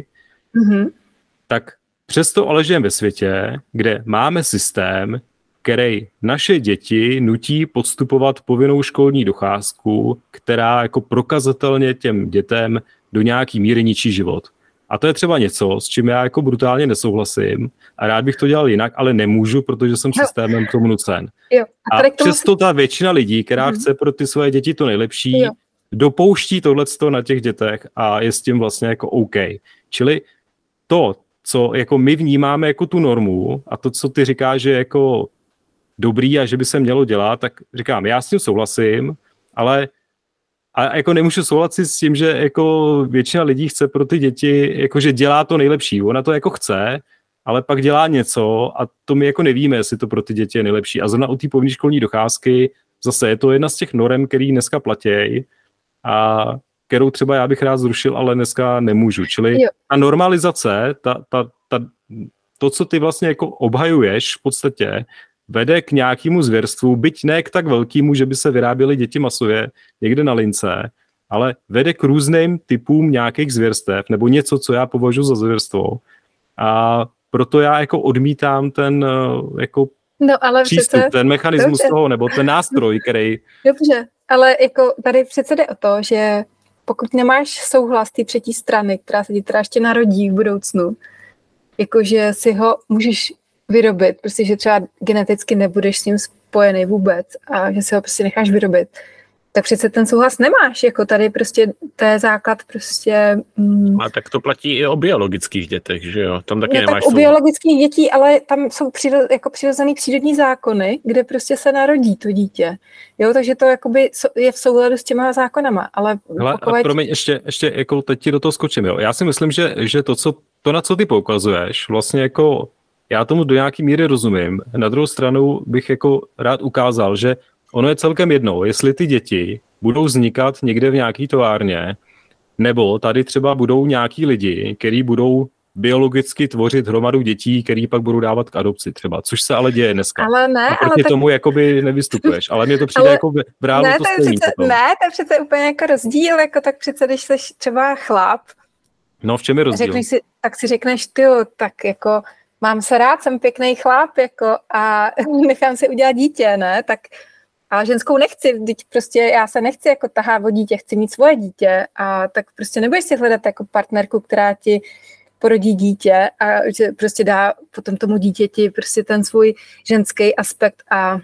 tak přesto ale žijeme ve světě, kde máme systém, který naše děti nutí podstupovat povinnou školní docházku, která jako prokazatelně těm dětem do nějaký míry ničí život. A to je třeba něco, s čím já jako brutálně nesouhlasím a rád bych to dělal jinak, ale nemůžu, protože jsem systémem k tomu nucen. A přesto ta většina lidí, která chce pro ty svoje děti to nejlepší, dopouští tohleto na těch dětech a je s tím vlastně jako OK. Čili to, co jako my vnímáme jako tu normu a to, co ty říkáš, že je jako dobrý a že by se mělo dělat, tak říkám, já s tím souhlasím, ale a jako nemůžu souhlasit s tím, že jako většina lidí chce pro ty děti, jakože dělá to nejlepší. Ona to jako chce, ale pak dělá něco a to my jako nevíme, jestli to pro ty děti je nejlepší. A zrovna u té povinné školní docházky zase je to jedna z těch norem, který dneska platí a kterou třeba já bych rád zrušil, ale dneska nemůžu. Čili ta normalizace, to, co ty vlastně jako obhajuješ v podstatě, vede k nějakému zvěrstvu, byť ne k tak velkému, že by se vyráběly děti masově někde na lince, ale vede k různým typům nějakých zvěrstev, nebo něco, co já považuji za zvěrstvo. A proto já jako odmítám ten jako ale přístup, ten mechanismus toho, nebo ten nástroj, který... Dobře, ale jako tady přece jde o to, že pokud nemáš souhlas té třetí strany, která se ti teda ještě narodí v budoucnu, jakože si ho můžeš vyrobit, prostě, že třeba geneticky nebudeš s ním spojený vůbec a že si ho prostě necháš vyrobit, tak přece ten souhlas nemáš, jako tady prostě to je základ prostě... A tak to platí i o biologických dětech, že jo? Tam taky nemáš tak u biologických dětí, ale tam jsou jako přirozený přírodní zákony, kde prostě se narodí to dítě. Jo, takže to jakoby je v souladu s těma zákonama, ale... Hele, a promiň, ještě jako teď ti do toho skočím, jo. Já si myslím, že to, na co ty poukazuješ, vlastně jako já tomu do nějaký míry rozumím. Na druhou stranu bych jako rád ukázal, že ono je celkem jedno, jestli ty děti budou vznikat někde v nějaký továrně, nebo tady třeba budou nějaký lidi, kteří budou biologicky tvořit hromadu dětí, který pak budou dávat k adopci třeba, což se ale děje dneska. Ale ne, a proti tomu jakoby nevystupuješ, ale mně to přijde jako v reálu to stejný. Ne, to je přece úplně jako rozdíl, jako tak přece, když jsi třeba chlap, no v čem je rozdíl? Tak si řekneš, tyjo, tak jako mám se rád, jsem pěkný chlap, jako a nechám si udělat dítě, ne, tak ale ženskou nechci, prostě já se nechci jako tahat o dítě, chci mít svoje dítě a tak prostě nebudeš si hledat jako partnerku, která ti porodí dítě a že prostě dá potom tomu dítěti prostě ten svůj ženský aspekt a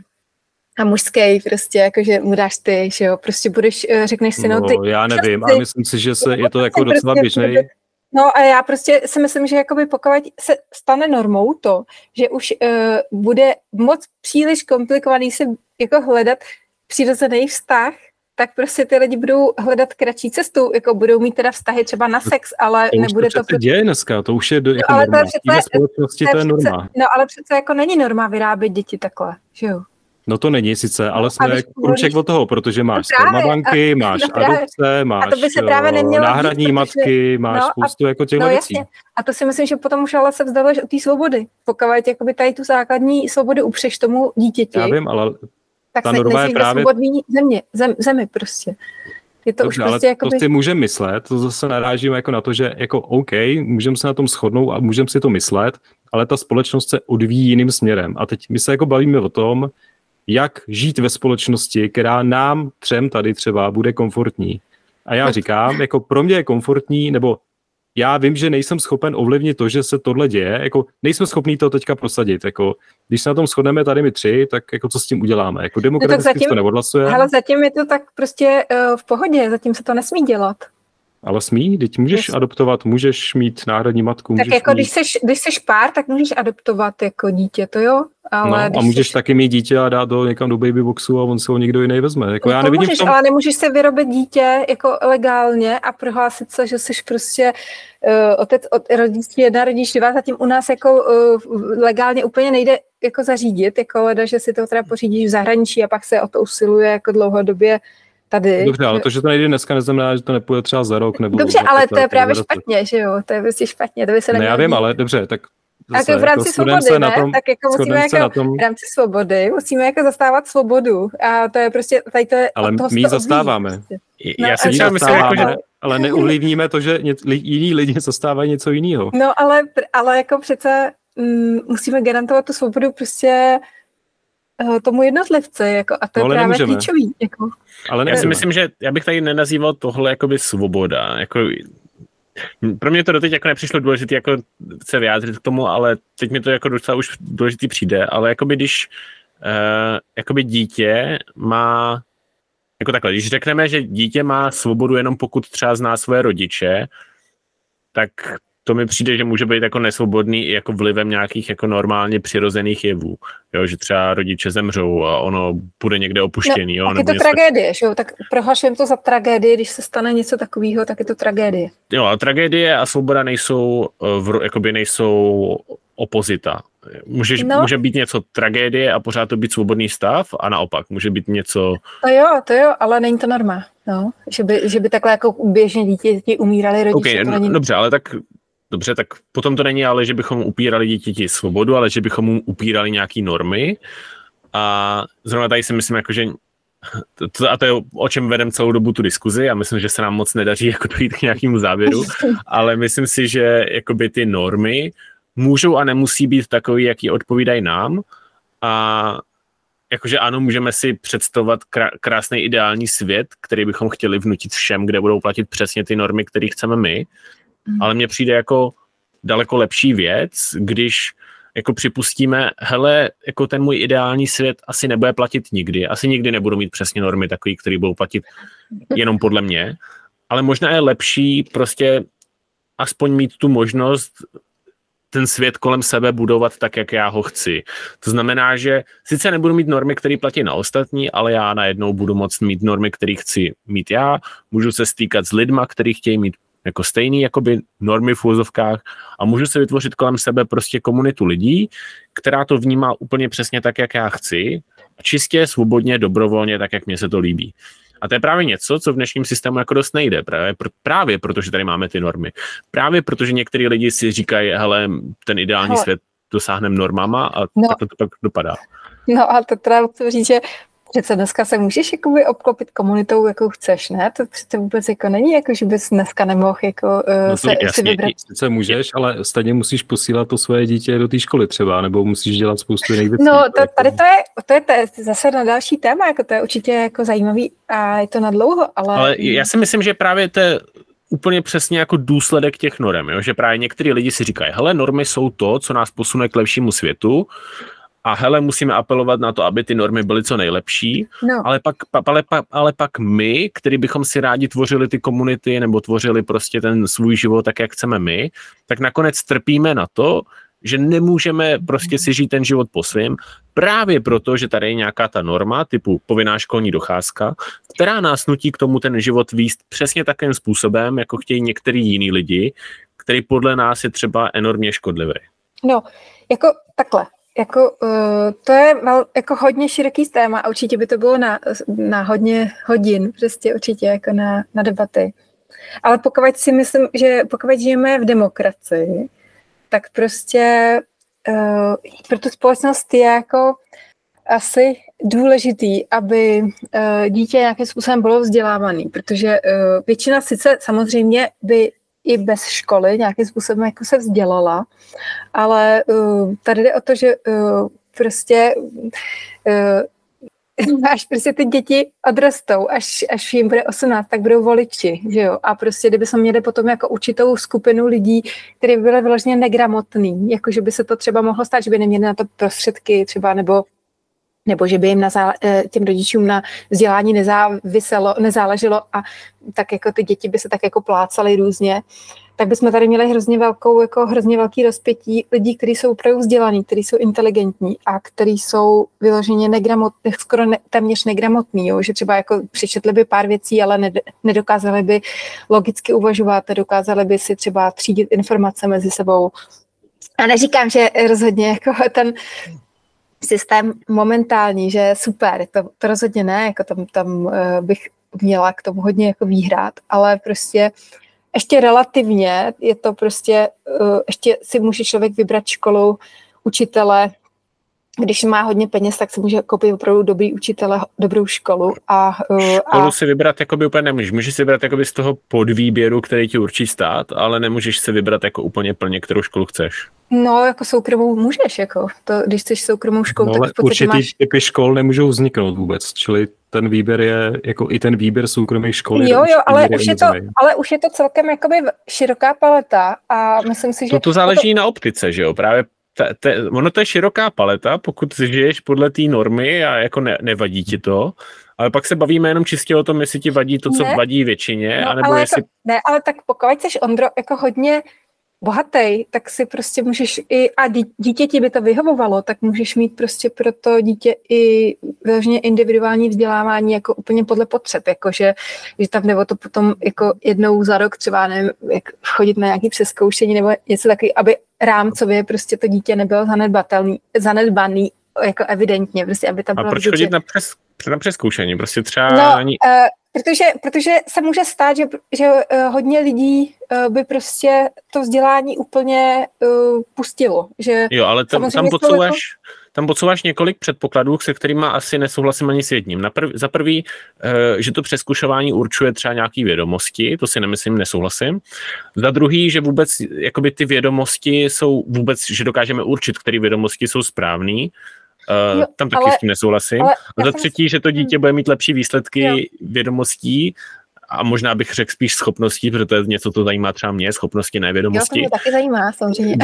mužský prostě, jakože mu dáš ty, že jo, prostě budeš, řekneš si, no ty... já nevím, a myslím si, že je to jako docela běžný. No a já prostě si myslím, že jakoby pokud se stane normou to, že už bude moc příliš komplikovaný si jako hledat přirozený vztah, tak prostě ty lidi budou hledat kratší cestu, jako budou mít teda vztahy třeba na sex, ale to nebude to... To děje dneska, to už je jako norma. V společnosti to je norma. No ale přece jako není norma vyrábět děti takhle, že jo? No to není sice, ale jsme kruček od toho, protože máš spermabanky, máš adopce, máš náhradní matky, máš spoustu jako těchto věcí. Jasně. A to si myslím, že potom už ale se vzdaluješ od té svobody. Pokud jakoby tady tu základní svobodu upřeš tomu dítěti, já vím, ale tak ta norma je právě... zemi prostě. Je to dobře, už prostě ale jakoby... to si můžeme myslet, to zase narážíme jako na to, že jako OK, můžeme se na tom shodnout a můžeme si to myslet, ale ta společnost se odvíjí jiným směrem. A teď my se jako bavíme o tom, jak žít ve společnosti, která nám třem tady třeba bude komfortní. A já říkám, jako pro mě je komfortní, nebo já vím, že nejsem schopen ovlivnit to, že se tohle děje, jako nejsme schopní to teďka prosadit, jako když se na tom shodneme tady my tři, tak jako co s tím uděláme, jako demokraticky to neodhlasujeme. Ale zatím je to tak prostě v pohodě, zatím se to nesmí dělat. Ale smí, teď můžeš adoptovat, můžeš mít náhradní matku. Tak jako mít... když seš pár, tak můžeš adoptovat jako dítě, to jo. Ale no, a můžeš taky mít dítě a dát ho někam do babyboxu a on se ho někdo jiný vezme. Jako no já nevidím můžeš, ale nemůžeš si vyrobit dítě jako legálně a prohlásit se, že jsi prostě otec od rodičů 1, rodič 2, zatím u nás jako legálně úplně nejde jako zařídit, jako leda, že si to teda pořídíš v zahraničí a pak se o to usiluje jako dlouhodobě tady. Dobře, ale to, že to nejde dneska, neznamená, že to nepůjde třeba za rok. Nebo dobře, ale to je právě špatně, že jo? To je prostě špatně. To by se já vím, ale dobře, tak zase, v rámci svobody, ne? Tak jako musíme jako v rámci svobody, musíme jako zastávat svobodu. A to je prostě, tady to je... Ale my ji zastáváme. Prostě. Já si třeba myslím, jako, že... Ale neovlivníme to, že jiní lidi zastávají něco jiného. No, ale jako přece musíme garantovat tu svobodu prostě tomu jednotlivce, jako, a to je právě klíčový. Jako. Ale já si myslím, že já bych tady nenazýval tohle jakoby svoboda. Jako, pro mě to doteď jako nepřišlo důležité jako se vyjádřit k tomu, ale teď mi to jako docela už důležitý přijde, ale jakoby když jakoby dítě má jako takhle, když řekneme, že dítě má svobodu jenom pokud třeba zná své rodiče, tak to mi přijde, že může být jako nesvobodný i jako vlivem nějakých jako normálně přirozených jevů. Jo, že třeba rodiče zemřou a ono bude někde opuštěný. No, jo, tak je to tragédie, že jo? Tak prohlašujeme to za tragédii, když se stane něco takového, tak je to tragédie. Jo, a tragédie a svoboda nejsou, nejsou opozita. Může být něco tragédie a pořád to být svobodný stav a naopak může být něco... To jo, ale není to norma. No? Že by takhle jako běžně děti umírali rodiče. Okay, dobře, ale tak dobře, tak potom to není ale, že bychom upírali dítěti svobodu, ale že bychom mu upírali nějaký normy. A zrovna tady si myslím, jako, že a to je, o čem vedem celou dobu tu diskuzi a myslím, že se nám moc nedaří jako dojít k nějakému závěru, ale myslím si, že jakoby ty normy můžou a nemusí být takový, jaký odpovídají nám a jakože ano, můžeme si představovat krásný ideální svět, který bychom chtěli vnutit všem, kde budou platit přesně ty normy, které chceme my, ale mně přijde jako daleko lepší věc, když jako připustíme, hele, jako ten můj ideální svět asi nebude platit nikdy, asi nikdy nebudu mít přesně normy takový, které budou platit jenom podle mě, ale možná je lepší prostě aspoň mít tu možnost ten svět kolem sebe budovat tak, jak já ho chci. To znamená, že sice nebudu mít normy, které platí na ostatní, ale já najednou budu moct mít normy, které chci mít já, můžu se stýkat s lidma, kteří chtějí mít jako stejný jakoby normy v úvozovkách a můžu se vytvořit kolem sebe prostě komunitu lidí, která to vnímá úplně přesně tak, jak já chci, čistě, svobodně, dobrovolně, tak, jak mně se to líbí. A to je právě něco, co v dnešním systému jako dost nejde. Právě protože tady máme ty normy. Právě protože některý lidi si říkají, hele, ten ideální svět dosáhneme normama a tak to pak dopadá. No a to teda musím říct, že přece dneska se můžeš jakoby obklopit komunitou, jakou chceš, ne? To přece vůbec jako není, jako že bys dneska nemohl jako si vybrat. Sice můžeš, ale stejně musíš posílat to svoje dítě do té školy třeba, nebo musíš dělat spoustu jiných věcí. No, tady to je zase na další téma, jako to je určitě jako zajímavý a je to na dlouho, ale já si myslím, že právě to je úplně přesně jako důsledek těch norem, jo? Že právě některý lidi si říkají, hele, normy jsou to, co nás posune k lepšímu světu, a hele, musíme apelovat na to, aby ty normy byly co nejlepší, ale pak my, který bychom si rádi tvořili ty komunity nebo tvořili prostě ten svůj život tak, jak chceme my, tak nakonec trpíme na to, že nemůžeme prostě si žít ten život po svým, právě proto, že tady je nějaká ta norma typu povinná školní docházka, která nás nutí k tomu ten život vést přesně takým způsobem, jako chtějí některý jiný lidi, který podle nás je třeba enormně škodlivý. No, jako takhle. Jako, to je jako hodně široký téma a určitě by to bylo na hodně hodin, prostě určitě jako na debaty. Ale pokud si myslím, že pokud žijeme v demokracii, tak prostě pro tu společnost je jako asi důležitý, aby dítě nějakým způsobem bylo vzdělávaný, protože většina sice samozřejmě by i bez školy nějakým způsobem jako se vzdělala, ale tady jde o to, že prostě až prostě ty děti odrastou, až jim bude 18, tak budou voliči, že jo? A prostě kdyby jsme měli potom jako určitou skupinu lidí, které by byly vyloženě negramotný, jako že by se to třeba mohlo stát, že by neměli na to prostředky třeba, nebo že by jim těm rodičům na vzdělání nezáleželo a tak jako ty děti by se tak jako plácaly různě, tak bychom tady měli hrozně velký rozpětí lidí, kteří jsou opravdu vzdělaní, kteří jsou inteligentní a kteří jsou vyloženě téměř negramotní, jo? Že třeba jako přečetli by pár věcí, ale nedokázali by logicky uvažovat, nedokázali by si třeba třídit informace mezi sebou. A neříkám, že rozhodně jako ten systém momentální, že je super, to rozhodně ne, jako tam bych měla k tomu hodně jako výhrad, ale prostě ještě relativně je to prostě, ještě si může člověk vybrat školu, učitele, když má hodně peněz, tak si může koupit opravdu dobrý učitele, dobrou školu. Školu si vybrat jakoby úplně nemůžeš. Můžeš si vybrat jakoby z toho podvýběru, který ti určí stát, ale nemůžeš si vybrat jako úplně plně, kterou školu chceš. No, jako soukromou můžeš, jako to, když chceš soukromou školu, no, tak v podstatě určitý typy škol nemůžou vzniknout vůbec, čili ten výběr je, jako i ten výběr soukromých škol. Jo, ale už je to celkem jakoby široká paleta a myslím si, že... To záleží na optice, že jo, právě ono to je široká paleta, pokud žiješ podle té normy a jako nevadí ti to, ale pak se bavíme jenom čistě o tom, jestli ti vadí to, co vadí většině, anebo ale jestli... ale tak pokud jsi, Ondro, jako hodně bohatý, tak si prostě můžeš a dítěti by to vyhovovalo, tak můžeš mít prostě pro to dítě i vyloženě individuální vzdělávání jako úplně podle potřeb, jakože že tam nebo to potom jako jednou za rok třeba nevím, jak chodit na nějaké přezkoušení nebo něco takový, aby rámcově prostě to dítě nebylo zanedbaný jako evidentně, prostě aby tam bylo... A proč chodit na přezkoušení? Prostě třeba... Protože se může stát, že hodně lidí by prostě to vzdělání úplně pustilo. Že jo, ale tam podsouváš několik předpokladů, se kterými asi nesouhlasím ani s jedním. Za prvý, že to přezkušování určuje třeba nějaké vědomosti, to si nemyslím, nesouhlasím. Za druhý, že vůbec jakoby ty vědomosti jsou vůbec, že dokážeme určit, které vědomosti jsou správné. Tam taky s tím nesouhlasím. A za třetí, že to dítě bude mít lepší výsledky vědomostí a možná bych řekl spíš schopností, protože to je něco, co zajímá třeba mě, schopnosti, ne vědomosti. Jo, to mě taky zajímá, samozřejmě.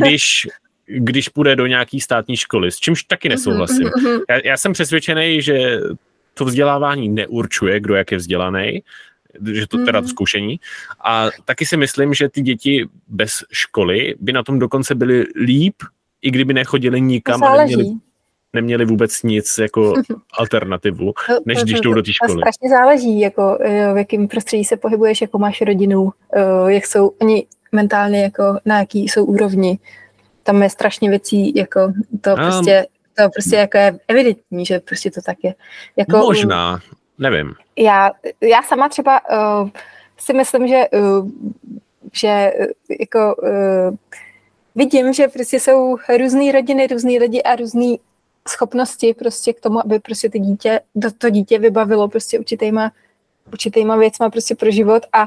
Když půjde do nějaký státní školy, s čímž taky nesouhlasím. Já jsem přesvědčený, že to vzdělávání neurčuje, kdo jak je vzdělaný, že to teda to zkoušení. A taky si myslím, že ty děti bez školy by na tom dokonce byly líp, i kdyby nechodili nikam a neměli vůbec nic jako alternativu, než když jdou do té školy. To strašně záleží, jako, v jakém prostředí se pohybuješ, jako máš rodinu, jak jsou oni mentálně, jako, na jaký jsou úrovni. Tam je strašně věcí, jako to prostě jako je evidentní, že prostě to tak je. Jako, možná, nevím. Já sama třeba si myslím, že jako vidím, že prostě jsou různý rodiny, různý lidi a různý schopnosti prostě k tomu, aby prostě to dítě vybavilo prostě určitýma věcma prostě pro život a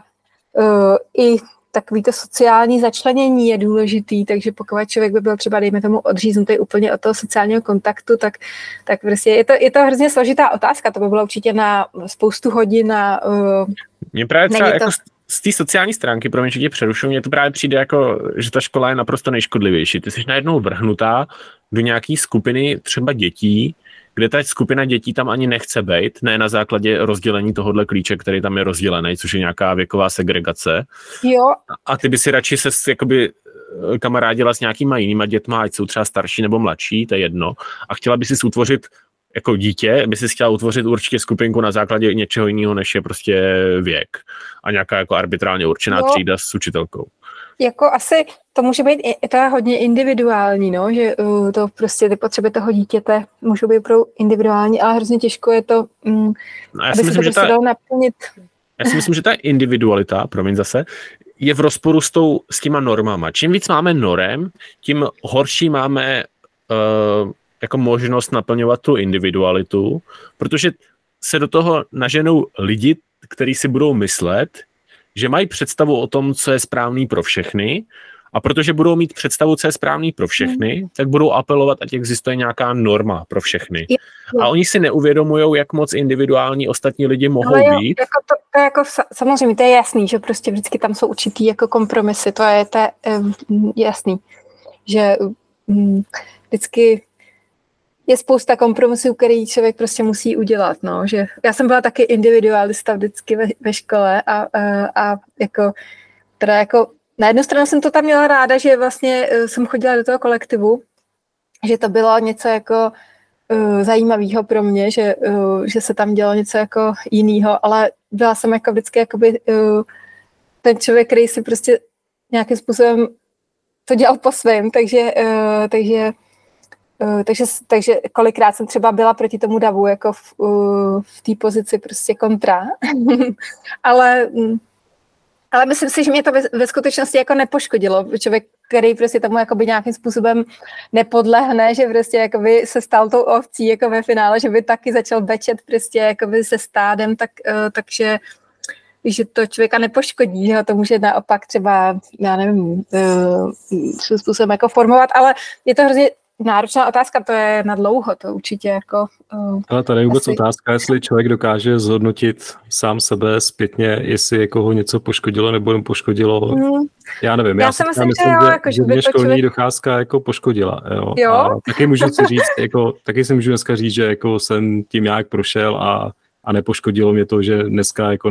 i takový to sociální začlenění je důležitý, takže pokud člověk by byl třeba, dejme tomu, odříznutý úplně od toho sociálního kontaktu, tak prostě je to hrozně složitá otázka, to by bylo určitě na spoustu hodin a mě právě třeba jako z té sociální stránky, promiň, že tě přerušu, mně to právě přijde jako, že ta škola je naprosto nejškodlivější. Ty jsi najednou vrhnutá do nějaký skupiny třeba dětí, kde ta skupina dětí tam ani nechce být, ne na základě rozdělení tohohle klíče, který tam je rozdělený, což je nějaká věková segregace. Jo. A ty by si radši jakoby kamarádila s nějakýma jinýma dětma, ať jsou třeba starší nebo mladší, to je jedno. A chtěla by si utvořit jako dítě, by si chtěla utvořit určitě skupinku na základě něčeho jiného, než je prostě věk. A nějaká jako arbitrálně určená třída s učitelkou. Jako asi to může být, to je hodně individuální, no, že to prostě ty potřeby toho dítěte můžou být pro individuální, ale hrozně těžko je to, já si myslím, že dalo naplnit. Já si myslím, že ta individualita, promiň zase, je v rozporu s těma normama. Čím víc máme norem, tím horší máme jako možnost naplňovat tu individualitu, protože se do toho naženou lidi, kteří si budou myslet, že mají představu o tom, co je správný pro všechny, a protože budou mít představu, co je správný pro všechny, tak budou apelovat, ať existuje nějaká norma pro všechny. A oni si neuvědomujou, jak moc individuální ostatní lidi mohou být. Jako to jako samozřejmě, to je jasný, že prostě vždycky tam jsou určitý jako kompromisy, to je jasný, že vždycky je spousta kompromisů, který člověk prostě musí udělat, no, že já jsem byla taky individualista vždycky ve škole a jako, teda jako na jednu stranu jsem to tam měla ráda, že vlastně jsem chodila do toho kolektivu, že to bylo něco jako zajímavého pro mě, že se tam dělo něco jako jinýho, ale byla jsem jako vždycky jakoby ten člověk, který si prostě nějakým způsobem to dělal po svém, takže kolikrát jsem třeba byla proti tomu davu jako v té pozici prostě kontra. ale myslím si, že mě to ve skutečnosti jako nepoškodilo. Člověk, který prostě tomu jakoby nějakým způsobem nepodlehne, že prostě jakoby se stal tou ovcí jako ve finále, že by taky začal bečet prostě jakoby se stádem, takže že to člověka nepoškodí, že ho to může naopak třeba, já nevím, svým způsobem jako formovat, ale je to hrozně náročná otázka, to je na dlouho, to určitě jako... Ale tady je vůbec otázka, jestli člověk dokáže zhodnotit sám sebe zpětně, jestli jako ho něco poškodilo nebo jen poškodilo. Já nevím, já si myslím, že mě školní docházka jako poškodila. Jo? A taky můžu si říct, taky si můžu dneska říct, že jako jsem tím nějak prošel a nepoškodilo mě to, že dneska jako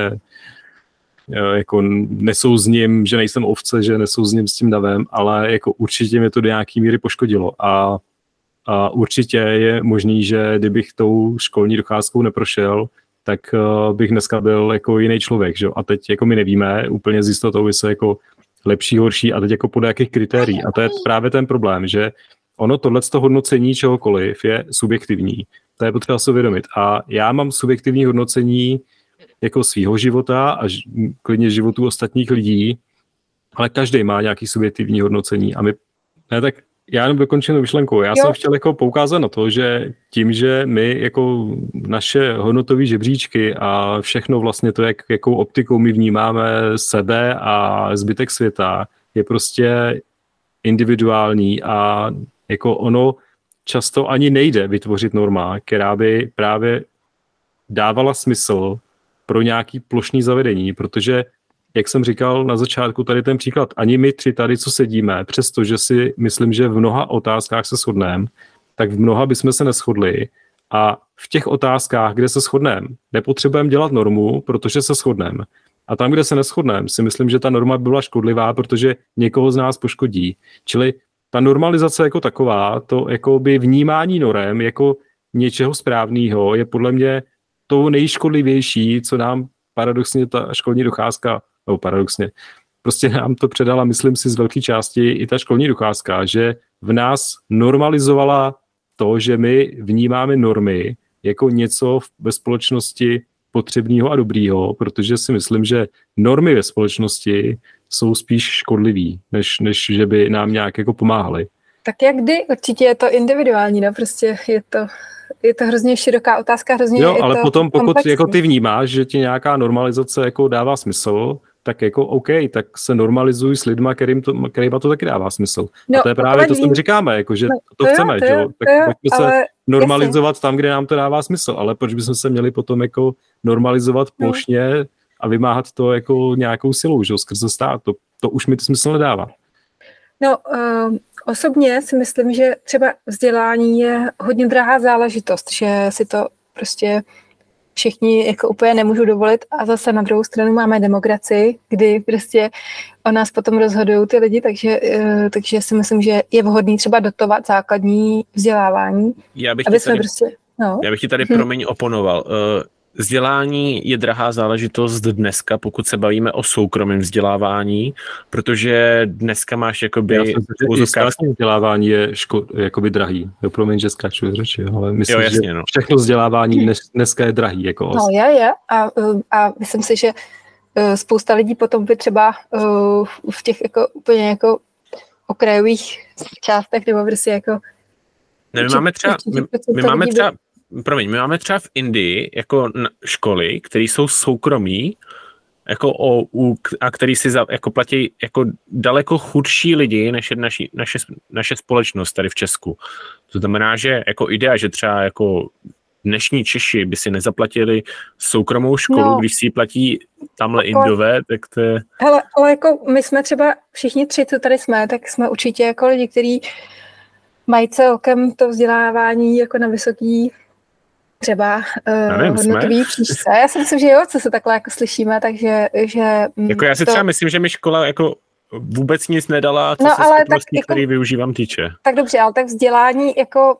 jako nesouzním, že nejsem ovce, že nesouzním s tím davem, ale jako určitě mě to do nějaký míry poškodilo a určitě je možný, že kdybych tou školní docházkou neprošel, tak bych dneska byl jako jiný člověk, že? A teď jako my nevíme úplně s jistotou, jestli jako lepší, horší a teď jako podle jakých kritérií. A to je právě ten problém, že ono tohleto hodnocení čehokoliv je subjektivní. To je potřeba si uvědomit. A já mám subjektivní hodnocení jako svýho života a klidně životů ostatních lidí, ale každý má nějaký subjektivní hodnocení a my, ne, tak já jenom dokončím myšlenkou. Já jsem chtěl jako poukázat na to, že tím, že my jako naše hodnotové žebříčky a všechno vlastně to, jakou optikou my vnímáme sebe a zbytek světa, je prostě individuální a jako ono často ani nejde vytvořit norma, která by právě dávala smysl pro nějaký plošný zavedení, protože jak jsem říkal na začátku, tady ten příklad, ani my tři tady, co sedíme, přestože si myslím, že v mnoha otázkách se shodneme, tak v mnoha bychom se neshodli a v těch otázkách, kde se shodneme, nepotřebujeme dělat normu, protože se shodneme. A tam, kde se neshodneme, si myslím, že ta norma byla škodlivá, protože někoho z nás poškodí. Čili ta normalizace jako taková, to jakoby vnímání norem jako něčeho správného je podle mě to nejškodlivější, co nám paradoxně ta školní docházka, no paradoxně, prostě nám to předala, myslím si, z velké části i ta školní docházka, že v nás normalizovala to, že my vnímáme normy jako něco ve společnosti potřebného a dobrýho, protože si myslím, že normy ve společnosti jsou spíš škodlivý, než že by nám nějak jako pomáhaly. Tak jak kdy? Určitě je to individuální, no, prostě je to hrozně široká otázka, hrozně jo, je ale to potom, pokud komplexní. jako ty vnímáš, že ti nějaká normalizace jako dává smysl, tak jako OK, tak se normalizuj s lidma, kterýma to taky dává smysl. No, a to je právě to, co my říkáme, jako, že to chceme, že jo? Tak pojďme se normalizovat tam, kde nám to dává smysl, ale proč bychom se měli potom jako normalizovat plošně a vymáhat to jako nějakou silou, že jo, skrze stát, to už mi to smysl nedává. No, osobně si myslím, že třeba vzdělání je hodně drahá záležitost, že si to prostě všichni jako úplně nemůžou dovolit a zase na druhou stranu máme demokracii, kdy prostě o nás potom rozhodují ty lidi, takže si myslím, že je vhodný třeba dotovat základní vzdělávání. Já bych ti tady promiň oponoval. Vzdělání je drahá záležitost dneska, pokud se bavíme o soukromém vzdělávání, protože dneska máš jakoby... Já myslím, že státní vzdělávání je jakoby drahý. Promiň, že skáču řeči, ale myslím, jasně, že všechno vzdělávání dneska je drahý. Jako no je. A myslím si, že spousta lidí potom by třeba v těch jako úplně jako okrajových částech nebo prostě jako... Ne, my máme třeba v Indii jako školy, které jsou soukromí, jako a který si jako platí jako daleko chudší lidi, než je naše společnost tady v Česku. To znamená, že jako idea, že třeba jako dnešní Češi by si nezaplatili soukromou školu, když si ji platí tamhle Indové, tak to je... Hele, ale jako my jsme třeba všichni tři, co tady jsme, tak jsme určitě jako lidi, kteří mají celkem to vzdělávání jako na vysoký třeba hodnotový příčce. Já si myslím, že jo, co se takhle jako slyšíme, takže... Jako já si třeba myslím, že mi škola jako vůbec nic nedala, co se schopností, jako, který využívám, týče. Tak dobře, ale tak vzdělání jako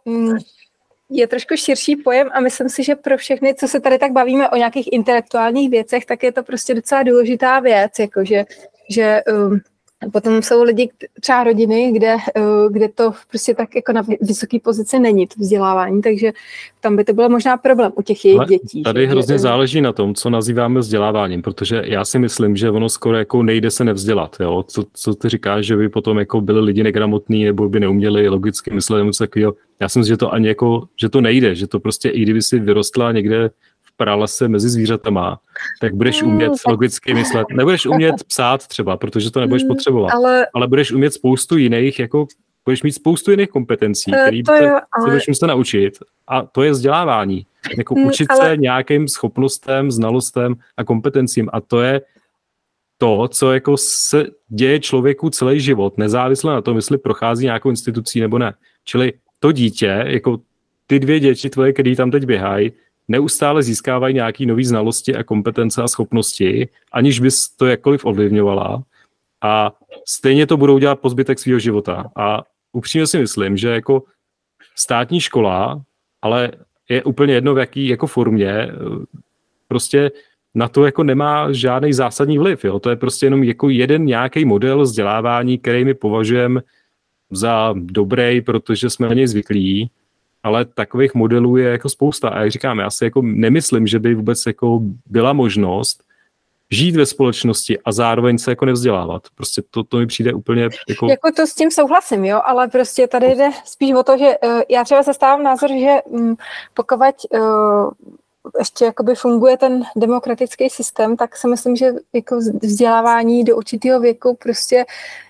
je trošku širší pojem a myslím si, že pro všechny, co se tady tak bavíme o nějakých intelektuálních věcech, tak je to prostě docela důležitá věc, jakože že potom jsou lidi, třeba rodiny, kde to prostě tak jako na vysoké pozici není to vzdělávání, takže tam by to bylo možná problém u těch jejich dětí. Tady hrozně záleží na tom, co nazýváme vzděláváním, protože já si myslím, že ono skoro jako nejde se nevzdělat. Jo? Co ty říkáš, že by potom jako byli lidi negramotní nebo by neuměli logicky myslet nebo něco takového. Já si myslím, že to ani jako, že to nejde, že to prostě i kdyby si vyrostla někde pralese mezi zvířatama, tak budeš umět logicky myslet. Nebudeš umět psát třeba, protože to nebudeš potřebovat. Ale budeš umět spoustu jiných, jako budeš mít spoustu jiných kompetencí, které se budeš muset naučit. A to je vzdělávání. Jako učit se nějakým schopnostem, znalostem a kompetencím. A to je to, co jako se děje člověku celý život, nezávisle na tom, jestli prochází nějakou institucí nebo ne. Čili to dítě, jako ty dvě děti tvoje, které tam teď běhají, neustále získávají nějaké nové znalosti a kompetence a schopnosti, aniž bys to jakkoliv ovlivňovala a stejně to budou dělat po zbytek svého života. A upřímně si myslím, že jako státní škola, ale je úplně jedno v jaký jako formě, prostě na to jako nemá žádný zásadní vliv. Jo? To je prostě jenom jako jeden nějaký model vzdělávání, který my považujeme za dobrý, protože jsme na něj zvyklí. ale takových modelů je jako spousta. A jak říkám, já si jako nemyslím, že by vůbec jako byla možnost žít ve společnosti a zároveň se jako nevzdělávat. Prostě to mi přijde úplně jako... Jako to s tím souhlasím, jo, ale prostě tady jde spíš o to, že já třeba zastávám názor, že pokud ještě jakoby funguje ten demokratický systém, tak si myslím, že jako vzdělávání do určitého věku prostě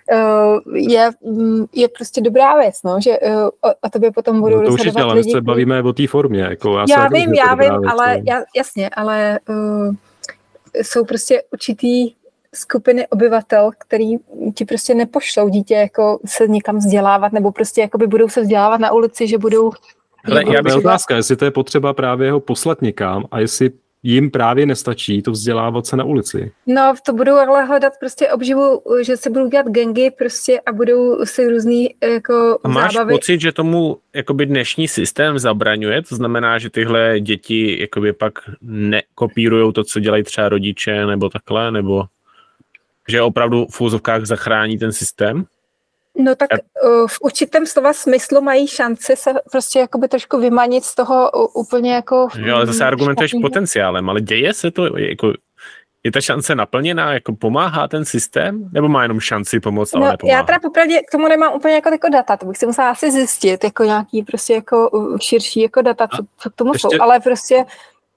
je prostě dobrá věc, no, že o tobě potom budou rozhodovat lidi. Ale se bavíme o té formě. Jako já vím, ale jasně, ale jsou prostě určitý skupiny obyvatel, který ti prostě nepošlou dítě jako se někam vzdělávat, nebo prostě jakoby budou se vzdělávat na ulici, že budou... Ale já bych otázka, jestli to je potřeba právě ho poslat někam a jestli jim právě nestačí to vzdělávat se na ulici. No, to budou ale hledat prostě obživu, že se budou dělat gangy prostě a budou si různý jako a máš zábavy. Pocit, že tomu jakoby dnešní systém zabraňuje? To znamená, že tyhle děti jakoby pak nekopírujou to, co dělají třeba rodiče nebo takhle, nebo že opravdu v úzovkách zachrání ten systém? No tak v určitém slova smyslu mají šanci se prostě jakoby trošku vymanit z toho úplně jako... Jo, ale zase argumentuješ potenciálem, ale děje se to, jako, je ta šance naplněná, jako pomáhá ten systém, nebo má jenom šanci pomoct, ale nepomáhá? Já teda popravdě k tomu nemám úplně jako data, to bych si musela asi zjistit, jako nějaký prostě jako širší jako data, co k tomu ještě... jsou, ale prostě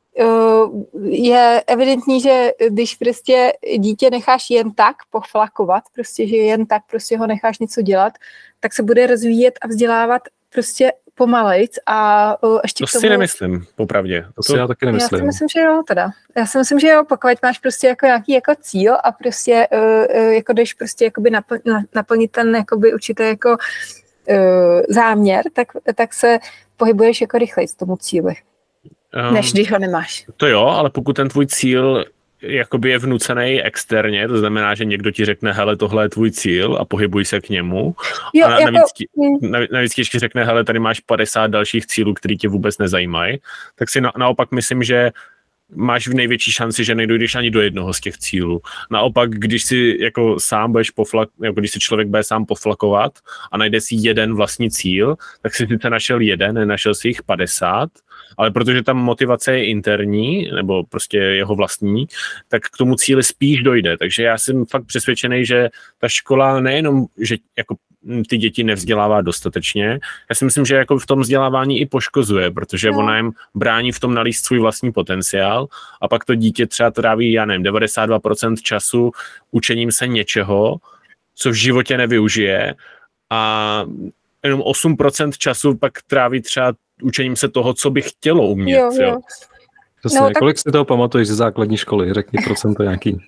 je evidentní, že když prostě dítě necháš jen tak poflakovat, prostě, že jen tak prostě ho necháš něco dělat, tak se bude rozvíjet a vzdělávat prostě pomalejc a ještě to k tomu... si nemyslím, popravdě. To si já taky nemyslím. Já si myslím, že jo teda. Já si myslím, že jo, pokud máš prostě jako nějaký jako cíl a prostě jako jdeš prostě jakoby naplnit ten jakoby určitý jako záměr, tak se pohybuješ jako rychleji k tomu cíli. Než když ho nemáš. To jo, ale pokud ten tvůj cíl jakoby je vnucený externě, to znamená, že někdo ti řekne, hele, tohle je tvůj cíl a pohybuj se k němu. Jo, a navíc ti ještě řekne, hele, tady máš 50 dalších cílů, který tě vůbec nezajímají, tak si naopak myslím, že máš v největší šanci, že nedojdeš ani do jednoho z těch cílů. Naopak, když si jako sám budeš jako když si člověk bude sám poflakovat a najde si jeden vlastní cíl, tak si sice našel jeden, nenašel si jich 50, ale protože tam motivace je interní, nebo prostě jeho vlastní, tak k tomu cíli spíš dojde. Takže já jsem fakt přesvědčený, že ta škola nejenom, že jako ty děti nevzdělává dostatečně, já si myslím, že jako v tom vzdělávání i poškozuje, protože ona jim brání v tom nalíst svůj vlastní potenciál a pak to dítě třeba tráví, já nevím, 92% času učením se něčeho, co v životě nevyužije a jenom 8% času pak tráví třeba učením se toho, co by chtělo umět. Jo. Přesně, no, tak... kolik si toho pamatuješ ze základní školy? Řekni procento nějaký.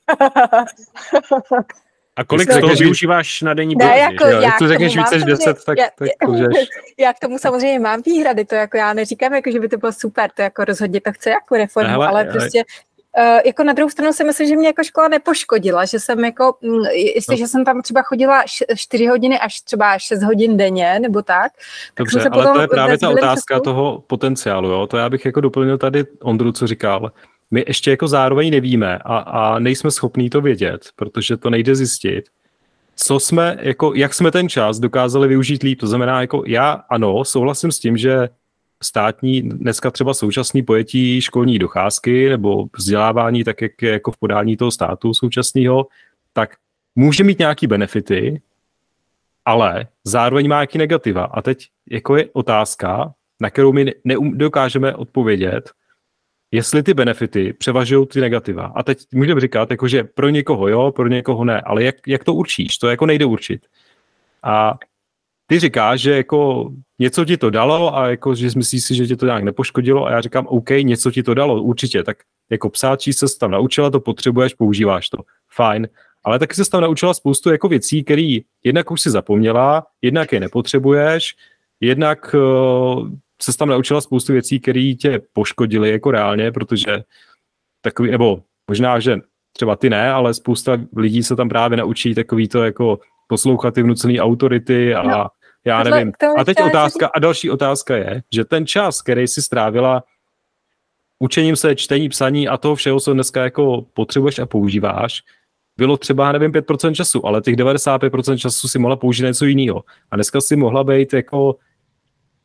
A kolik z toho využíváš na denní bázi? Jako, jak to řekneš více než 10, tak můžeš. Já k tomu samozřejmě mám výhrady, to jako já neříkám, jako, že by to bylo super, to jako rozhodně to chce jako reformu, ale prostě jako na druhou stranu si myslím, že mě jako škola nepoškodila, že jsem jako, jestliže jsem tam třeba chodila 4 hodiny až třeba 6 hodin denně, nebo tak. Dobře, tak ale to je právě ta otázka toho potenciálu, jo? To já bych jako doplnil tady Ondru, co říkal. My ještě jako zároveň nevíme a nejsme schopní to vědět, protože to nejde zjistit, co jsme, jako, jak jsme ten čas dokázali využít líp. To znamená, jako já ano, souhlasím s tím, že státní, dneska třeba současný pojetí školní docházky nebo vzdělávání, tak jak je jako v podání toho státu současného, tak může mít nějaký benefity, ale zároveň má nějaký negativa. A teď jako je otázka, na kterou my nedokážeme odpovědět, jestli ty benefity převažují ty negativa. A teď můžeme říkat, jako, že pro někoho jo, pro někoho ne, ale jak to určíš? To jako nejde určit. A ty říkáš, že jako něco ti to dalo a jako, že myslíš si, že tě to nějak nepoškodilo a já říkám, OK, něco ti to dalo, určitě, tak jako psát, číst se tam naučila, to potřebuješ, používáš to, fajn, ale taky se tam naučila spoustu jako věcí, které jednak už si zapomněla, jednak je nepotřebuješ, jednak se tam naučila spoustu věcí, které tě poškodily jako reálně, protože takový, nebo možná, že třeba ty ne, ale spousta lidí se tam právě naučí takový to jako poslouchat ty vnucený autority a já nevím. A teď otázka, a další otázka je, že ten čas, který si strávila učením se, čtení, psaní a toho všeho, co dneska jako potřebuješ a používáš, bylo třeba, nevím, 5% času, ale těch 95% času si mohla použít něco jiného. A dneska si mohla být jako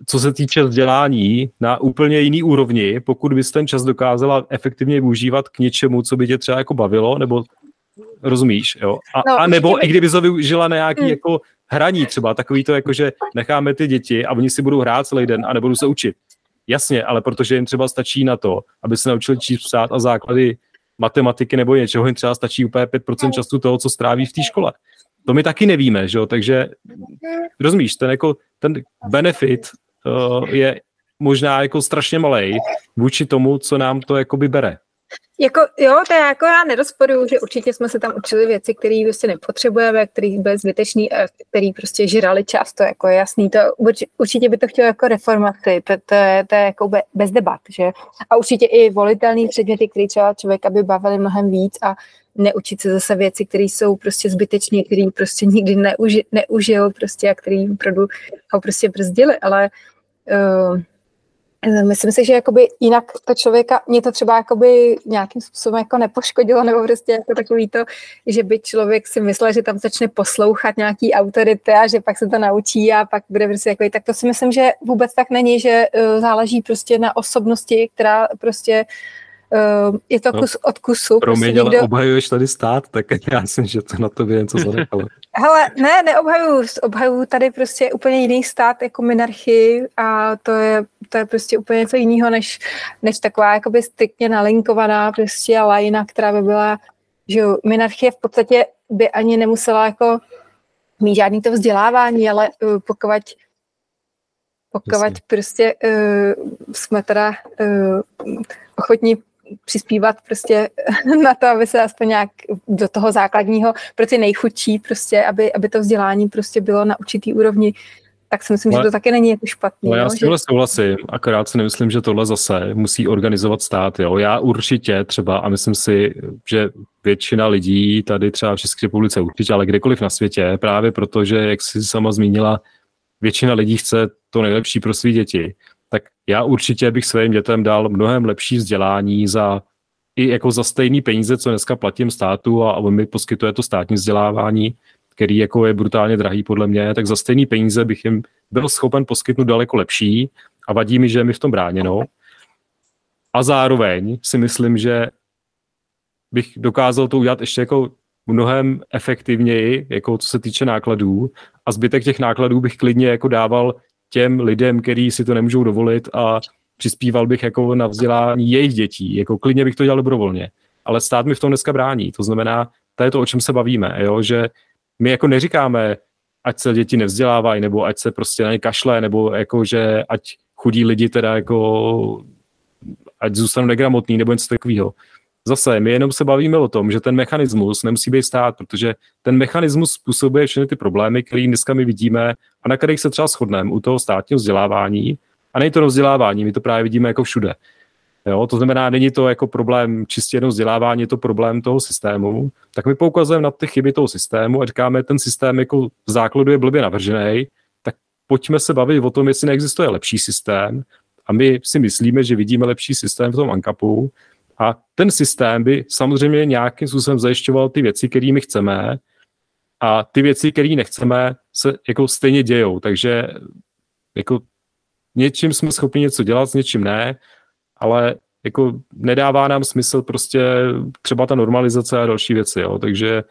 co se týče vzdělání na úplně jiný úrovni, pokud bys ten čas dokázala efektivně využívat k něčemu, co by tě třeba jako bavilo, nebo rozumíš, jo? A nebo i kdyby to využila na nějaký jako hraní třeba, takový to jako, že necháme ty děti a oni si budou hrát celý den a nebudou se učit. Jasně, ale protože jim třeba stačí na to, aby se naučili číst, psát a základy matematiky nebo něčeho, jim třeba stačí úplně 5% času toho, co stráví v té škole. To my taky nevíme, že jo? Takže rozumíš, ten benefit je možná jako strašně malej vůči tomu, co nám to jakoby bere. To já nerozporuju, že určitě jsme se tam učili věci, které prostě nepotřebujeme, které byly zbytečné, které prostě žrali čas, to jako je jasný. To určitě by to chtělo jako reformaci, to je jako bez debat, že? A určitě i volitelný předměty, které třeba člověka by bavily mnohem víc a neučit se zase věci, které jsou prostě zbytečné, které prostě nikdy neužil prostě a které ho prostě brzdili, ale myslím si, že jakoby jinak to člověka, mě to třeba jakoby nějakým způsobem jako nepoškodilo, nebo prostě jako takový to, že by člověk si myslel, že tam začne poslouchat nějaký autority a že pak se to naučí a pak bude prostě takový, tak to si myslím, že vůbec tak není, že záleží prostě na osobnosti, která prostě je to kus od kusu. Promiň, prostě ale obhajuješ tady stát, tak já myslím, že to na tobě něco zanechalo. Hele, neobhajuju tady prostě úplně jiný stát jako monarchii a to je prostě úplně něco jiného, než taková jakoby striktně nalinkovaná prostě lajina, která by byla, že monarchie v podstatě by ani nemusela jako mít žádný to vzdělávání, ale pokud prostě jsme teda ochotní přispívat prostě na to, aby se aspoň nějak do toho základního pro ty nejchudší prostě, aby to vzdělání prostě bylo na určitý úrovni, tak si myslím, že to taky není jako špatný. Já s tímhle souhlasím, akorát si nemyslím, že tohle zase musí organizovat stát. Jo. Já určitě třeba, a myslím si, že většina lidí tady třeba v České republice určitě, ale kdekoliv na světě, právě protože, jak jsi sama zmínila, většina lidí chce to nejlepší pro své děti, tak já určitě bych svým dětem dal mnohem lepší vzdělání i jako za stejný peníze, co dneska platím státu a on mi poskytuje to státní vzdělávání, který jako je brutálně drahý podle mě, tak za stejný peníze bych jim byl schopen poskytnout daleko lepší a vadí mi, že je mi v tom bráněno. A zároveň si myslím, že bych dokázal to udělat ještě jako mnohem efektivněji, jako co se týče nákladů a zbytek těch nákladů bych klidně jako dával těm lidem, kteří si to nemůžou dovolit a přispíval bych jako na vzdělání jejich dětí. Jako klidně bych to dělal dobrovolně. Ale stát mi v tom dneska brání. To znamená, to je to, o čem se bavíme, jo? Že my jako neříkáme, ať se děti nevzdělávají, nebo ať se prostě na ně kašle, nebo jako, že ať chudí lidi teda jako, ať zůstanou negramotní, nebo něco takového. Zase, my jenom se bavíme o tom, že ten mechanismus nemusí být stát, protože ten mechanismus způsobuje všechny ty problémy, které dneska my vidíme a na kterých se třeba shodneme u toho státního vzdělávání. A není to jenom vzdělávání, my to právě vidíme jako všude. Jo, to znamená, není to jako problém čistě jenom vzdělávání, je to problém toho systému. Tak my poukazujeme na ty chyby toho systému a říkáme, ten systém jako v základu je blbě navržený, tak pojďme se bavit o tom, jestli neexistuje lepší systém. A my si myslíme, že vidíme lepší systém v tom ANCAPu. A ten systém by samozřejmě nějakým způsobem zajišťoval ty věci, které my chceme, a ty věci, které nechceme, se jako stejně dějou. Takže jako něčím jsme schopni něco dělat, s něčím ne, ale jako nedává nám smysl prostě třeba ta normalizace a další věci. Jo. Takže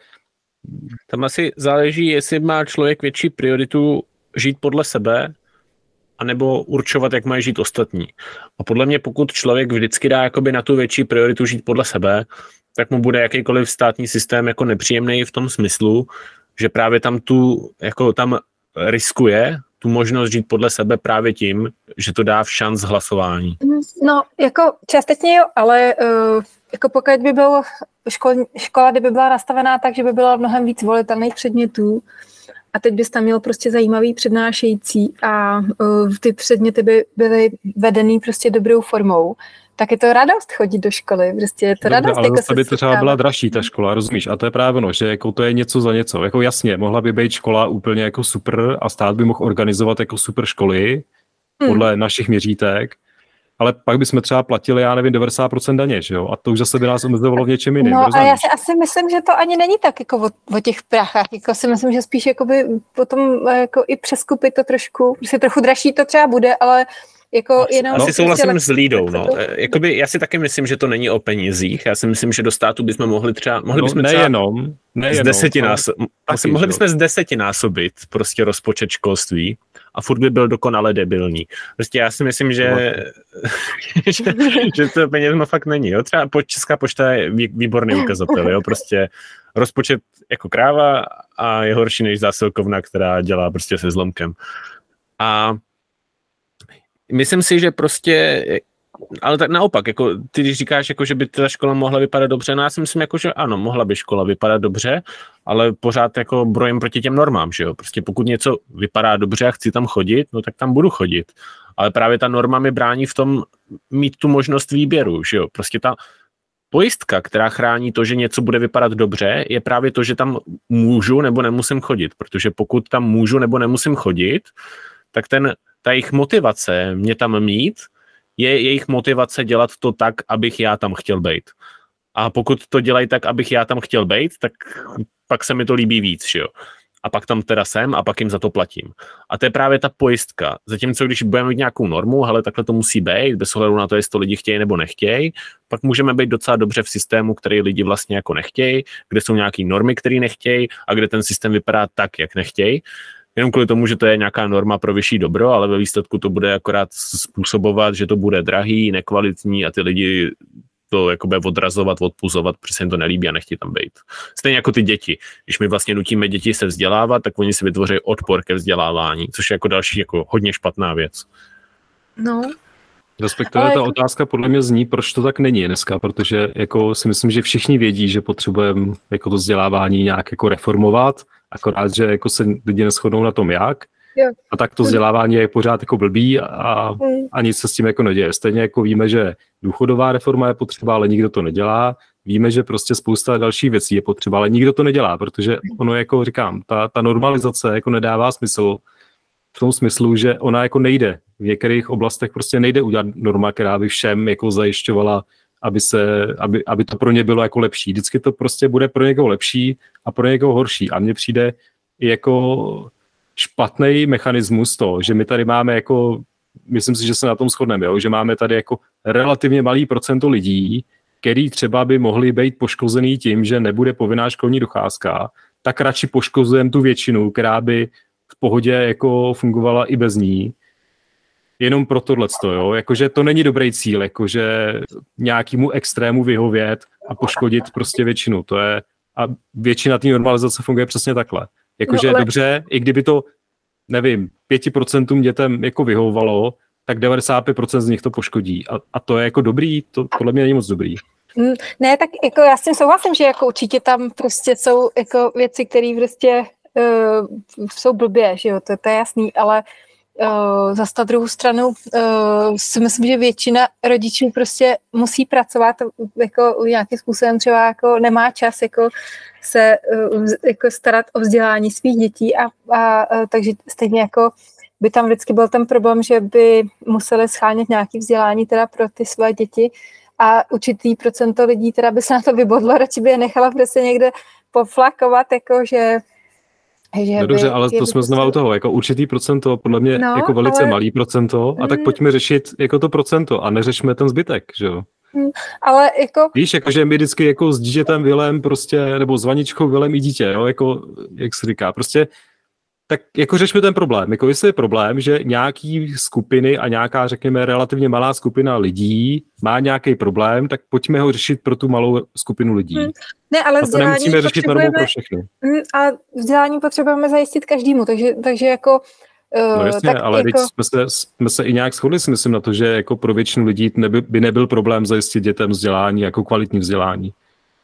tam asi záleží, jestli má člověk větší prioritu žít podle sebe, anebo určovat, jak mají žít ostatní. A podle mě, pokud člověk vždycky dá jakoby na tu větší prioritu žít podle sebe, tak mu bude jakýkoliv státní systém jako nepříjemný v tom smyslu, že právě tam riskuje tu možnost žít podle sebe právě tím, že to dá v šanc hlasování. No, jako částečně jo, ale jako pokud by byl škola, kdyby byla nastavená tak, že by byla mnohem víc volitelných předmětů, a teď bys tam měl prostě zajímavý přednášející a ty předměty by byly vedený prostě dobrou formou, tak je to radost chodit do školy. Prostě je to radost. Ale zase by to třeba byla dražší ta škola, rozumíš? A to je právě ono, že jako to je něco za něco. Jako jasně, mohla by být škola úplně jako super a stát by mohl organizovat jako super školy podle našich měřítek, ale pak bychom třeba platili, já nevím, 90% daně, že jo? A to už zase by nás omezovalo v něčem jiném. No a já si asi myslím, že to ani není tak jako o těch prachách. Jako si myslím, že spíš jakoby potom jako i přeskupit to trošku, že trochu dražší to třeba bude, ale jako jenom... Asi souhlasím s Lídou, no. Jakoby, já si taky myslím, že to není o penězích. Já si myslím, že do státu bychom mohli třeba nejenom, mohli bychom zdesetinásobit prostě rozpočet školství a furt by byl dokonale debilní. Prostě já si myslím, že to penězma fakt není. Jo? Třeba Česká pošta je výborný ukazatel. Jo? Prostě rozpočet jako kráva a je horší než zásilkovna, která dělá prostě se zlomkem. A myslím si, že prostě, ale tak naopak, jako ty když říkáš, jako, že by ta škola mohla vypadat dobře, no já si myslím, jako, že ano, mohla by škola vypadat dobře, ale pořád jako brojem proti těm normám, že jo, prostě pokud něco vypadá dobře a chci tam chodit, no tak tam budu chodit, ale právě ta norma mi brání v tom mít tu možnost výběru, že jo, prostě ta pojistka, která chrání to, že něco bude vypadat dobře, je právě to, že tam můžu nebo nemusím chodit, protože pokud tam můžu nebo nemusím chodit, tak ta jejich motivace mě tam mít, je jejich motivace dělat to tak, abych já tam chtěl být. A pokud to dělají tak, abych já tam chtěl být, tak pak se mi to líbí víc, že jo. A pak tam teda jsem a pak jim za to platím. A to je právě ta pojistka. Zatímco když budeme mít nějakou normu, hele, takhle to musí být, bez ohledu na to, jestli to lidi chtějí nebo nechtějí, pak můžeme být docela dobře v systému, který lidi vlastně jako nechtějí, kde jsou nějaký normy, které nechtějí a kde ten systém vypadá tak, jak nechtějí. Jenom kvůli tomu, že to je nějaká norma pro vyšší dobro, ale ve výsledku to bude akorát způsobovat, že to bude drahý, nekvalitní a ty lidi to jakoby odrazovat, odpuzovat, protože se jim to nelíbí a nechtějí tam být. Stejně jako ty děti. Když my vlastně nutíme děti se vzdělávat, tak oni si vytvoří odpor ke vzdělávání, což je jako další jako hodně špatná věc. No. Respektive ta otázka podle mě zní, proč to tak není dneska, protože jako si myslím, že všichni vědí, že potřebujeme jako to vzdělávání nějak jako reformovat, akorát, že jako se lidi neshodnou na tom jak. Jo. A tak to vzdělávání je pořád jako blbý a nic se s tím jako neděje. Stejně jako víme, že důchodová reforma je potřeba, ale nikdo to nedělá. Víme, že prostě spousta dalších věcí je potřeba, ale nikdo to nedělá, protože ono, jako říkám, ta normalizace jako nedává smysl v tom smyslu, že ona jako nejde. V některých oblastech prostě nejde udělat norma, která by všem jako zajišťovala, aby to pro ně bylo jako lepší. Vždycky to prostě bude pro někoho lepší a pro někoho horší. A mně přijde jako špatný mechanismus to, že my tady máme jako, myslím si, že se na tom shodneme, jo? Že máme tady jako relativně malý procento lidí, který třeba by mohli být poškozený tím, že nebude povinná školní docházka, tak radši poškozujeme tu většinu, která by v pohodě jako fungovala i bez ní. Jenom pro tohleto, jo, jakože to není dobrý cíl, jakože nějakému extrému vyhovět a poškodit prostě většinu, to je, a většina té normalizace funguje přesně takhle. Jakože no, ale... dobře, i kdyby to, nevím, 5% dětem jako vyhovovalo, tak 95% z nich to poškodí. A to je jako dobrý, to podle mě není moc dobrý. Ne, tak jako já s tím souhlasím, že jako určitě tam prostě jsou jako věci, které prostě jsou blbě, že jo, to je jasný, ale zase na druhou stranu si myslím, že většina rodičů prostě musí pracovat jako nějakým způsobem, třeba jako nemá čas jako se jako starat o vzdělání svých dětí a takže stejně jako by tam vždycky byl ten problém, že by museli schánět nějaké vzdělání teda pro ty své děti a určitý procento lidí teda by se na to vybodlo, radši by je nechala prostě někde poflakovat, jako že no dobře, ale to jsme znovu u toho, jako určitý procento, podle mě jako velice malý procento, a tak pojďme řešit jako to procento a neřešme ten zbytek, že jo? Ale jako... Víš, jakože my vždycky jako s dítětem vylem prostě, nebo s vaničkou vylem i dítě, jo, jako, jak se říká, prostě tak jako řešme ten problém. Jako jestli je problém, že nějaký skupiny a nějaká, řekněme, relativně malá skupina lidí má nějaký problém, tak pojďme ho řešit pro tu malou skupinu lidí. Ne, ale a to nemusíme řešit normou pro všechny. A vzdělání potřebujeme zajistit každému, takže jako... No jasně, ale jako... jsme se i nějak shodli, si myslím, na to, že jako pro většinu lidí by nebyl problém zajistit dětem vzdělání, jako kvalitní vzdělání.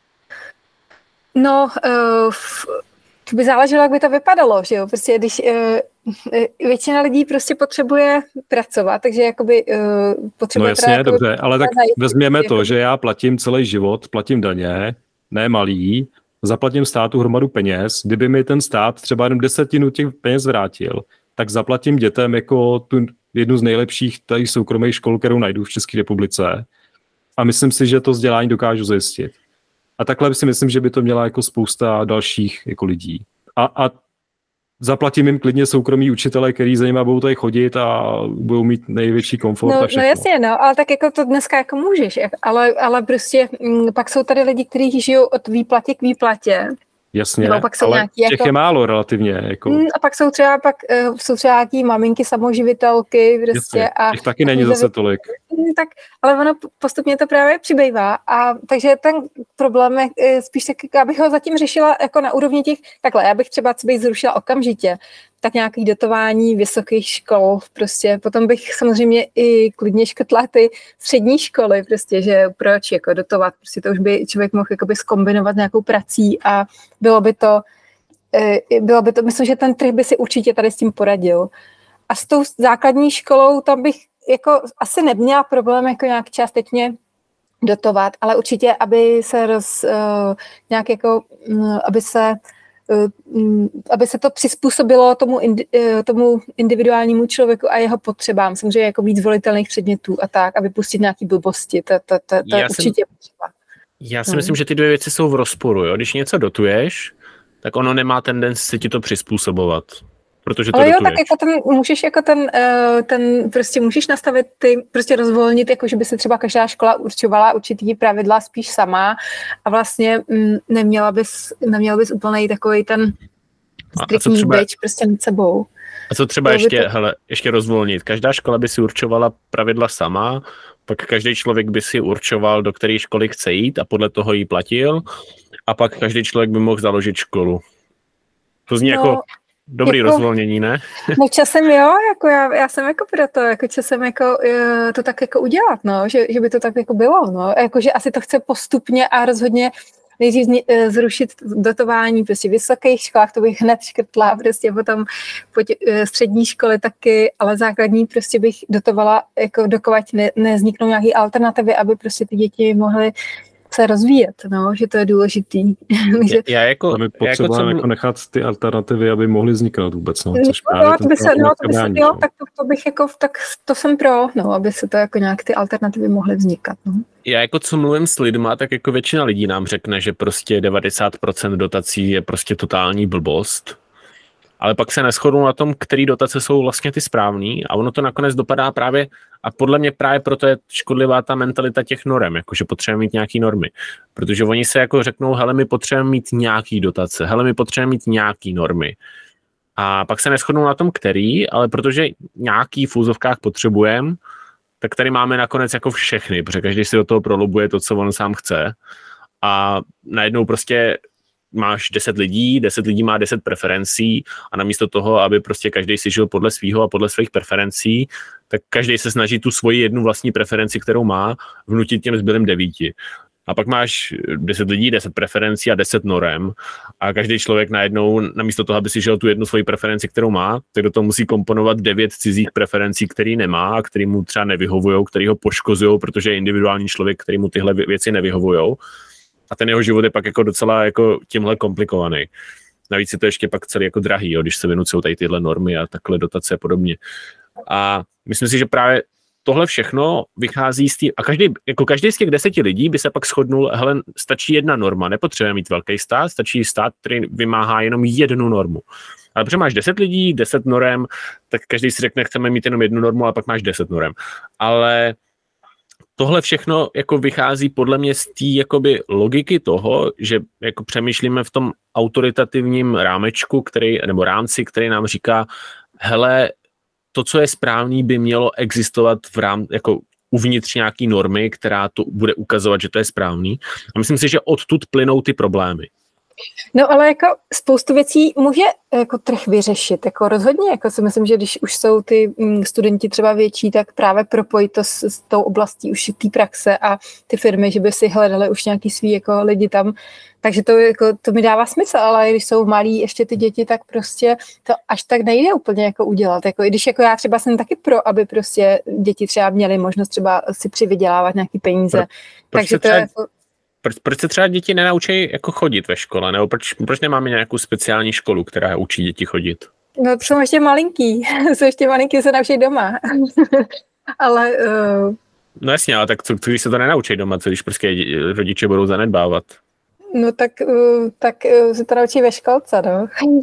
No... To by záleželo, jak by to vypadalo, že jo, prostě když většina lidí prostě potřebuje pracovat, takže jakoby potřebuje... No jasně, jako dobře, ale tak vezměme to, že já platím celý život, platím daně, ne malý, zaplatím státu hromadu peněz, kdyby mi ten stát třeba jenom 10% těch peněz vrátil, tak zaplatím dětem jako jednu z nejlepších tady soukromých škol, kterou najdu v České republice. A myslím si, že to vzdělání dokážu zajistit. A takhle si myslím, že by to měla jako spousta dalších jako lidí. A zaplatím jim klidně soukromí učitele, který za nimi budou tady chodit a budou mít největší komfort a všechno. No jasně, no, ale tak jako to dneska jako můžeš, ale prostě pak jsou tady lidi, kteří žijou od výplatě k výplatě. Jasně, pak jsou ale nějaký, těch jako, je málo relativně. Jako. A pak jsou třeba nějaký maminky, samoživitelky prostě. Jasně, těch taky není zase tolik. Tak, ale ono postupně to právě přibývá. A takže ten problém je spíš tak, abych ho zatím řešila jako na úrovni těch, takhle, já bych třeba zrušila okamžitě, tak nějaký dotování vysokých škol, prostě potom bych samozřejmě i klidně škrtla ty střední školy, prostě, že proč jako dotovat, prostě to už by člověk mohl jakoby zkombinovat nějakou prací a bylo by to, myslím, že ten trh by si určitě tady s tím poradil. A s tou základní školou tam bych jako asi neměla problém jako nějak částečně dotovat, ale určitě, aby se nějak jako, aby se to přizpůsobilo tomu individuálnímu člověku a jeho potřebám. Samozřejmě jako víc volitelných předmětů a tak, aby pustit nějaký blbosti. To je určitě potřeba. Já si myslím, že ty dvě věci jsou v rozporu. Jo? Když něco dotuješ, tak ono nemá tendenci se ti to přizpůsobovat. Protože to ale jo, dotuješ. tak jako můžeš jako ten prostě můžeš nastavit ty, prostě rozvolnit, jako že by se třeba každá škola určovala určitý pravidla spíš sama a vlastně neměla bys úplnej takový ten striktní bič prostě nad sebou. A co třeba ještě rozvolnit? Každá škola by si určovala pravidla sama, pak každý člověk by si určoval, do které školy chce jít a podle toho jí platil a pak každý člověk by mohl založit školu. To zní jako dobrý rozvolnění, ne? No časem jo, jako já jsem jako proto, jako časem jako to tak jako udělat, no, že by to tak jako bylo, no, jakože asi to chce postupně a rozhodně nejdřív zrušit dotování prostě v vysokých školách, to bych hned škrtla, prostě potom střední školy taky, ale základní prostě bych dotovala, jako dokovat nevzniknou nějaké alternativy, aby prostě ty děti mohly se rozvíjet, no, že to je důležitý. My potřebujeme jako nechat ty alternativy, aby mohly vzniknout vůbec, no, což to bych jako, tak to jsem pro, no, aby se to jako nějak ty alternativy mohly vznikat, no. Já jako co mluvím s lidma, tak jako většina lidí nám řekne, že prostě 90% dotací je prostě totální blbost, ale pak se neshodnou na tom, který dotace jsou vlastně ty správný a ono to nakonec dopadá právě, a podle mě právě proto je škodlivá ta mentalita těch norem, jakože potřebujeme mít nějaký normy, protože oni se jako řeknou, hele, my potřebujeme mít nějaký dotace, hele, my potřebujeme mít nějaký normy. A pak se neshodnou na tom, který, ale protože nějaký v úzovkách potřebujeme, tak tady máme nakonec jako všechny, protože každý si do toho prolobuje to, co on sám chce a najednou prostě máš 10 lidí má 10 preferencí a namísto toho, aby prostě každý si žil podle svýho a podle svých preferencí, tak každý se snaží tu svoji jednu vlastní preferenci, kterou má, vnutit těm zbylým 9. A pak máš 10 lidí, 10 preferencí a 10 norem a každý člověk najednou, namísto toho, aby si žil tu jednu svoji preferenci, kterou má, tak do toho musí komponovat 9 cizích preferencí, který nemá a který mu třeba nevyhovujou, který ho poškozují, protože je individuální člověk, který mu tyhle věci nevyhovujou. A ten jeho život je pak jako docela jako tímhle komplikovaný. Navíc je to ještě pak celý jako drahý, jo, když se vynucují tady tyhle normy a takhle dotace a podobně. A myslím si, že právě tohle všechno vychází z té, a každý z těch 10 lidí by se pak shodnul, hele, stačí jedna norma, nepotřebuje mít velký stát, stačí stát, který vymáhá jenom jednu normu. Ale protože máš 10 lidí, 10 norem, tak každý si řekne, chceme mít jenom jednu normu, a pak máš 10 norem. Ale tohle všechno jako vychází podle mě z té jakoby logiky toho, že jako přemýšlíme v tom autoritativním rámečku, nebo rámci, který nám říká, hele, to, co je správný, by mělo existovat jako uvnitř nějaký normy, která to bude ukazovat, že to je správný. A myslím si, že odtud plynou ty problémy. No ale jako spoustu věcí může jako trh vyřešit, jako rozhodně, jako si myslím, že když už jsou ty studenti třeba větší, tak právě propojit to s tou oblastí už té praxe a ty firmy, že by si hledali už nějaký svý jako lidi tam, takže to mi dává smysl, ale když jsou malí ještě ty děti, tak prostě to až tak nejde úplně jako udělat, jako i když jako já třeba jsem taky pro, aby prostě děti třeba měly možnost třeba si přivydělávat nějaký peníze, takže to je jako... Proč se třeba děti nenaučí jako chodit ve škole, nebo proč nemáme nějakou speciální školu, která učí děti chodit? No, jsou ještě malinký. Se naučí doma. Ale... No jasně, ale tak co když se to nenaučí doma, co když prostě rodiče budou zanedbávat? No tak se to naučí ve školce, no.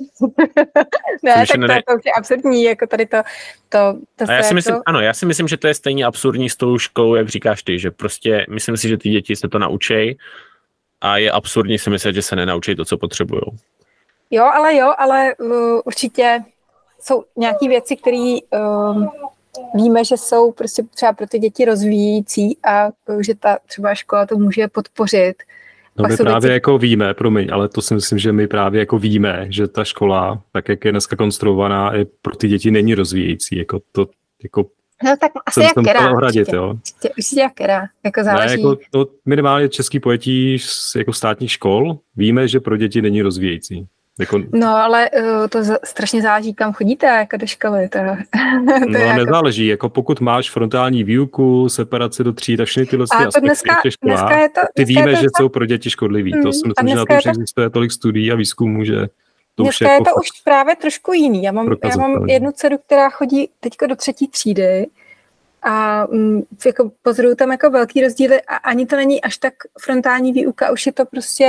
Ne, tak to je absurdní, jako tady to a já si myslím, ano, já si myslím, že to je stejně absurdní s tou školou, jak říkáš ty, že prostě myslím si, že ty děti se to naučí a je absurdní si myslet, že se nenaučí to, co potřebují. Jo, ale určitě jsou nějaké věci, které víme, že jsou prostě třeba pro ty děti rozvíjící a že ta třeba škola to může podpořit. No my právě jako víme, promiň, ale to si myslím, že my právě jako víme, že ta škola, tak jak je dneska konstruovaná, je pro ty děti není rozvíjející. Jako to, jako no tak asi jak která, určitě jak která, jako záleží. Ne, jako to minimálně český pojetí jako státních škol víme, že pro děti není rozvíjející. Jako... No, ale to strašně záleží, kam chodíte jako do školy. No, jako... nezáleží. Jako pokud máš frontální výuku, separaci do tříd a všechny tyhle aspekty školách, ty víme, že jsou pro děti škodlivý. To si myslím, že na to už existuje tolik studií a výzkumů, že to už je to už právě trošku jiný. Já mám jednu dceru, která chodí teďko do 3. třídy a jako pozoruju tam jako velký rozdíly a ani to není až tak frontální výuka, už je to prostě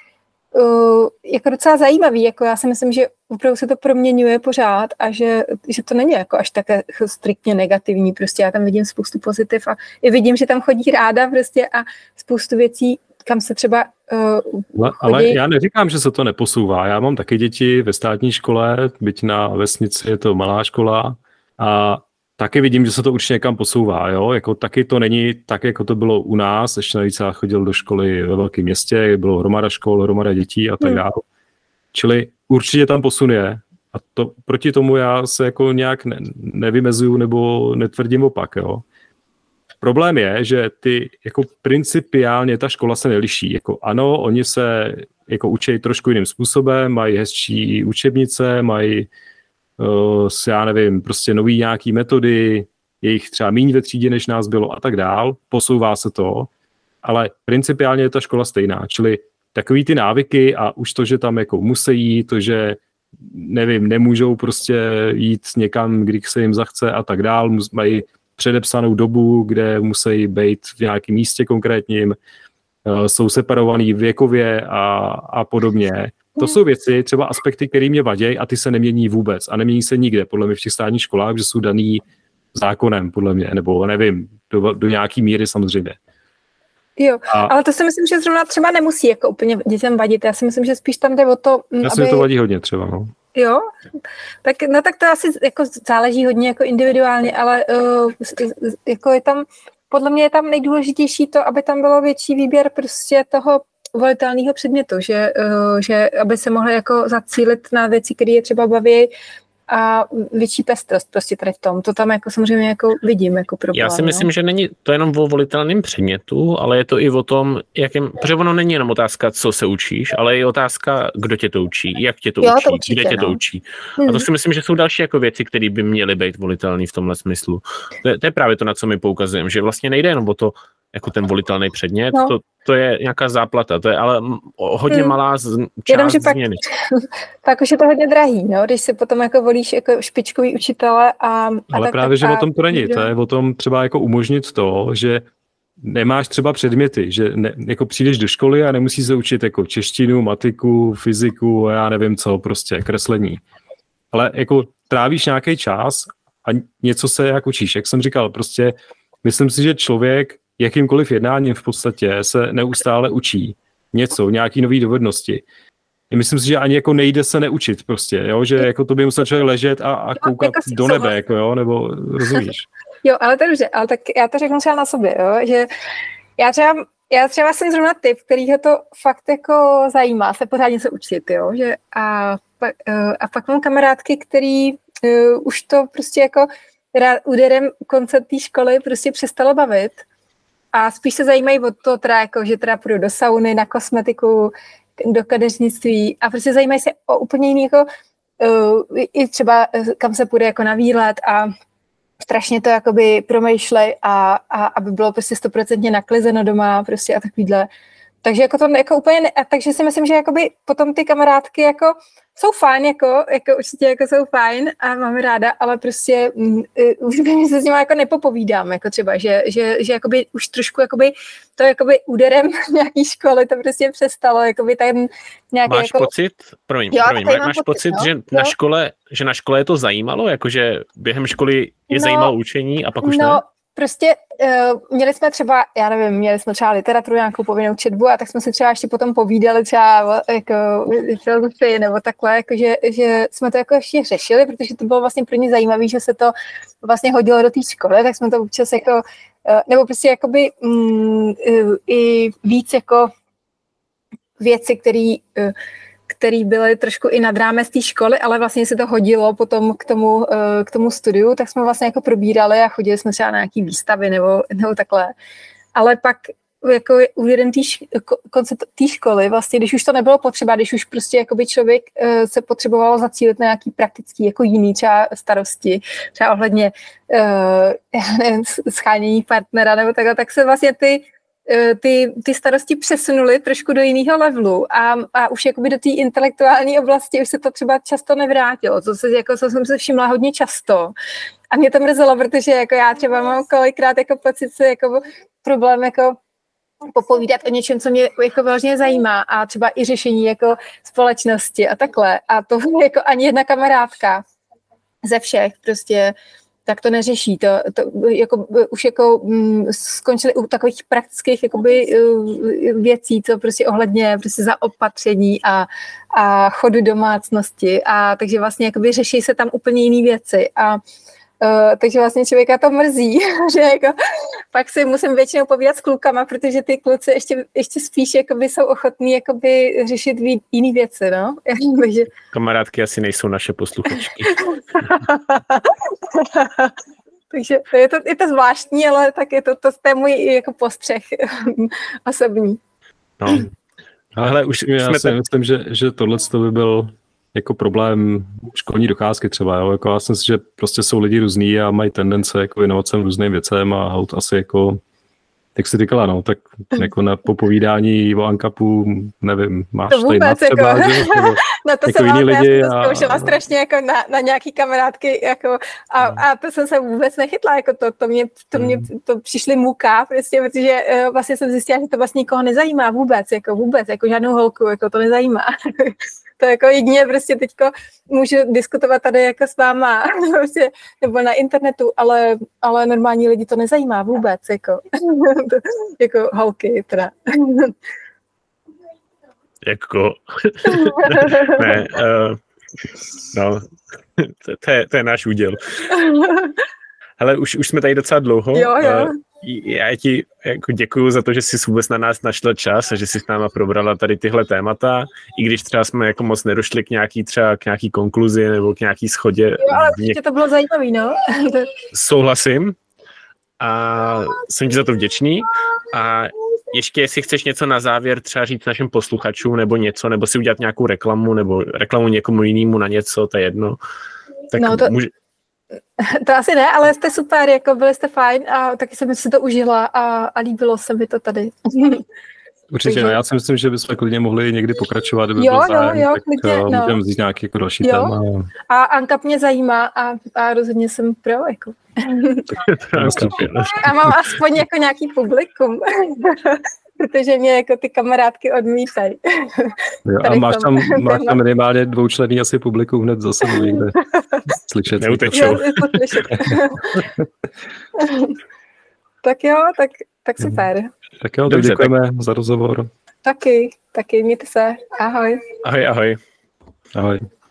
jako docela zajímavý, jako já si myslím, že opravdu se to proměňuje pořád a že to není jako až také striktně negativní, prostě já tam vidím spoustu pozitiv a i vidím, že tam chodí ráda prostě a spoustu věcí, kam se třeba ale já neříkám, že se to neposouvá, já mám taky děti ve státní škole, byť na vesnici je to malá škola a taky vidím, že se to určitě někam posouvá, jo, jako taky to není tak, jako to bylo u nás, ještě navíc já chodil do školy ve velkém městě, bylo hromada škol, hromada dětí a tak dále. Čili určitě tam posun je a to, proti tomu já se jako nějak nevymezuju nebo netvrdím opak, jo. Problém je, že ty jako principiálně ta škola se neliší, jako ano, oni se jako učí trošku jiným způsobem, mají hezčí učebnice, mají já nevím, prostě nový nějaký metody, je jich třeba míň ve třídě, než nás bylo a tak dál, posouvá se to, ale principiálně je ta škola stejná, čili takový ty návyky a už to, že tam jako musí jít, to, že nevím, nemůžou prostě jít někam, kdy se jim zachce a tak dál, mají předepsanou dobu, kde musí být v nějakém místě konkrétním, jsou separovaný věkově a podobně. To jsou věci, třeba aspekty, které mě vadí a ty se nemění vůbec a nemění se nikde, podle mě v těch státních školách, že jsou daný zákonem, podle mě, nebo nevím, do nějaký míry samozřejmě. Jo, ale to si myslím, že zrovna třeba nemusí jako úplně dětem vadit, já si myslím, že spíš tam jde o to, aby... to vadí hodně třeba, no. Jo, tak to asi jako záleží hodně jako individuálně, ale jako je tam, podle mě je tam nejdůležitější to, aby tam bylo větší výběr prostě toho volitelného předmětu, že aby se mohli jako zacílit na věci, které je třeba baví a větší pestrost prostě tady v tom. To tam jako samozřejmě jako vidím jako problém. Já si myslím, že není to jenom o volitelném předmětu, ale je to i o tom, protože ono není jenom otázka, co se učíš, ale je otázka, kdo tě to učí, jak tě to učí, to určitě, kde tě to učí. A to si myslím, že jsou další jako věci, které by měly být volitelné v tomhle smyslu. To je právě to, na co my poukazujeme, že vlastně nejde jenom o to, jako ten volitelný předmět, to je nějaká záplata, to je ale hodně malá část změny. Pak už je to hodně drahý, no, když si potom jako volíš jako špičkový učitele ale právě, že o tom to není, to je o tom třeba jako umožnit to, že nemáš třeba předměty, že jako přijdeš do školy a nemusíš se učit jako češtinu, matiku, fyziku a já nevím co, prostě kreslení. Ale jako trávíš nějaký čas a něco se jak učíš, jak jsem říkal, prostě myslím si, že člověk jakýmkoliv jednáním v podstatě se neustále učí něco, nějaký nový dovednosti. Myslím si, že ani jako nejde se neučit prostě, jo? Že jako to by musel člověk ležet a koukat jako do nebe, jako, jo? Nebo rozumíš? Jo, ale to je dobře, ale tak já to řeknu třeba na sobě, jo? Že já třeba jsem zrovna typ, kterýho to fakt jako zajímá se pořádně se učit, jo? Že a pak mám kamarádky, který už to prostě jako úderem konce té školy prostě přestalo bavit a spíš se zajímají o to, teda jako, že teda půjdu do sauny, na kosmetiku, do kadeřnictví a prostě zajímají se o úplně jiný jako i třeba kam se půjde jako na výlet a strašně to jakoby promýšlej a aby bylo prostě 100% naklizeno doma prostě a takovýhle. Takže jako to jako úplně takže si myslím, že jakoby potom ty kamarádky jako jsou fajn, jako určitě jako jsou fajn a máme ráda, ale prostě už se s nimi jako nepopovídám, jako třeba, že jakoby už trošku jakoby to jakoby úderem nějaký školy to prostě přestalo, jakoby ten nějaký máš jako... pocit, máš pocit, no? že na škole je to zajímalo, jakože během školy je zajímalo učení a pak už ne? Prostě měli jsme třeba, já nevím, měli jsme třeba literaturu, nějakou povinnou četbu a tak jsme si třeba ještě potom povídali třeba jako filozofii nebo takhle, jako že jsme to jako ještě řešili, protože to bylo vlastně pro ně zajímavé, že se to vlastně hodilo do té školy, tak jsme to občas jako, nebo prostě jakoby i víc jako věci, který byly trošku i nad rámec té školy, ale vlastně se to hodilo potom k tomu studiu, tak jsme vlastně jako probírali a chodili jsme třeba na nějaký výstavy nebo takhle. Ale pak jako uvědem konce té školy, vlastně, když už to nebylo potřeba, když už prostě jakoby člověk se potřeboval zacílit na nějaký praktický, jako jiný třeba starosti, třeba ohledně schánění partnera nebo takhle, tak se vlastně ty starosti přesunuly trošku do jiného levelu a už jakoby do té intelektuální oblasti už se to třeba často nevrátilo, co jsem se všimla hodně často. A mě to mrzelo, protože jako já třeba mám kolikrát jako pocit, že jako problém jako popovídat o něčem, co mě jako vážně zajímá a třeba i řešení jako společnosti a takhle. A to jako ani jedna kamarádka ze všech prostě tak to neřeší. To jako, už jako skončili u takových praktických jakoby, věcí, co prostě ohledně prostě zaopatření a chodu domácnosti. A takže vlastně jakoby řeší se tam úplně jiné věci. A takže vlastně člověka to mrzí, že jako pak si musím většinou povídat s klukama, protože ty kluci ještě spíš jakoby jsou ochotní jakoby řešit jiné věci, no. Takže... Kamarádky asi nejsou naše posluchačky. Takže je to zvláštní, ale tak je to je můj jako postřeh osobní. No. Ale už já si myslím, že tohle by byl jako problém školní docházky třeba, jo? Jako já si myslím, že prostě jsou lidi různý a mají tendence jako věnovat se různým věcem a hout asi jako, jak jsi říkala, no, tak jako na popovídání o ANCAPu, nevím, máš to tady vůbec, třeba, jako, nebo no to jako jsem jiný lidi. Já to zkoušela strašně jako na nějaký kamarádky jako, a to jsem se vůbec nechytla, jako to přišly muka, prostě, protože vlastně jsem zjistila, že to vlastně nikoho nezajímá vůbec, jako žádnou holku, jako to nezajímá. To jako jedině prostě teďko můžu diskutovat tady jako s váma prostě, nebo na internetu, ale normální lidi to nezajímá vůbec, jako holky teda. Jako, ne, no, to je náš úděl. Hele, už jsme tady docela dlouho. Jo. Já ti jako děkuju za to, že jsi vůbec na nás našla čas a že jsi s náma probrala tady tyhle témata, i když třeba jsme jako moc nedošli k nějaký konkluzi nebo k nějaký shodě. Jo, ale určitě to bylo zajímavý, no. Souhlasím a jsem ti za to vděčný a ještě jestli chceš něco na závěr třeba říct našim posluchačům nebo něco, nebo si udělat nějakou reklamu nebo reklamu někomu jinému na něco, to je jedno. Tak no to asi ne, ale jste super, jako byli jste fajn a taky jsem si to užila a líbilo se mi to tady. Určitě, takže... no, já si myslím, že bychom klidně mohli někdy pokračovat, kdyby byl zájem, jo, tak klidně, můžeme vzít nějaký jako další téma. A ANCAP mě zajímá a rozhodně jsem pro, jako. A mám aspoň jako nějaký publikum, protože mě jako ty kamarádky odmítají. Jo, a máš tam minimálně dvoučlenný asi publikum hned zase někde slyšet. Neutečou. Tak jo, tak super. Tak jo, tak děkujeme za rozhovor. Taky, mějte se. Ahoj. Ahoj. Ahoj.